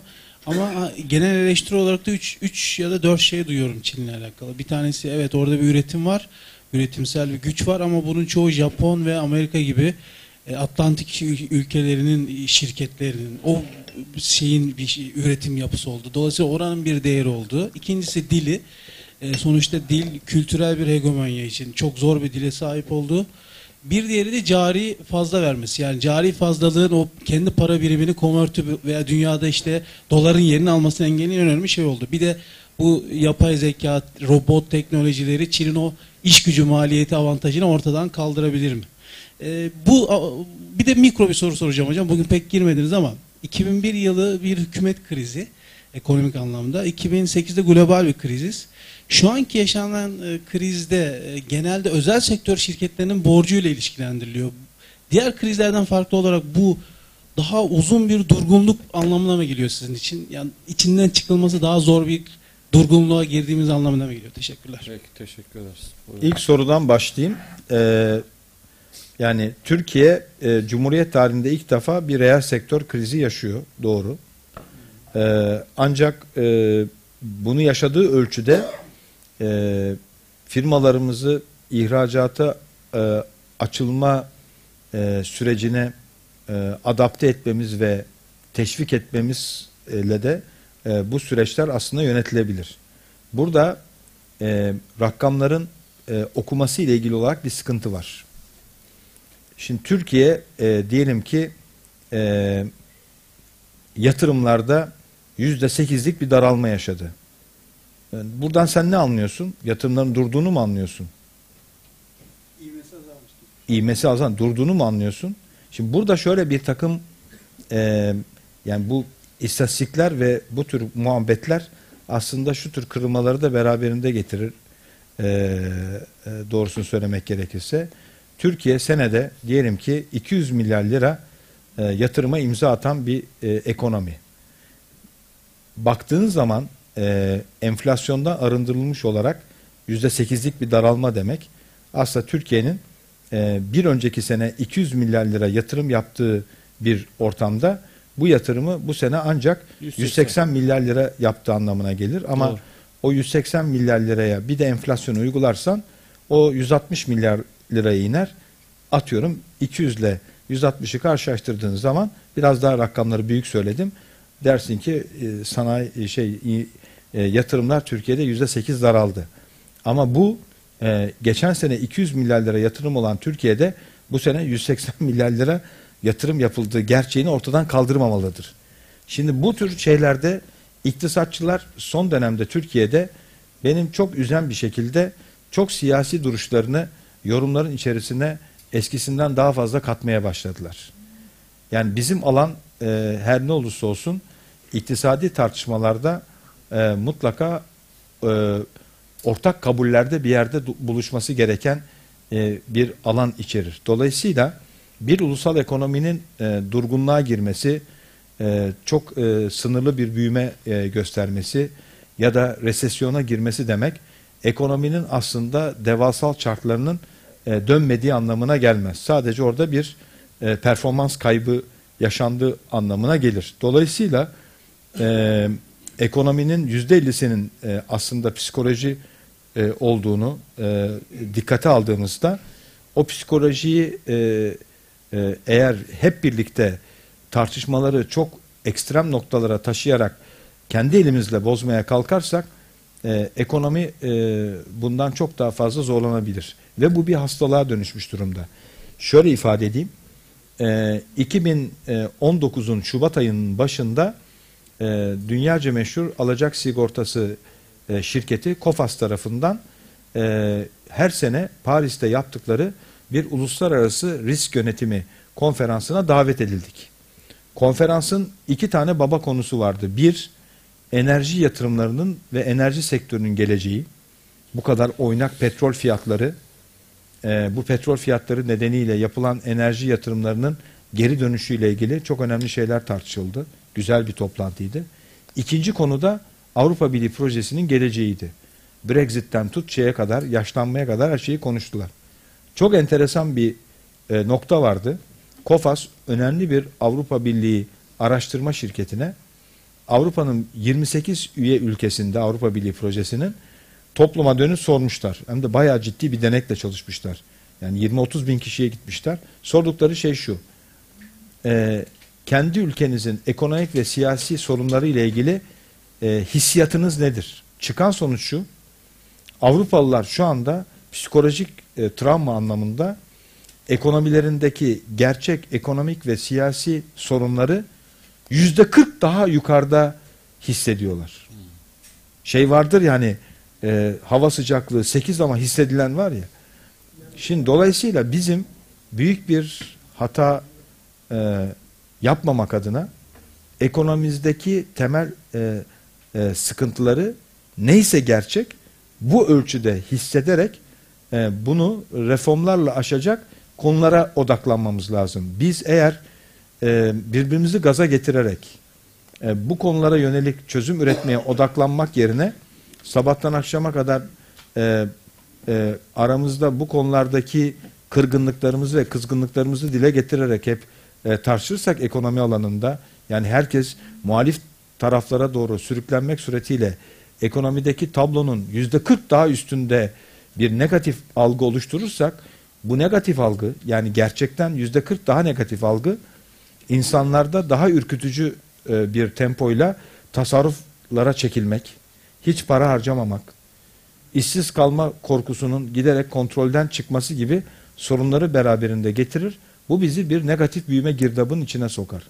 Speaker 3: Ama ha, genel eleştiri olarak da üç ya da dört şey duyuyorum Çin'le alakalı. Bir tanesi, evet, orada bir üretim var. Üretimsel bir güç var ama bunun çoğu Japon ve Amerika gibi e, Atlantik ülkelerinin şirketlerinin o şeyin bir şey, üretim yapısı oldu. Dolayısıyla oranın bir değeri oldu. İkincisi dili. E, sonuçta dil kültürel bir hegemonya için çok zor bir dile sahip oldu. Bir diğeri de cari fazla vermesi. Yani cari fazlalığın o kendi para birimini konvertü veya dünyada işte doların yerini almasını engelleyen en önemli şey oldu. Bir de bu yapay zeka, robot teknolojileri Çin'in o iş gücü maliyeti avantajını ortadan kaldırabilir mi? Ee, bu bir de mikro bir soru soracağım hocam. Bugün pek girmediniz ama iki bin bir yılı bir hükümet krizi ekonomik anlamda. iki bin sekizde global bir kriziz. Şu anki yaşanan e, krizde e, genelde özel sektör şirketlerinin borcuyla ilişkilendiriliyor. Diğer krizlerden farklı olarak bu daha uzun bir durgunluk anlamına mı geliyor sizin için? Yani içinden çıkılması daha zor bir durgunluğa girdiğimiz anlamına mı geliyor? Teşekkürler.
Speaker 1: Peki, teşekkür ederiz. Buyurun.
Speaker 2: İlk sorudan başlayayım. Ee, yani Türkiye e, Cumhuriyet tarihinde ilk defa bir reel sektör krizi yaşıyor. Doğru. Ee, ancak e, bunu yaşadığı ölçüde e, firmalarımızı ihracata e, açılma e, sürecine e, adapte etmemiz ve teşvik etmemizle de e, bu süreçler aslında yönetilebilir. Burada e, rakamların e, okuması ile ilgili olarak bir sıkıntı var. Şimdi Türkiye e, diyelim ki e, yatırımlarda yüzde sekizlik bir daralma yaşadı. Yani buradan sen ne anlıyorsun? Yatırımların durduğunu mu anlıyorsun?
Speaker 3: İğmesi azalmıştı.
Speaker 2: İğmesi azalmıştı. Durduğunu mu anlıyorsun? Şimdi burada şöyle bir takım e, yani bu istatistikler ve bu tür muhabbetler aslında şu tür kırılmaları da beraberinde getirir. E, e, doğrusunu söylemek gerekirse. Türkiye senede diyelim ki iki yüz milyar lira e, yatırıma imza atan bir e, ekonomi. Baktığınız zaman e, enflasyondan arındırılmış olarak yüzde sekizlik bir daralma demek. Aslında Türkiye'nin e, bir önceki sene iki yüz milyar lira yatırım yaptığı bir ortamda bu yatırımı bu sene ancak
Speaker 1: yüz seksen.
Speaker 2: yüz seksen milyar lira yaptığı anlamına gelir. Ama
Speaker 1: Doğru.
Speaker 2: o yüz seksen milyar liraya bir de enflasyonu uygularsan o yüz altmış milyar liraya iner. Atıyorum iki yüz ile yüz altmışı karşılaştırdığınız zaman biraz daha rakamları büyük söyledim. Dersin ki e, sanayi şey e, yatırımlar Türkiye'de yüzde sekiz daraldı. Ama bu e, geçen sene iki yüz milyar lira yatırım olan Türkiye'de bu sene yüz seksen milyar lira yatırım yapıldığı gerçeğini ortadan kaldırmamalıdır. Şimdi bu tür şeylerde iktisatçılar son dönemde Türkiye'de benim çok üzen bir şekilde çok siyasi duruşlarını yorumların içerisine eskisinden daha fazla katmaya başladılar. Yani bizim alan e, her ne olursa olsun iktisadi tartışmalarda e, mutlaka e, ortak kabullerde bir yerde buluşması gereken e, bir alan içerir. Dolayısıyla bir ulusal ekonominin e, durgunluğa girmesi, e, çok e, sınırlı bir büyüme e, göstermesi ya da resesyona girmesi demek ekonominin aslında devasal çarklarının e, dönmediği anlamına gelmez. Sadece orada bir e, performans kaybı yaşandığı anlamına gelir. Dolayısıyla e, ekonominin yüzde ellisinin e, aslında psikoloji e, olduğunu e, dikkate aldığımızda o psikolojiyi e, e, eğer hep birlikte tartışmaları çok ekstrem noktalara taşıyarak kendi elimizle bozmaya kalkarsak e, ekonomi e, bundan çok daha fazla zorlanabilir. Ve bu bir hastalığa dönüşmüş durumda. Şöyle ifade edeyim. E, iki bin on dokuzun Şubat ayının başında e, dünyaca meşhur alacak sigortası e, şirketi Coface tarafından e, her sene Paris'te yaptıkları bir uluslararası risk yönetimi konferansına davet edildik. Konferansın iki tane baba konusu vardı. Bir, enerji yatırımlarının ve enerji sektörünün geleceği. Bu kadar oynak petrol fiyatları, e, bu petrol fiyatları nedeniyle yapılan enerji yatırımlarının geri dönüşüyle ilgili çok önemli şeyler tartışıldı. Güzel bir toplantıydı. İkinci konu da Avrupa Birliği projesinin geleceğiydi. Brexit'ten tut şeye kadar, yaşlanmaya kadar her şeyi konuştular. Çok enteresan bir e, nokta vardı. Coface önemli bir Avrupa Birliği araştırma şirketine Avrupa'nın yirmi sekiz üye ülkesinde Avrupa Birliği projesinin topluma dönüp sormuşlar. Hem de bayağı ciddi bir denekle çalışmışlar. Yani yirmi otuz bin kişiye gitmişler. Sordukları şey şu. E, kendi ülkenizin ekonomik ve siyasi sorunları ile ilgili e, hissiyatınız nedir? Çıkan sonuç şu. Avrupalılar şu anda psikolojik e, travma anlamında ekonomilerindeki gerçek ekonomik ve siyasi sorunları yüzde kırk daha yukarıda hissediyorlar. Şey vardır yani e, hava sıcaklığı sekiz ama hissedilen var ya. Şimdi dolayısıyla bizim büyük bir hata e, yapmamak adına ekonomimizdeki temel e, e, sıkıntıları neyse gerçek bu ölçüde hissederek e, bunu reformlarla aşacak konulara odaklanmamız lazım. Biz eğer e, birbirimizi gaza getirerek e, bu konulara yönelik çözüm üretmeye odaklanmak yerine sabahtan akşama kadar e, e, aramızda bu konulardaki kırgınlıklarımızı ve kızgınlıklarımızı dile getirerek hep e, tartışırsak ekonomi alanında, yani herkes muhalif taraflara doğru sürüklenmek suretiyle ekonomideki tablonun yüzde kırk daha üstünde bir negatif algı oluşturursak, bu negatif algı, yani gerçekten yüzde kırk daha negatif algı insanlarda daha ürkütücü e, bir tempoyla tasarruflara çekilmek, hiç para harcamamak, işsiz kalma korkusunun giderek kontrolden çıkması gibi sorunları beraberinde getirir. Bu bizi bir negatif büyüme girdabının içine sokar.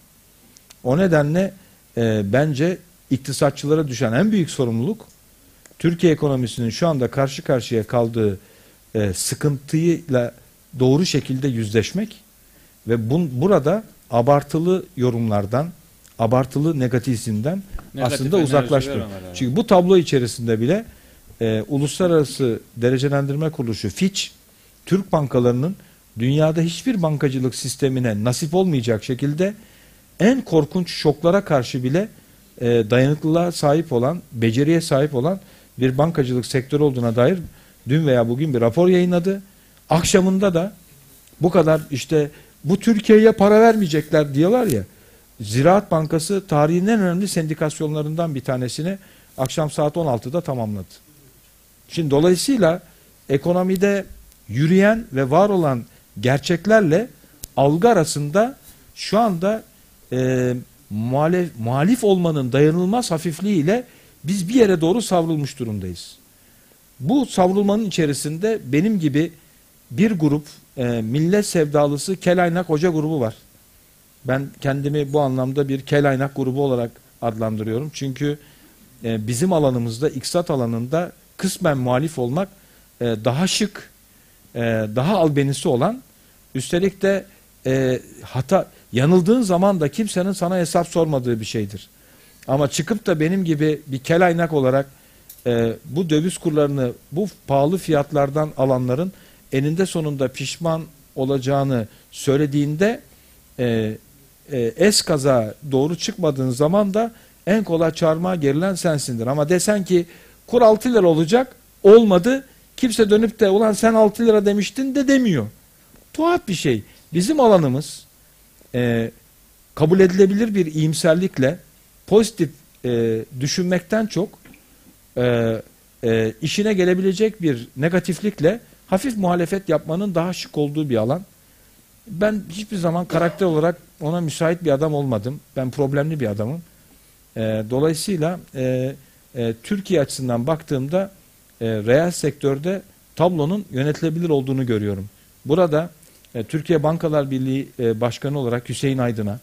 Speaker 2: O nedenle e, bence iktisatçılara düşen en büyük sorumluluk, Türkiye ekonomisinin şu anda karşı karşıya kaldığı e, sıkıntıyla doğru şekilde yüzleşmek ve bun, burada abartılı yorumlardan, abartılı negatifizmden
Speaker 1: Negatif
Speaker 2: aslında uzaklaşmak. Çünkü bu tablo içerisinde bile e, Uluslararası Derecelendirme Kuruluşu Fitch, Türk bankalarının dünyada hiçbir bankacılık sistemine nasip olmayacak şekilde en korkunç şoklara karşı bile e, dayanıklılığa sahip olan, beceriye sahip olan bir bankacılık sektörü olduğuna dair dün veya bugün bir rapor yayınladı. Akşamında da bu kadar işte bu Türkiye'ye para vermeyecekler diyorlar ya. Ziraat Bankası tarihin en önemli sendikasyonlarından bir tanesini akşam saat on altıda tamamladı. Şimdi dolayısıyla ekonomide yürüyen ve var olan gerçeklerle algı arasında şu anda e, muhalif, muhalif olmanın dayanılmaz hafifliğiyle biz bir yere doğru savrulmuş durumdayız. Bu savrulmanın içerisinde benim gibi bir grup e, millet sevdalısı kelaynak hoca grubu var. Ben kendimi bu anlamda bir kelaynak grubu olarak adlandırıyorum. Çünkü e, bizim alanımızda, iktisat alanında kısmen muhalif olmak e, daha şık, e, daha albenisi olan, üstelik de e, hata yanıldığın zaman da kimsenin sana hesap sormadığı bir şeydir. Ama çıkıp da benim gibi bir kelaynak olarak e, bu döviz kurlarını bu pahalı fiyatlardan alanların eninde sonunda pişman olacağını söylediğinde e, e, eskaza doğru çıkmadığın zaman da en kolay çarmıha gerilen sensindir. Ama desen ki kur altı lira olacak, olmadı, kimse dönüp de ulan sen altı lira demiştin de demiyor. Tuhaf bir şey. Bizim alanımız e, kabul edilebilir bir iyimserlikle pozitif e, düşünmekten çok e, e, işine gelebilecek bir negatiflikle hafif muhalefet yapmanın daha şık olduğu bir alan. Ben hiçbir zaman karakter olarak ona müsait bir adam olmadım. Ben problemli bir adamım. E, dolayısıyla e, e, Türkiye açısından baktığımda e, reel sektörde tablonun yönetilebilir olduğunu görüyorum. Burada e, Türkiye Bankalar Birliği e, Başkanı olarak Hüseyin Aydın'a,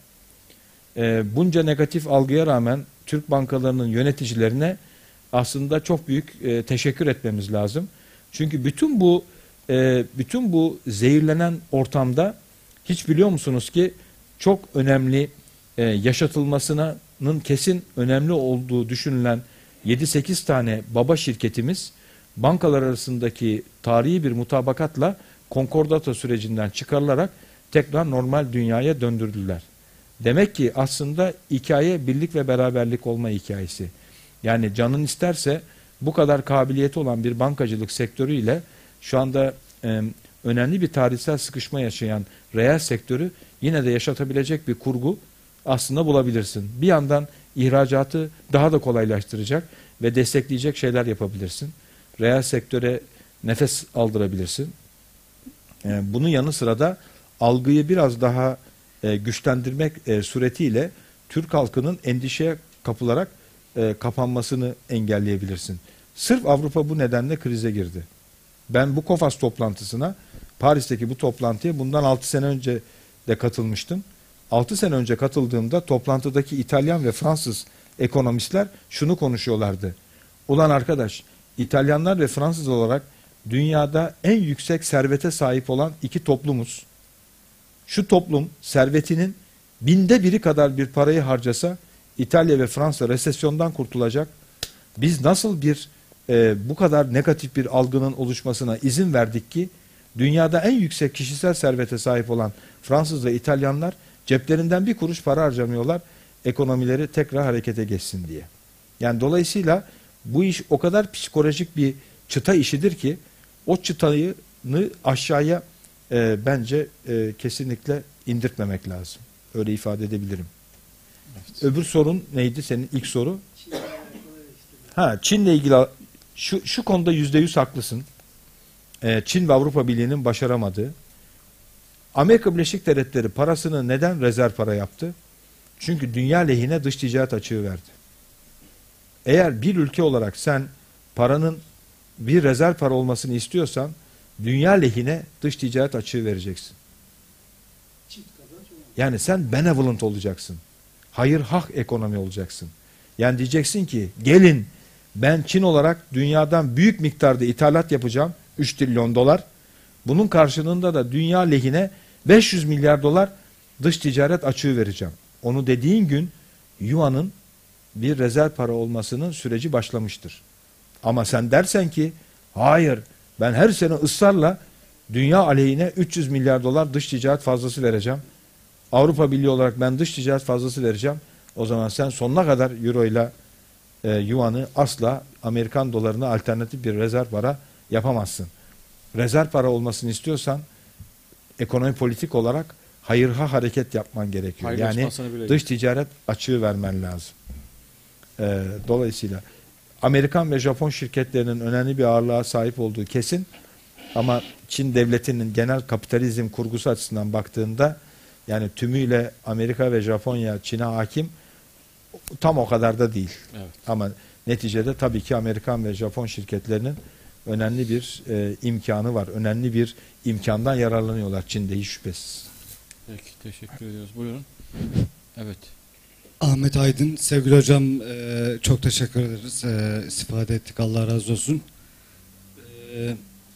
Speaker 2: e, bunca negatif algıya rağmen Türk bankalarının yöneticilerine aslında çok büyük e, teşekkür etmemiz lazım. Çünkü bütün bu e, bütün bu zehirlenen ortamda hiç biliyor musunuz ki çok önemli e, yaşatılmasının kesin önemli olduğu düşünülen yedi sekiz tane baba şirketimiz bankalar arasındaki tarihi bir mutabakatla konkordato sürecinden çıkarılarak tekrar normal dünyaya döndürdüler. Demek ki aslında hikaye birlik ve beraberlik olma hikayesi. Yani canın isterse bu kadar kabiliyeti olan bir bankacılık sektörüyle şu anda e, önemli bir tarihsel sıkışma yaşayan reel sektörü yine de yaşatabilecek bir kurgu aslında bulabilirsin. Bir yandan ihracatı daha da kolaylaştıracak ve destekleyecek şeyler yapabilirsin. Reel sektöre nefes aldırabilirsin. E, bunun yanı sıra da algıyı biraz daha e, güçlendirmek e, suretiyle Türk halkının endişeye kapılarak e, kapanmasını engelleyebilirsin. Sırf Avrupa bu nedenle krize girdi. Ben bu KOFAS toplantısına, Paris'teki bu toplantıya bundan altı sene önce de katılmıştım. altı sene önce katıldığımda toplantıdaki İtalyan ve Fransız ekonomistler şunu konuşuyorlardı. Ulan arkadaş, İtalyanlar ve Fransız olarak dünyada en yüksek servete sahip olan iki toplumuz. Şu toplum servetinin binde biri kadar bir parayı harcasa İtalya ve Fransa resesyondan kurtulacak. Biz nasıl bir e, bu kadar negatif bir algının oluşmasına izin verdik ki dünyada en yüksek kişisel servete sahip olan Fransız ve İtalyanlar ceplerinden bir kuruş para harcamıyorlar ekonomileri tekrar harekete geçsin diye. Yani dolayısıyla bu iş o kadar psikolojik bir çıta işidir ki o çıtayı aşağıya e, bence e, kesinlikle indirtmemek lazım. Öyle ifade edebilirim. Evet. Öbür sorun neydi senin ilk soru? Ha, Çin'le ilgili şu, şu konuda yüzde yüz haklısın. Ee, Çin ve Avrupa Birliği'nin başaramadığı. Amerika Birleşik Devletleri parasını neden rezerv para yaptı? Çünkü dünya lehine dış ticaret açığı verdi. Eğer bir ülke olarak sen paranın bir rezerv para olmasını istiyorsan dünya lehine dış ticaret açığı vereceksin. Yani sen benevolent olacaksın. Hayır hak ekonomi olacaksın. Yani diyeceksin ki gelin ben Çin olarak dünyadan büyük miktarda ithalat yapacağım. üç trilyon dolar. Bunun karşılığında da dünya lehine beş yüz milyar dolar dış ticaret açığı vereceğim. Onu dediğin gün Yuan'ın bir rezerv para olmasının süreci başlamıştır. Ama sen dersen ki hayır ben her sene ısrarla dünya aleyhine üç yüz milyar dolar dış ticaret fazlası vereceğim. Avrupa Birliği olarak ben dış ticaret fazlası vereceğim. O zaman sen sonuna kadar euro ile e, yuan'ı asla Amerikan dolarına alternatif bir rezerv para yapamazsın. Rezerv para olmasını istiyorsan ekonomi politik olarak hayırha hareket yapman gerekiyor. Yani dış ticaret açığı vermen lazım. E, dolayısıyla Amerikan ve Japon şirketlerinin önemli bir ağırlığa sahip olduğu kesin. Ama Çin devletinin genel kapitalizm kurgusu açısından baktığında yani tümüyle Amerika ve Japonya Çin'e hakim tam o kadar da değil. Evet. Ama neticede tabii ki Amerikan ve Japon şirketlerinin önemli bir e, imkanı var. Önemli bir imkandan yararlanıyorlar Çin'de hiç şüphesiz.
Speaker 1: Peki teşekkür ediyoruz. Buyurun. Evet.
Speaker 4: Ahmet Aydın, sevgili hocam e, çok teşekkür ederiz. E, istifade ettik. Allah razı olsun. E,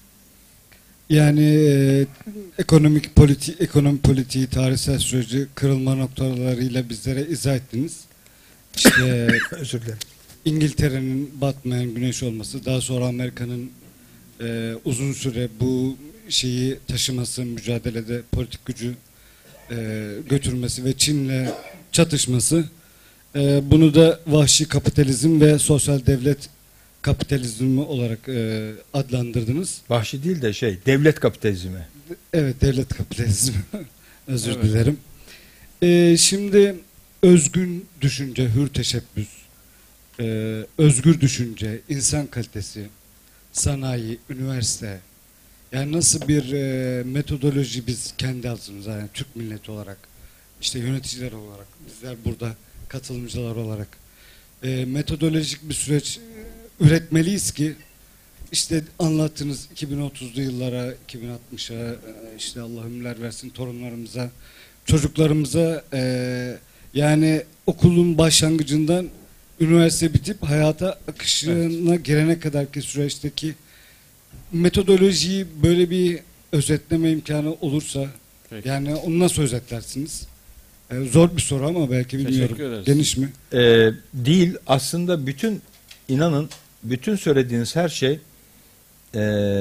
Speaker 4: yani e, ekonomik politi ekonomi politiği, tarihsel süreci kırılma noktalarıyla bizlere izah ettiniz. İşte
Speaker 2: özür dilerim.
Speaker 4: İngiltere'nin batmayan güneş olması, daha sonra Amerika'nın e, uzun süre bu şeyi taşıması, mücadelede politik gücü e, götürmesi ve Çin'le çatışması, e, bunu da vahşi kapitalizm ve sosyal devlet kapitalizmi olarak e, adlandırdınız.
Speaker 2: Vahşi değil de şey, devlet kapitalizmi.
Speaker 4: Evet, devlet kapitalizmi. Özür evet. dilerim. E, şimdi özgün düşünce, hür teşebbüs, e, özgür düşünce, insan kalitesi, sanayi, üniversite, yani nasıl bir e, metodoloji biz kendi altımıza, yani Türk milleti olarak, işte yöneticiler olarak, bizler burada katılımcılar olarak e, metodolojik bir süreç e, üretmeliyiz ki işte anlattığınız iki bin otuzlu yıllara, iki bin altmışa, e, işte Allah ömürler versin torunlarımıza, çocuklarımıza e, yani okulun başlangıcından üniversite bitip hayata akışına evet. gelene kadarki süreçteki metodolojiyi böyle bir özetleme imkanı olursa, peki. Yani onu nasıl özetlersiniz? Ee, zor bir soru ama belki bilmiyorum. Geniş mi?
Speaker 2: Ee, değil. Aslında bütün, inanın bütün söylediğiniz her şey ee,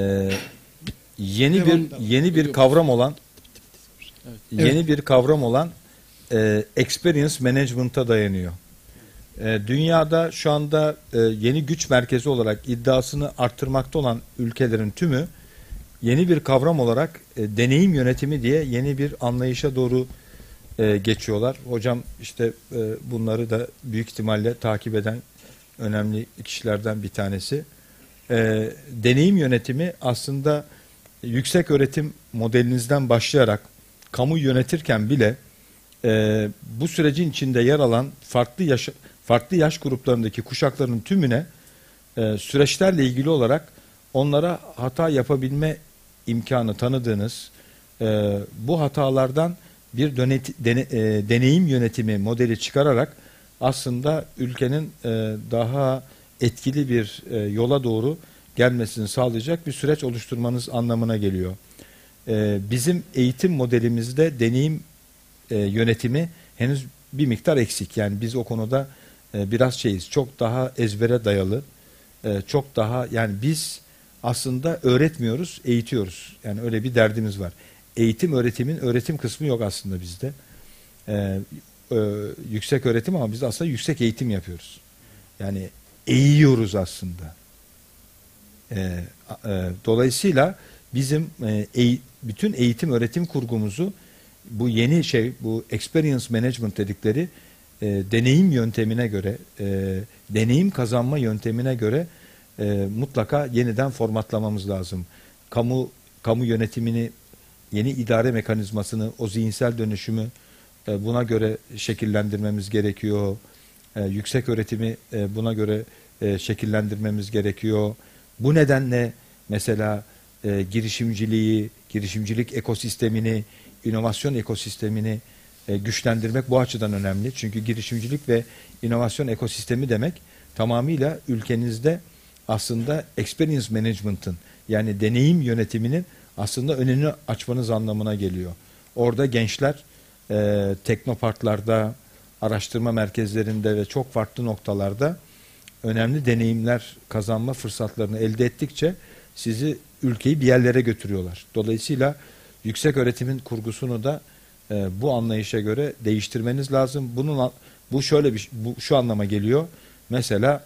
Speaker 2: yeni Devam bir da. yeni bir kavram olan evet. yeni evet. bir kavram olan e, experience management'a dayanıyor. E, dünyada şu anda e, yeni güç merkezi olarak iddiasını arttırmakta olan ülkelerin tümü yeni bir kavram olarak e, deneyim yönetimi diye yeni bir anlayışa doğru e, geçiyorlar. Hocam işte e, bunları da büyük ihtimalle takip eden önemli kişilerden bir tanesi. E, deneyim yönetimi aslında yüksek öğretim modelinizden başlayarak kamu yönetirken bile e, bu sürecin içinde yer alan farklı yaş farklı yaş gruplarındaki kuşakların tümüne e, süreçlerle ilgili olarak onlara hata yapabilme imkanı tanıdığınız, e, bu hatalardan bir dönet, dene, e, deneyim yönetimi modeli çıkararak aslında ülkenin e, daha etkili bir e, yola doğru gelmesini sağlayacak bir süreç oluşturmanız anlamına geliyor. E, bizim eğitim modelimizde deneyim e, yönetimi henüz bir miktar eksik. Yani biz o konuda e, biraz şeyiz. Çok daha ezbere dayalı, e, çok daha yani biz aslında öğretmiyoruz, eğitiyoruz. Yani öyle bir derdimiz var. Eğitim öğretimin öğretim kısmı yok aslında bizde. E, e, yüksek öğretim ama biz aslında yüksek eğitim yapıyoruz. Yani eğiyoruz aslında. E, e, dolayısıyla bizim e, eğ, bütün eğitim öğretim kurgumuzu bu yeni şey, bu experience management dedikleri e, deneyim yöntemine göre, e, deneyim kazanma yöntemine göre e, mutlaka yeniden formatlamamız lazım. Kamu kamu yönetimini, yeni idare mekanizmasını, o zihinsel dönüşümü e, buna göre şekillendirmemiz gerekiyor. E, yüksek öğretimi e, buna göre e, şekillendirmemiz gerekiyor. Bu nedenle mesela e, girişimciliği, girişimcilik ekosistemini, inovasyon ekosistemini e, güçlendirmek bu açıdan önemli. Çünkü girişimcilik ve inovasyon ekosistemi demek tamamıyla ülkenizde aslında experience management'ın, yani deneyim yönetiminin aslında önünü açmanız anlamına geliyor. Orada gençler e, teknoparklarda, araştırma merkezlerinde ve çok farklı noktalarda önemli deneyimler kazanma fırsatlarını elde ettikçe sizi, ülkeyi bir yerlere götürüyorlar. Dolayısıyla yüksek öğretimin kurgusunu da e, bu anlayışa göre değiştirmeniz lazım. Bunun bu şöyle bir bu şu anlama geliyor. Mesela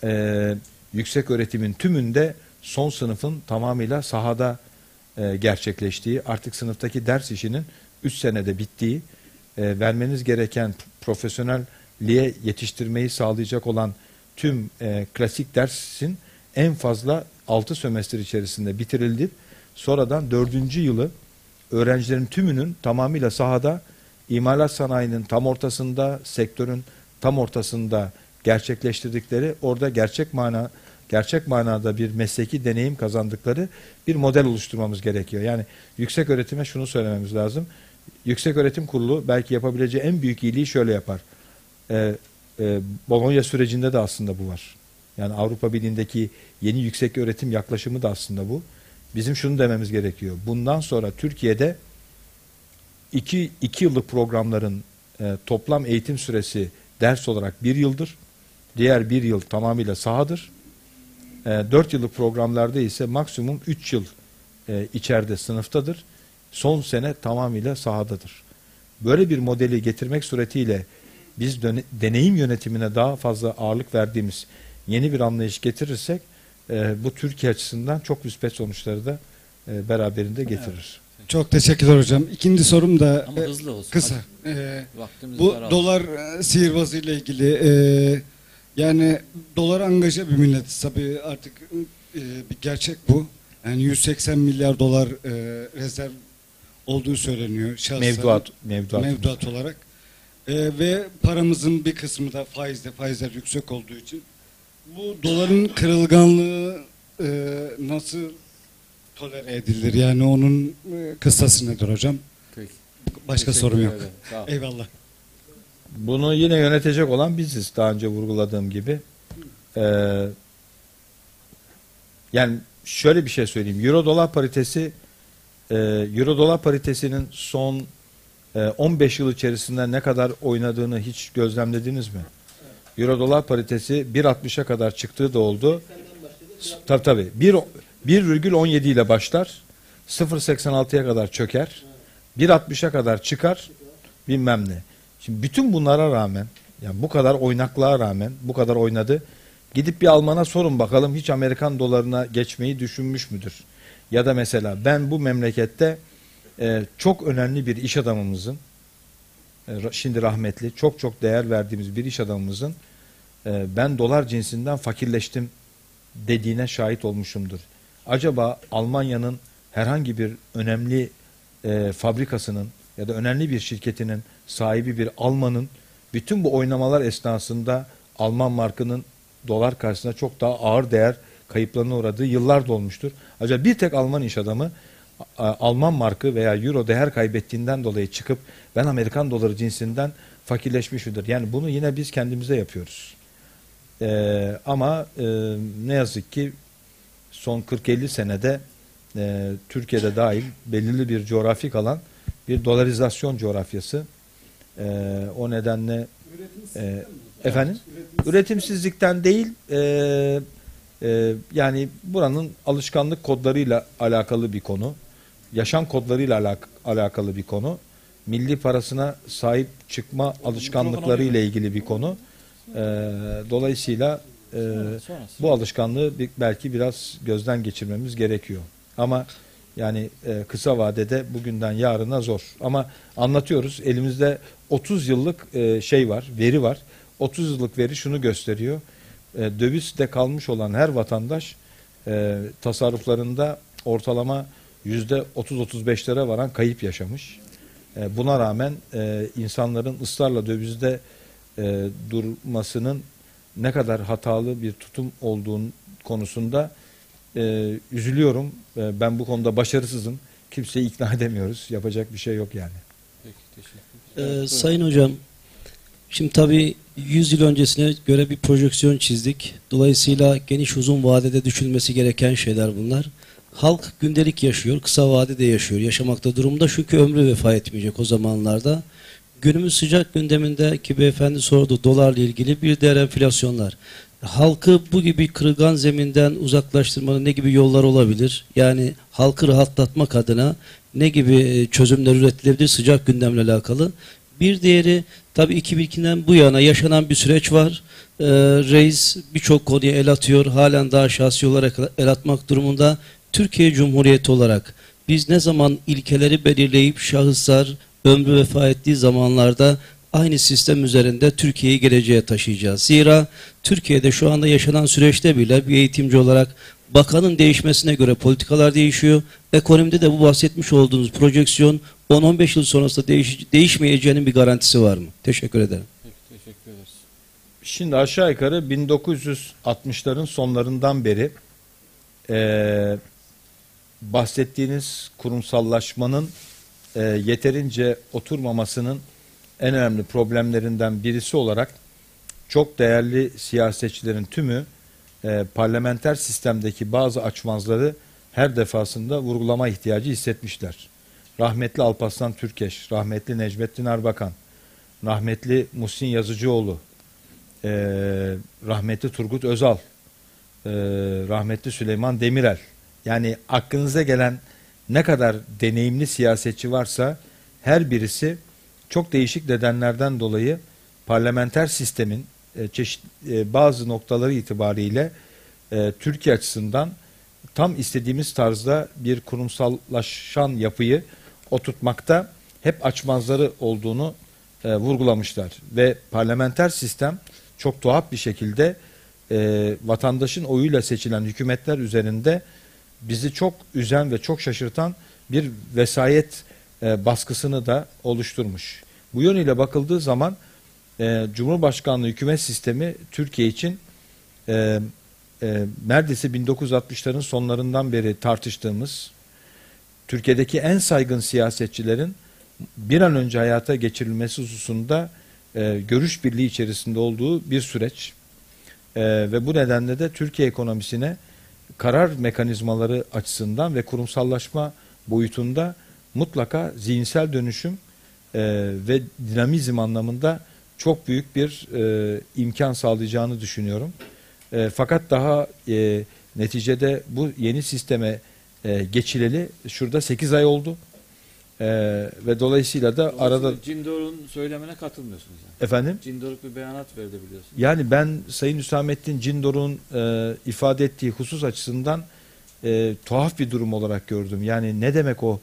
Speaker 2: e, yüksek öğretimin tümünde son sınıfın tamamıyla sahada e, gerçekleştiği, artık sınıftaki ders işinin üç senede bittiği, e, vermeniz gereken profesyonelliğe yetiştirmeyi sağlayacak olan tüm e, klasik dersin en fazla altı sömestr içerisinde bitirildi. Sonradan dördüncü yılı öğrencilerin tümünün tamamıyla sahada, imalat sanayinin tam ortasında, sektörün tam ortasında gerçekleştirdikleri, orada gerçek mana gerçek manada bir mesleki deneyim kazandıkları bir model oluşturmamız gerekiyor. Yani yüksek öğretime şunu söylememiz lazım. Yüksek Öğretim Kurulu belki yapabileceği en büyük iyiliği şöyle yapar. Ee, e, Bologna sürecinde de aslında bu var. Yani Avrupa Birliği'ndeki yeni yüksek öğretim yaklaşımı da aslında bu. Bizim şunu dememiz gerekiyor. Bundan sonra Türkiye'de iki, iki yıllık programların e, toplam eğitim süresi ders olarak bir yıldır. Diğer bir yıl tamamıyla sahadır. E, dört yıllık programlarda ise maksimum üç yıl e, içeride sınıftadır. Son sene tamamıyla sahadadır. Böyle bir modeli getirmek suretiyle biz deneyim yönetimine daha fazla ağırlık verdiğimiz yeni bir anlayış getirirsek e, bu Türkiye açısından çok müspet sonuçları da e, beraberinde getirir.
Speaker 4: Evet. Çok teşekkürler hocam. İkinci sorum da
Speaker 1: Ama
Speaker 4: e,
Speaker 1: hızlı olsun.
Speaker 4: kısa. E,
Speaker 1: Vaktimiz
Speaker 4: bu
Speaker 1: daraldı.
Speaker 4: dolar e, sihirbazı ile ilgili e, yani dolar angaja bir milletiz. Tabii artık e, bir gerçek bu. Yani yüz seksen milyar dolar e, rezerv olduğu söyleniyor. Şahsen,
Speaker 2: Mevduat, mevduat.
Speaker 4: mevduat olarak. E, ve paramızın bir kısmı da faizde, faizler yüksek olduğu için bu doların kırılganlığı e, nasıl tolere edilir? Yani onun e, kıstası nedir hocam?
Speaker 1: Peki.
Speaker 4: Başka
Speaker 1: Teşekkür
Speaker 4: sorum yok.
Speaker 1: ederim. Sağ ol.
Speaker 4: Eyvallah.
Speaker 2: Bunu yine yönetecek olan biziz. Daha önce vurguladığım gibi. Ee, yani şöyle bir şey söyleyeyim. Euro dolar paritesi e, Euro dolar paritesinin son e, on beş yıl içerisinde ne kadar oynadığını hiç gözlemlediniz mi? Euro dolar paritesi bir altmışa kadar çıktığı da oldu. Tabii tabii. bir virgül on yedi ile başlar. sıfır virgül seksen altıya kadar çöker. bir altmışa kadar çıkar. Bilmem ne. Şimdi bütün bunlara rağmen, yani bu kadar oynaklığa rağmen, bu kadar oynadı. Gidip bir Alman'a sorun bakalım hiç Amerikan dolarına geçmeyi düşünmüş müdür? Ya da mesela ben bu memlekette e, çok önemli bir iş adamımızın e, ra- şimdi rahmetli, çok çok değer verdiğimiz bir iş adamımızın e, ben dolar cinsinden fakirleştim dediğine şahit olmuşumdur. Acaba Almanya'nın herhangi bir önemli e, fabrikasının ya da önemli bir şirketinin sahibi bir Alman'ın bütün bu oynamalar esnasında Alman markının dolar karşısında çok daha ağır değer kayıplarına uğradığı yıllar da olmuştur. Acaba bir tek Alman iş adamı a- Alman markı veya euro değer kaybettiğinden dolayı çıkıp ben Amerikan doları cinsinden fakirleşmiş midir? Yani bunu yine biz kendimize yapıyoruz. Ee, ama e, ne yazık ki son kırk elli senede e, Türkiye'de dahil belirli bir coğrafik alan bir dolarizasyon coğrafyası. E, o nedenle e, efendim üretimsizlikten değil e, e, yani buranın alışkanlık kodlarıyla alakalı bir konu. Yaşam kodlarıyla alak alakalı bir konu. Milli parasına sahip çıkma alışkanlıklarıyla ilgili bir konu. E, dolayısıyla e, bu alışkanlığı bir, belki biraz gözden geçirmemiz gerekiyor. Ama yani e, kısa vadede bugünden yarına zor. Ama anlatıyoruz. Elimizde otuz yıllık e, şey var, veri var. otuz yıllık veri şunu gösteriyor. E, dövizde kalmış olan her vatandaş e, tasarruflarında ortalama yüzde otuz otuz beşlere varan kayıp yaşamış. E, buna rağmen e, insanların ısrarla dövizde e, durmasının ne kadar hatalı bir tutum olduğu konusunda e, üzülüyorum. E, ben bu konuda başarısızım. Kimseyi ikna edemiyoruz. Yapacak bir şey yok yani.
Speaker 1: Peki, teşekkür
Speaker 5: Ee, Sayın Hocam, şimdi tabii yüz yıl öncesine göre bir projeksiyon çizdik. Dolayısıyla geniş uzun vadede düşünülmesi gereken şeyler bunlar. Halk gündelik yaşıyor, kısa vadede yaşıyor, yaşamakta durumda çünkü ömrü vefa etmeyecek o zamanlarda. Günümüz sıcak gündeminde ki beyefendi sordu dolarla ilgili bir diğer enflasyonlar. Halkı bu gibi kırılgan zeminden uzaklaştırmanın ne gibi yollar olabilir? Yani halkı rahatlatmak adına ne gibi çözümler üretilebilir sıcak gündemle alakalı? Bir diğeri tabii iki bin ikiden bu yana yaşanan bir süreç var. Ee, reis birçok konuya el atıyor. Halen daha şahsi olarak el atmak durumunda. Türkiye Cumhuriyeti olarak biz ne zaman ilkeleri belirleyip şahıslar ömrü vefa ettiği zamanlarda aynı sistem üzerinde Türkiye'yi geleceğe taşıyacağız. Zira Türkiye'de şu anda yaşanan süreçte bile bir eğitimci olarak bakanın değişmesine göre politikalar değişiyor. Ekonomide de bu bahsetmiş olduğunuz projeksiyon on on beş yıl sonrasında değiş değişmeyeceğinin bir garantisi var mı? Teşekkür ederim.
Speaker 1: Peki, teşekkür ederiz.
Speaker 2: Şimdi aşağı yukarı bin dokuz yüz altmışların sonlarından beri e, bahsettiğiniz kurumsallaşmanın e, yeterince oturmamasının en önemli problemlerinden birisi olarak çok değerli siyasetçilerin tümü e, parlamenter sistemdeki bazı açmazları her defasında vurgulama ihtiyacı hissetmişler. Rahmetli Alparslan Türkeş, rahmetli Necmettin Erbakan, rahmetli Muhsin Yazıcıoğlu, e, rahmetli Turgut Özal, e, rahmetli Süleyman Demirel. Yani aklınıza gelen ne kadar deneyimli siyasetçi varsa her birisi çok değişik nedenlerden dolayı parlamenter sistemin e, çeşit e, bazı noktaları itibariyle e, Türkiye açısından tam istediğimiz tarzda bir kurumsallaşan yapıyı oturtmakta hep açmazları olduğunu e, vurgulamışlar. Ve parlamenter sistem çok tuhaf bir şekilde e, vatandaşın oyuyla seçilen hükümetler üzerinde bizi çok üzen ve çok şaşırtan bir vesayet e, baskısını da oluşturmuş. Bu yönüyle bakıldığı zaman e, Cumhurbaşkanlığı hükümet sistemi Türkiye için e, e, neredeyse bin dokuz yüz altmışların sonlarından beri tartıştığımız Türkiye'deki en saygın siyasetçilerin bir an önce hayata geçirilmesi hususunda e, görüş birliği içerisinde olduğu bir süreç. E, ve bu nedenle de Türkiye ekonomisine karar mekanizmaları açısından ve kurumsallaşma boyutunda mutlaka zihinsel dönüşüm e, ve dinamizm anlamında çok büyük bir e, imkan sağlayacağını düşünüyorum. E, fakat daha e, neticede bu yeni sisteme e, geçileli şurada sekiz ay oldu. E, ve dolayısıyla da arada...
Speaker 1: Cindor'un söylemine katılmıyorsunuz yani.
Speaker 2: Efendim?
Speaker 1: Cindoruk bir beyanat verdi biliyorsunuz.
Speaker 2: Yani ben Sayın Hüsamettin Cindor'un e, ifade ettiği husus açısından e, tuhaf bir durum olarak gördüm. Yani ne demek o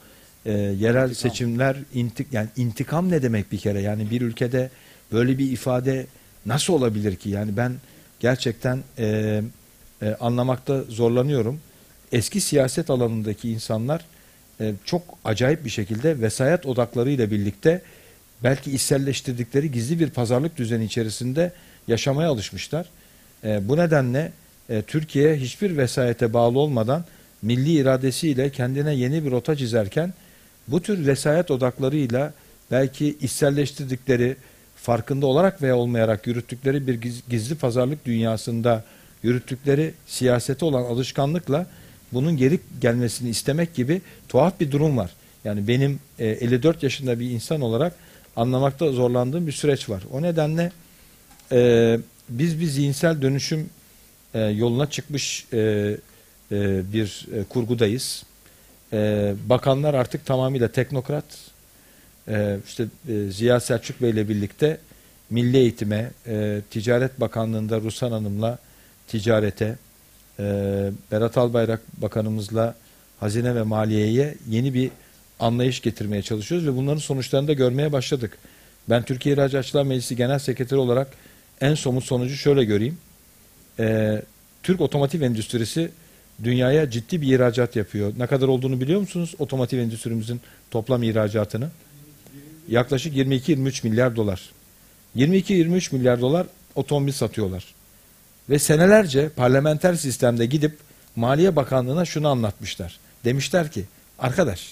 Speaker 2: e, yerel seçimler, intik, yani intikam ne demek bir kere? Yani bir ülkede böyle bir ifade nasıl olabilir ki? Yani ben gerçekten e, e, anlamakta zorlanıyorum. Eski siyaset alanındaki insanlar e, çok acayip bir şekilde vesayet odaklarıyla birlikte belki içselleştirdikleri gizli bir pazarlık düzeni içerisinde yaşamaya alışmışlar. E, bu nedenle e, Türkiye hiçbir vesayete bağlı olmadan milli iradesiyle kendine yeni bir rota çizerken bu tür vesayet odaklarıyla belki içselleştirdikleri, farkında olarak veya olmayarak yürüttükleri bir gizli pazarlık dünyasında yürüttükleri siyasete olan alışkanlıkla bunun geri gelmesini istemek gibi tuhaf bir durum var. Yani benim e, elli dört yaşında bir insan olarak anlamakta zorlandığım bir süreç var. O nedenle e, biz bir zihinsel dönüşüm e, yoluna çıkmış e, e, bir e, kurgudayız. E, bakanlar artık tamamıyla teknokrat. E, işte e, Ziya Selçuk Bey ile birlikte milli eğitime, e, Ticaret Bakanlığı'nda Ruslan Hanım'la ticarete, e, Berat Albayrak Bakanımızla Hazine ve Maliye'ye yeni bir anlayış getirmeye çalışıyoruz ve bunların sonuçlarını da görmeye başladık. Ben Türkiye İhracatçılar Meclisi Genel Sekreteri olarak en somut sonucu şöyle göreyim. E, Türk otomotiv endüstrisi dünyaya ciddi bir ihracat yapıyor. Ne kadar olduğunu biliyor musunuz otomotiv endüstrimizin toplam ihracatını? Yaklaşık yirmi iki yirmi üç milyar dolar. yirmi iki yirmi üç milyar dolar otomobil satıyorlar. Ve senelerce parlamenter sistemde gidip Maliye Bakanlığı'na şunu anlatmışlar. Demişler ki arkadaş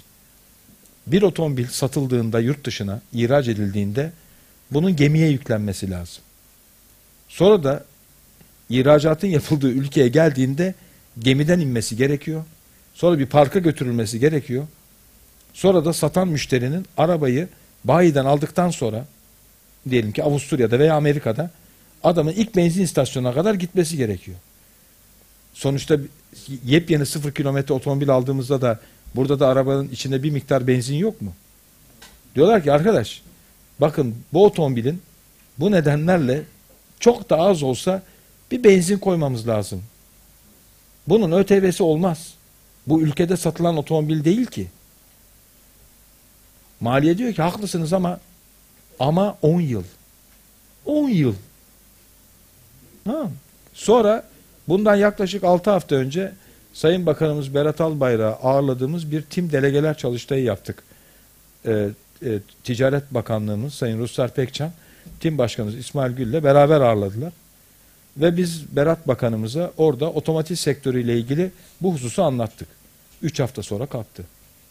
Speaker 2: bir otomobil satıldığında yurt dışına ihraç edildiğinde bunun gemiye yüklenmesi lazım. Sonra da ihracatın yapıldığı ülkeye geldiğinde gemiden inmesi gerekiyor. Sonra bir parka götürülmesi gerekiyor. Sonra da satan müşterinin arabayı bayiden aldıktan sonra diyelim ki Avusturya'da veya Amerika'da adamın ilk benzin istasyonuna kadar gitmesi gerekiyor. Sonuçta yepyeni sıfır kilometre otomobil aldığımızda da burada da arabanın içinde bir miktar benzin yok mu? Diyorlar ki arkadaş bakın bu otomobilin bu nedenlerle çok da az olsa bir benzin koymamız lazım. Bunun ÖTV'si olmaz. Bu ülkede satılan otomobil değil ki. Maliye diyor ki haklısınız ama ama on yıl. on yıl. Ha. Sonra bundan yaklaşık altı hafta önce Sayın Bakanımız Berat Albayrak'ı ağırladığımız bir tim delegeler çalıştayı yaptık. Ee, e, Ticaret Bakanlığımız Sayın Ruslar Pekcan, tim başkanımız İsmail Gül'le beraber ağırladılar. Ve biz Berat Bakanımıza orada otomotiv sektörüyle ilgili bu hususu anlattık. Üç hafta sonra kalktı.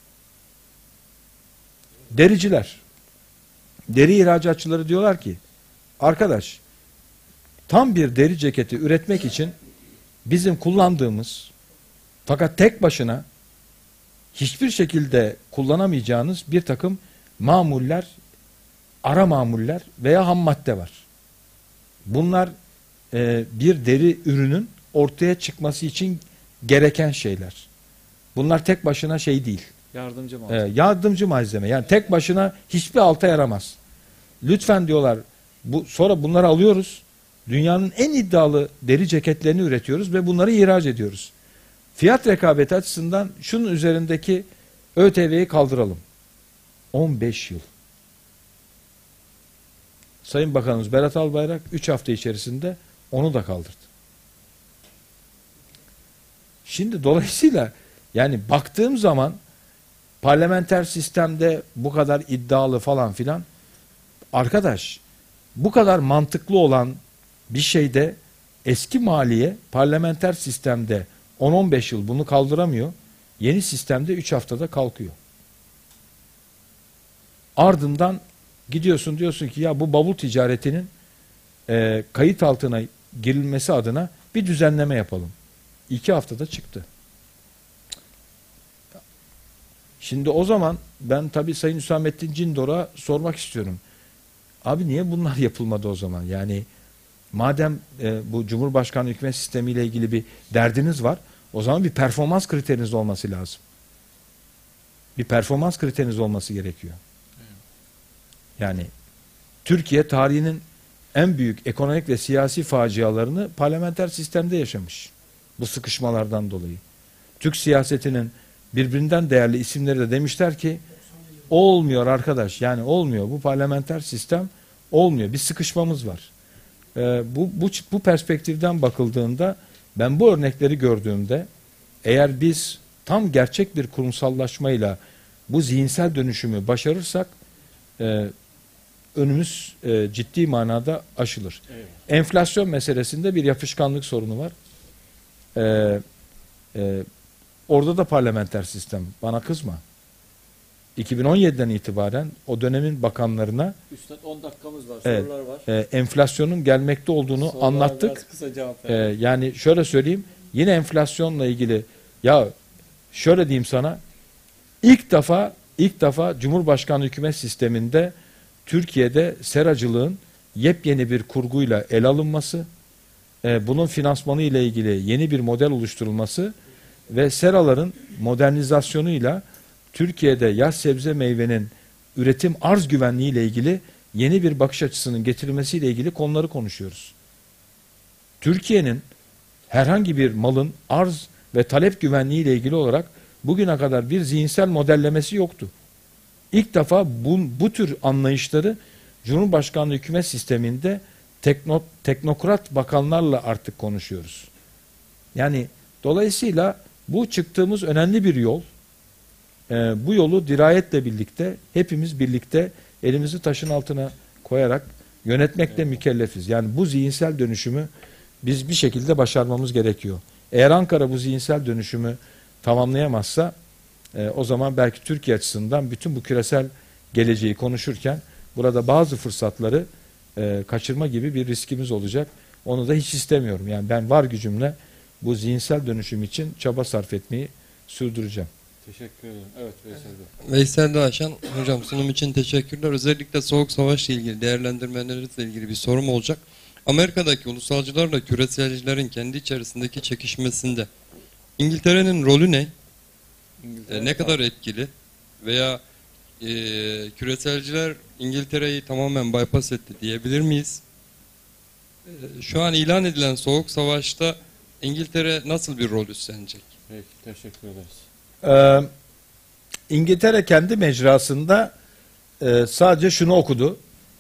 Speaker 2: Dericiler, deri ihracatçıları diyorlar ki arkadaş tam bir deri ceketi üretmek için bizim kullandığımız fakat tek başına hiçbir şekilde kullanamayacağınız bir takım mamuller, ara mamuller veya ham madde var. Bunlar e, bir deri ürünün ortaya çıkması için gereken şeyler. Bunlar tek başına şey değil.
Speaker 1: Yardımcı malzeme.
Speaker 2: E, yardımcı malzeme. Yani tek başına hiçbir alta yaramaz. Lütfen diyorlar. Bu, sonra bunları alıyoruz. Dünyanın en iddialı deri ceketlerini üretiyoruz ve bunları ihraç ediyoruz. Fiyat rekabeti açısından şunun üzerindeki ÖTV'yi kaldıralım. on beş yıl. Sayın Bakanımız Berat Albayrak üç hafta içerisinde onu da kaldırdı. Şimdi dolayısıyla yani baktığım zaman parlamenter sistemde bu kadar iddialı falan filan arkadaş bu kadar mantıklı olan bir şeyde eski maliye parlamenter sistemde on on beş yıl bunu kaldıramıyor. Yeni sistemde üç haftada kalkıyor. Ardından gidiyorsun diyorsun ki ya bu bavul ticaretinin e, kayıt altına girilmesi adına bir düzenleme yapalım. İki haftada çıktı. Şimdi o zaman ben tabii Sayın Hüsamettin Cindor'a sormak istiyorum. Abi niye bunlar yapılmadı o zaman? Yani madem e, bu Cumhurbaşkanlığı hükümet sistemiyle ilgili bir derdiniz var, o zaman bir performans kriteriniz olması lazım. Bir performans kriteriniz olması gerekiyor. Yani Türkiye tarihinin en büyük ekonomik ve siyasi facialarını parlamenter sistemde yaşamış. Bu sıkışmalardan dolayı. Türk siyasetinin birbirinden değerli isimleri de demişler ki olmuyor arkadaş, yani olmuyor, bu parlamenter sistem olmuyor, bir sıkışmamız var. Ee, bu, bu, bu perspektiften bakıldığında ben bu örnekleri gördüğümde eğer biz tam gerçek bir kurumsallaşmayla bu zihinsel dönüşümü başarırsak e, önümüz e, ciddi manada aşılır.
Speaker 1: Evet.
Speaker 2: Enflasyon meselesinde bir yapışkanlık sorunu var. Ee, e, orada da parlamenter sistem. Bana kızma. iki bin on yediden itibaren o dönemin bakanlarına
Speaker 1: Üstad on dakikamız var.
Speaker 2: Evet.
Speaker 1: Sorular var.
Speaker 2: e, enflasyonun gelmekte olduğunu
Speaker 1: Sorulara
Speaker 2: anlattık.
Speaker 1: biraz kısa cevap
Speaker 2: Ee,
Speaker 1: verin.
Speaker 2: yani şöyle söyleyeyim, yine enflasyonla ilgili, ya şöyle diyeyim sana, ilk defa ilk defa Cumhurbaşkanlığı hükümet sisteminde Türkiye'de seracılığın yepyeni bir kurguyla ele alınması, e, bunun finansmanı ile ilgili yeni bir model oluşturulması ve seraların modernizasyonuyla Türkiye'de yaş sebze meyvenin üretim arz güvenliği ile ilgili yeni bir bakış açısının getirilmesiyle ilgili konuları konuşuyoruz. Türkiye'nin herhangi bir malın arz ve talep güvenliği ile ilgili olarak bugüne kadar bir zihinsel modellemesi yoktu. İlk defa bu, bu tür anlayışları Cumhurbaşkanlığı hükümet sisteminde tekno, teknokrat bakanlarla artık konuşuyoruz. Yani dolayısıyla bu çıktığımız önemli bir yol. Ee, bu yolu dirayetle birlikte, hepimiz birlikte elimizi taşın altına koyarak yönetmekle mükellefiz. Yani bu zihinsel dönüşümü biz bir şekilde başarmamız gerekiyor. Eğer Ankara bu zihinsel dönüşümü tamamlayamazsa e, o zaman belki Türkiye açısından bütün bu küresel geleceği konuşurken burada bazı fırsatları e, kaçırma gibi bir riskimiz olacak. Onu da hiç istemiyorum. Yani ben var gücümle bu zihinsel dönüşüm için çaba sarf etmeyi sürdüreceğim.
Speaker 1: Teşekkür ederim. Evet Veysel Bey.
Speaker 6: Veysel Dağaşan hocam, sunum için teşekkürler. Özellikle Soğuk Savaş'la ilgili değerlendirmelerinizle ilgili bir sorum olacak. Amerika'daki ulusalcılarla küreselcilerin kendi içerisindeki çekişmesinde İngiltere'nin rolü ne?
Speaker 1: İngiltere
Speaker 6: E, ne kadar etkili? Veya e, küreselciler İngiltere'yi tamamen bypass etti diyebilir miyiz? E, şu an ilan edilen Soğuk Savaş'ta İngiltere nasıl bir rol üstlenecek?
Speaker 1: Peki, teşekkür ederiz.
Speaker 2: Ee, İngiltere kendi mecrasında e, sadece şunu okudu.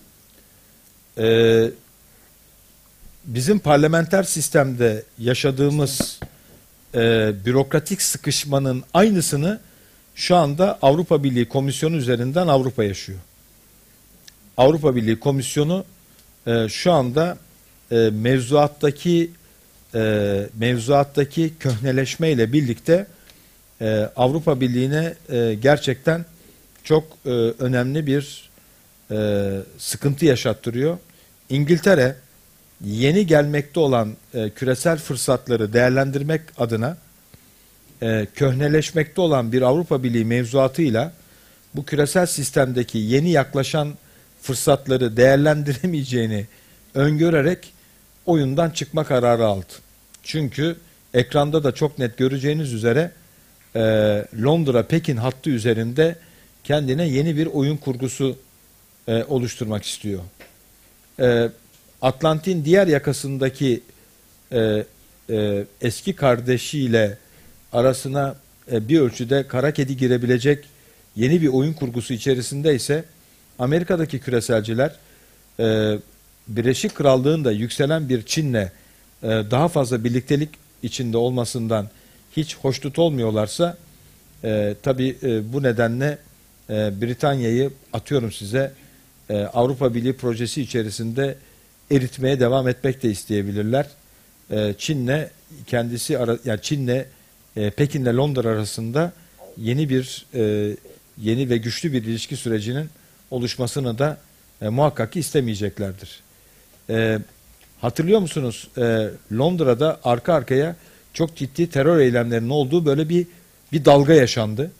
Speaker 2: Ee, bizim parlamenter sistemde yaşadığımız e, bürokratik sıkışmanın aynısını şu anda Avrupa Birliği Komisyonu üzerinden Avrupa yaşıyor. Avrupa Birliği Komisyonu e, şu anda e, mevzuattaki e, mevzuattaki köhneleşmeyle birlikte e, Avrupa Birliği'ne e, gerçekten çok e, önemli bir e, sıkıntı yaşattırıyor. İngiltere yeni gelmekte olan e, küresel fırsatları değerlendirmek adına e, köhneleşmekte olan bir Avrupa Birliği mevzuatıyla bu küresel sistemdeki yeni yaklaşan fırsatları değerlendiremeyeceğini öngörerek oyundan çıkma kararı aldı. Çünkü ekranda da çok net göreceğiniz üzere e, Londra-Pekin hattı üzerinde kendine yeni bir oyun kurgusu e, oluşturmak istiyor. E, Atlantik'in diğer yakasındaki e, e, eski kardeşiyle arasına e, bir ölçüde kara kedi girebilecek yeni bir oyun kurgusu içerisinde ise Amerika'daki küreselciler e, Birleşik Krallığın da yükselen bir Çin'le e, daha fazla birliktelik içinde olmasından hiç hoşnut olmuyorlarsa e, tabii e, bu nedenle e, Britanya'yı atıyorum size e, Avrupa Birliği projesi içerisinde eritmeye devam etmek de isteyebilirler. E, Çin'le kendisi ara, yani Çin'le e, Pekin'le Londra arasında yeni bir e, yeni ve güçlü bir ilişki sürecinin oluşmasını da e, muhakkak ki istemeyeceklerdir. E, hatırlıyor musunuz? E, Londra'da arka arkaya çok ciddi terör eylemlerinin olduğu böyle bir bir dalga yaşandı.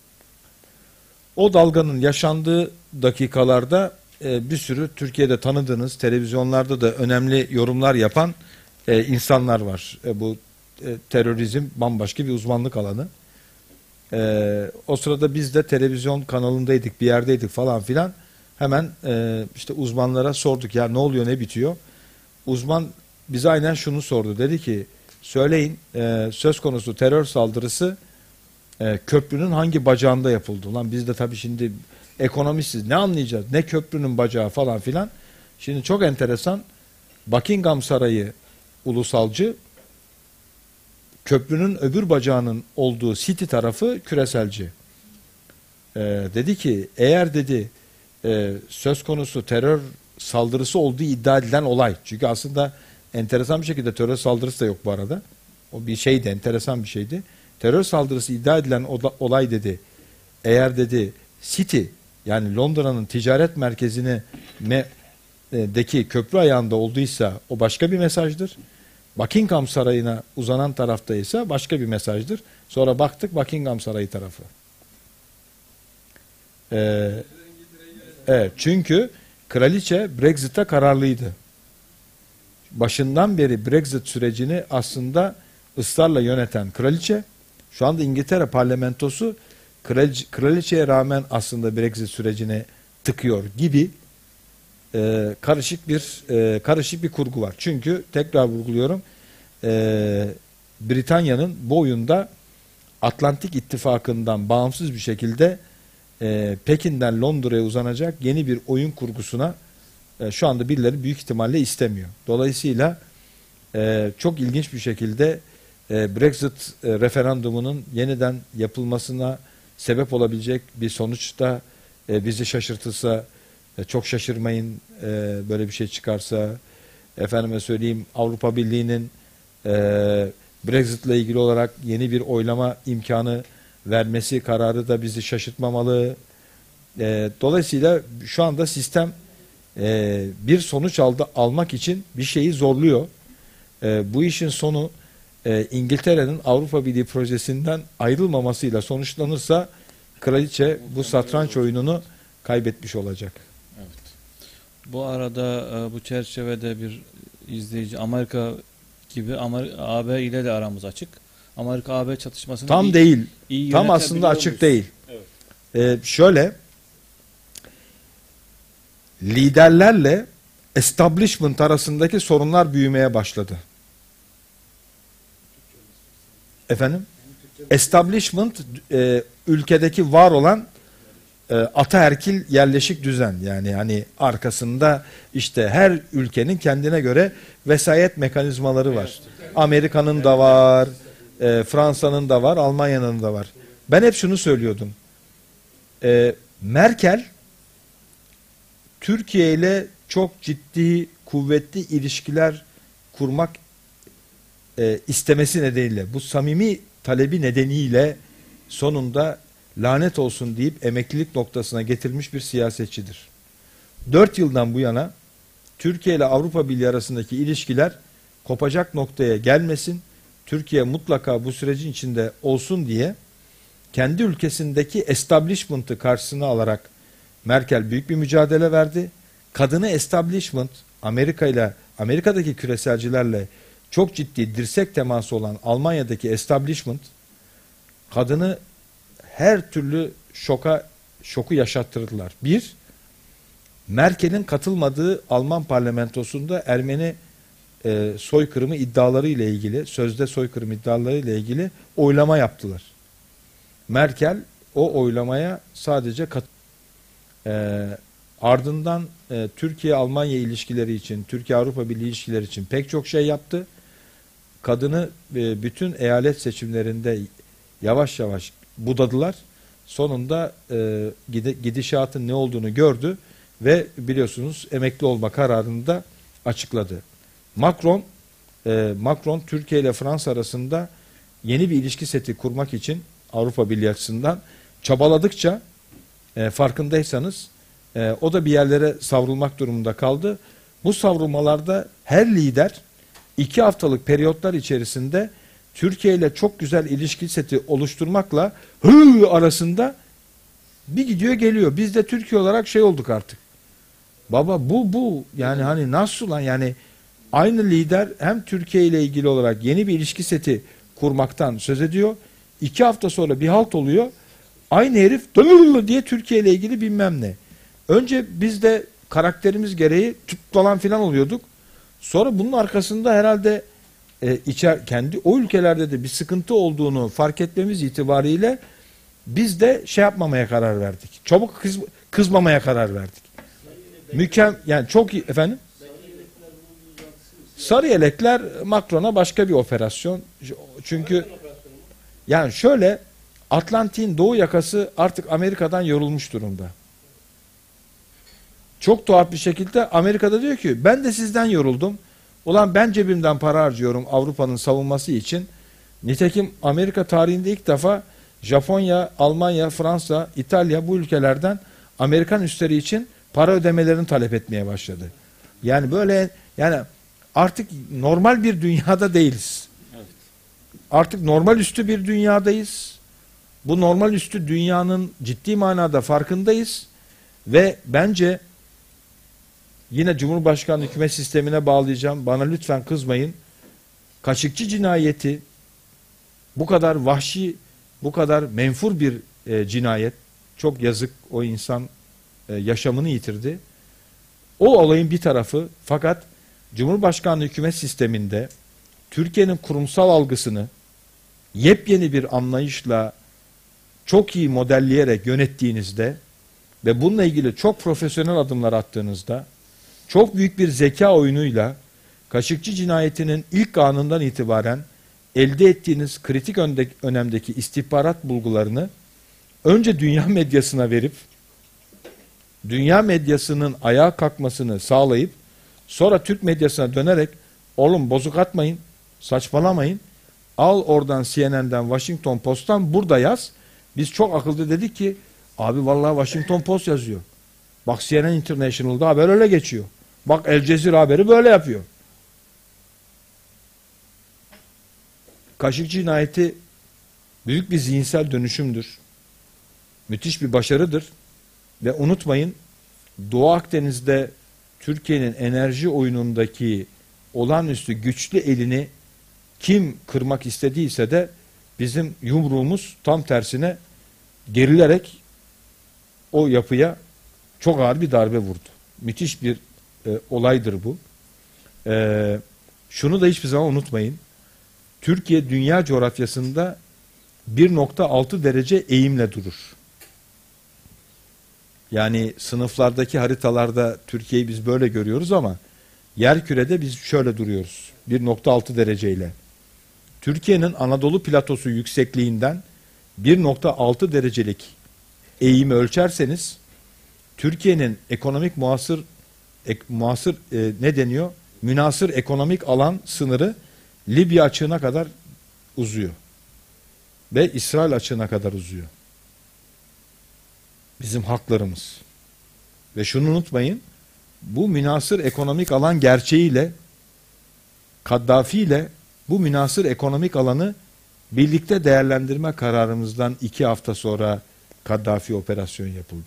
Speaker 2: O dalganın yaşandığı dakikalarda e, bir sürü Türkiye'de tanıdığınız, televizyonlarda da önemli yorumlar yapan e, insanlar var. E, bu e, terörizm bambaşka bir uzmanlık alanı. E, o sırada biz de televizyon kanalındaydık, bir yerdeydik falan filan. Hemen e, işte uzmanlara sorduk, ya ne oluyor, ne bitiyor? Uzman bize aynen şunu sordu. Dedi ki söyleyin, e, söz konusu terör saldırısı e, köprünün hangi bacağında yapıldı? Ulan biz de tabii şimdi ekonomistiz, ne anlayacağız? Ne köprünün bacağı falan filan. Şimdi çok enteresan, Buckingham Sarayı ulusalcı, köprünün öbür bacağının olduğu City tarafı küreselci. Ee, dedi ki eğer dedi e, söz konusu terör saldırısı olduğu iddia edilen olay, çünkü aslında enteresan bir şekilde terör saldırısı da yok bu arada. O bir şeydi, enteresan bir şeydi. Terör saldırısı iddia edilen olay dedi, eğer dedi City, yani Londra'nın ticaret merkezine me, deki köprü ayağında olduysa o başka bir mesajdır. Buckingham Sarayı'na uzanan tarafta ise başka bir mesajdır. Sonra baktık Buckingham Sarayı tarafı. Ee, evet, çünkü kraliçe Brexit'e kararlıydı. Başından beri Brexit sürecini aslında ısrarla yöneten kraliçe, şu anda İngiltere parlamentosu kraliçe, kraliçeye rağmen aslında Brexit sürecine tıkıyor gibi e, karışık bir e, karışık bir kurgu var. Çünkü tekrar vurguluyorum, e, Britanya'nın bu oyunda Atlantik İttifakı'ndan bağımsız bir şekilde e, Pekin'den Londra'ya uzanacak yeni bir oyun kurgusuna e, şu anda birileri büyük ihtimalle istemiyor. Dolayısıyla e, çok ilginç bir şekilde e, Brexit e, referandumunun yeniden yapılmasına sebep olabilecek bir sonuçta e, bizi şaşırtırsa, e, çok şaşırmayın e, böyle bir şey çıkarsa. Efendime söyleyeyim, Avrupa Birliği'nin e, Brexit ile ilgili olarak yeni bir oylama imkanı vermesi kararı da bizi şaşırtmamalı. E, dolayısıyla şu anda sistem e, bir sonuç aldı, almak için bir şeyi zorluyor. E, bu işin sonu e, İngiltere'nin Avrupa Birliği projesinden ayrılmamasıyla sonuçlanırsa kraliçe bu satranç oyununu kaybetmiş olacak.
Speaker 1: Evet. Bu arada e, bu çerçevede bir izleyici, Amerika gibi Amer A B ile de aramız açık. Amerika-A B çatışmasını
Speaker 2: Tam
Speaker 1: iyi,
Speaker 2: değil.
Speaker 1: iyi
Speaker 2: Tam aslında açık
Speaker 1: muyuz?
Speaker 2: değil.
Speaker 1: Evet.
Speaker 2: Ee, şöyle, liderlerle establishment arasındaki sorunlar büyümeye başladı. Efendim? Establishment e, ülkedeki var olan e, ataerkil yerleşik düzen, yani hani arkasında işte her ülkenin kendine göre vesayet mekanizmaları var. Amerika'nın da var, e, Fransa'nın da var, Almanya'nın da var. Ben hep şunu söylüyordum. E, Merkel Türkiye ile çok ciddi, kuvvetli ilişkiler kurmak e, istemesi nedeniyle, bu samimi talebi nedeniyle sonunda lanet olsun deyip emeklilik noktasına getirmiş bir siyasetçidir. Dört yıldan bu yana Türkiye ile Avrupa Birliği arasındaki ilişkiler kopacak noktaya gelmesin, Türkiye mutlaka bu sürecin içinde olsun diye kendi ülkesindeki establishment'ı karşısına alarak Merkel büyük bir mücadele verdi. Kadını establishment, Amerika ile Amerika'daki küreselcilerle çok ciddi dirsek teması olan Almanya'daki establishment kadını her türlü şoka şoku yaşattırdılar. Bir, Merkel'in katılmadığı Alman parlamentosunda Ermeni e, soykırımı iddiaları ile ilgili, sözde soykırım iddiaları ile ilgili oylama yaptılar. Merkel o oylamaya sadece kat e, ardından e, Türkiye-Almanya ilişkileri için, Türkiye-Avrupa Birliği ilişkileri için pek çok şey yaptı. Kadını e, bütün eyalet seçimlerinde yavaş yavaş budadılar. Sonunda e, gidişatın ne olduğunu gördü ve biliyorsunuz emekli olma kararını da açıkladı. Macron, e, Macron Türkiye ile Fransa arasında yeni bir ilişki seti kurmak için Avrupa Birliği açısından çabaladıkça e, farkındaysanız e, o da bir yerlere savrulmak durumunda kaldı. Bu savrulmalarda her lider iki haftalık periyotlar içerisinde Türkiye ile çok güzel ilişki seti oluşturmakla hı arasında bir gidiyor geliyor. Biz de Türkiye olarak şey olduk artık. Baba bu bu yani hani nasıl lan, yani aynı lider hem Türkiye ile ilgili olarak yeni bir ilişki seti kurmaktan söz ediyor. İki hafta sonra bir halt oluyor. Aynı herif diye Türkiye ile ilgili bilmem ne. Önce biz de karakterimiz gereği tut falan filan oluyorduk. Sonra bunun arkasında herhalde e, içer kendi o ülkelerde de bir sıkıntı olduğunu fark etmemiz itibariyle biz de şey yapmamaya karar verdik. Çabuk kız, kızmamaya karar verdik. Mükem yani çok iyi efendim. Sarı yelekler Macron'a başka bir operasyon. Çünkü yani şöyle Atlantik'in doğu yakası artık Amerika'dan yorulmuş durumda. Çok tuhaf bir şekilde Amerika'da diyor ki ben de sizden yoruldum. Ulan ben cebimden para harcıyorum Avrupa'nın savunması için. Nitekim Amerika tarihinde ilk defa Japonya, Almanya, Fransa, İtalya bu ülkelerden Amerikan üsleri için para ödemelerini talep etmeye başladı. Yani böyle yani artık normal bir dünyada değiliz.
Speaker 1: Evet.
Speaker 2: Artık normal üstü bir dünyadayız. Bu normal üstü dünyanın ciddi manada farkındayız ve bence yine Cumhurbaşkanlığı hükümet sistemine bağlayacağım. Bana lütfen kızmayın. Kaşıkçı cinayeti bu kadar vahşi, bu kadar menfur bir e, cinayet. Çok yazık, o insan e, yaşamını yitirdi. O olayın bir tarafı, fakat Cumhurbaşkanlığı hükümet sisteminde Türkiye'nin kurumsal algısını yepyeni bir anlayışla çok iyi modelleyerek yönettiğinizde ve bununla ilgili çok profesyonel adımlar attığınızda çok büyük bir zeka oyunuyla Kaşıkçı cinayetinin ilk anından itibaren elde ettiğiniz kritik önemdeki istihbarat bulgularını önce dünya medyasına verip dünya medyasının ayağa kalkmasını sağlayıp sonra Türk medyasına dönerek oğlum bozuk atmayın, saçmalamayın, al oradan C N N'den, Washington Post'tan burada yaz. Biz çok akıllı dedik ki abi vallahi Washington Post yazıyor. Bak C N N International'da haber öyle geçiyor. Bak El Cezire haberi böyle yapıyor. Kaşıkçı cinayeti büyük bir zihinsel dönüşümdür. Müthiş bir başarıdır. Ve unutmayın, Doğu Akdeniz'de Türkiye'nin enerji oyunundaki olağanüstü güçlü elini kim kırmak istediyse de bizim yumruğumuz tam tersine gerilerek o yapıya çok ağır bir darbe vurdu. Müthiş bir e, olaydır bu. E, şunu da hiçbir zaman unutmayın. Türkiye dünya coğrafyasında bir nokta altı derece eğimle durur. Yani sınıflardaki haritalarda Türkiye'yi biz böyle görüyoruz ama yerkürede biz şöyle duruyoruz. bir nokta altı dereceyle. Türkiye'nin Anadolu platosu yüksekliğinden bir nokta altı derecelik eğimi ölçerseniz Türkiye'nin ekonomik muasır ek, muasır e, ne deniyor? Münasır ekonomik alan sınırı Libya açığına kadar uzuyor. Ve İsrail açığına kadar uzuyor. Bizim haklarımız. Ve şunu unutmayın, bu münasır ekonomik alan gerçeğiyle Kaddafi ile bu münasır ekonomik alanı birlikte değerlendirme kararımızdan iki hafta sonra Kaddafi operasyon yapıldı.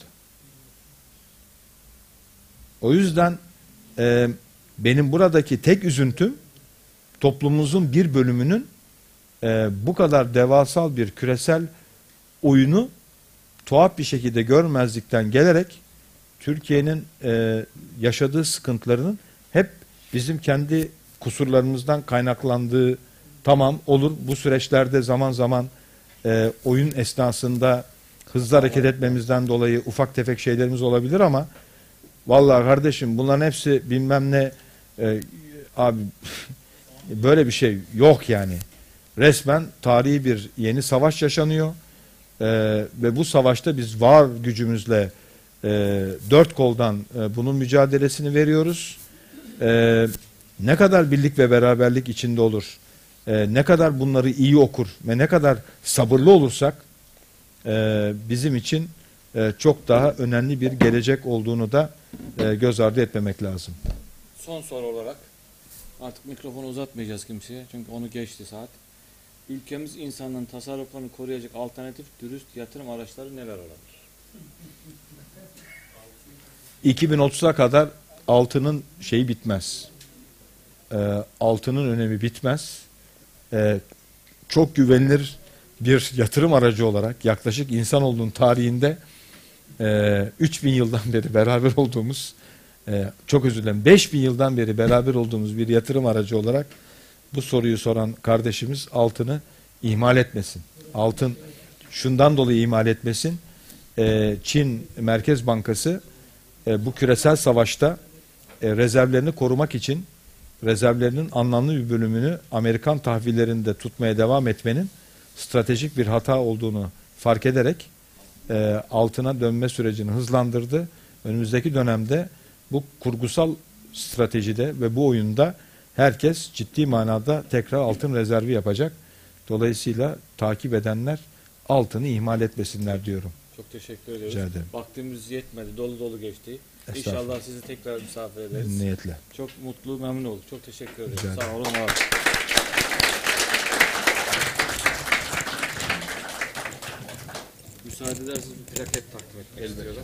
Speaker 2: O yüzden e, benim buradaki tek üzüntüm toplumumuzun bir bölümünün e, bu kadar devasal bir küresel oyunu tuhaf bir şekilde görmezlikten gelerek Türkiye'nin e, yaşadığı sıkıntılarının hep bizim kendi kusurlarımızdan kaynaklandığı, tamam olur bu süreçlerde zaman zaman e, oyun esnasında hızlı hareket etmemizden dolayı ufak tefek şeylerimiz olabilir ama vallahi kardeşim bunların hepsi bilmem ne e, abi böyle bir şey yok yani. Resmen tarihi bir yeni savaş yaşanıyor. Ee, ve bu savaşta biz var gücümüzle e, dört koldan e, bunun mücadelesini veriyoruz. E, ne kadar birlik ve beraberlik içinde olur, e, ne kadar bunları iyi okur ve ne kadar sabırlı olursak e, bizim için e, çok daha önemli bir gelecek olduğunu da e, göz ardı etmemek lazım.
Speaker 1: Son soru olarak artık mikrofonu uzatmayacağız kimseye çünkü onu geçti saat. Ülkemiz insanların tasarruflarını koruyacak alternatif dürüst yatırım araçları neler olabilir?
Speaker 2: iki bin otuza kadar altının şeyi bitmez. E, altının önemi bitmez. E, çok güvenilir bir yatırım aracı olarak yaklaşık insanoğlunun tarihinde e, üç bin yıldan beri beraber olduğumuz, e, çok özür dilerim beş bin yıldan beri beraber olduğumuz bir yatırım aracı olarak bu soruyu soran kardeşimiz altını ihmal etmesin. Altın şundan dolayı ihmal etmesin. E, Çin Merkez Bankası e, bu küresel savaşta e, rezervlerini korumak için rezervlerinin anlamlı bir bölümünü Amerikan tahvillerinde tutmaya devam etmenin stratejik bir hata olduğunu fark ederek e, altına dönme sürecini hızlandırdı. Önümüzdeki dönemde bu kurgusal stratejide ve bu oyunda herkes ciddi manada tekrar altın rezervi yapacak. Dolayısıyla takip edenler altını ihmal etmesinler diyorum.
Speaker 1: Çok teşekkür ediyoruz.
Speaker 2: Rica ederim.
Speaker 1: Vaktimiz yetmedi. Dolu dolu geçti.
Speaker 2: Estağfurullah.
Speaker 1: İnşallah sizi tekrar misafir ederiz.
Speaker 2: Memnuniyetle.
Speaker 1: Çok mutlu, memnun olduk. Çok teşekkür ederim.
Speaker 2: Rica ederim.
Speaker 1: Sağ olun. Var olun. Müsaade ederseniz bir plaket takdim etmek istiyorum.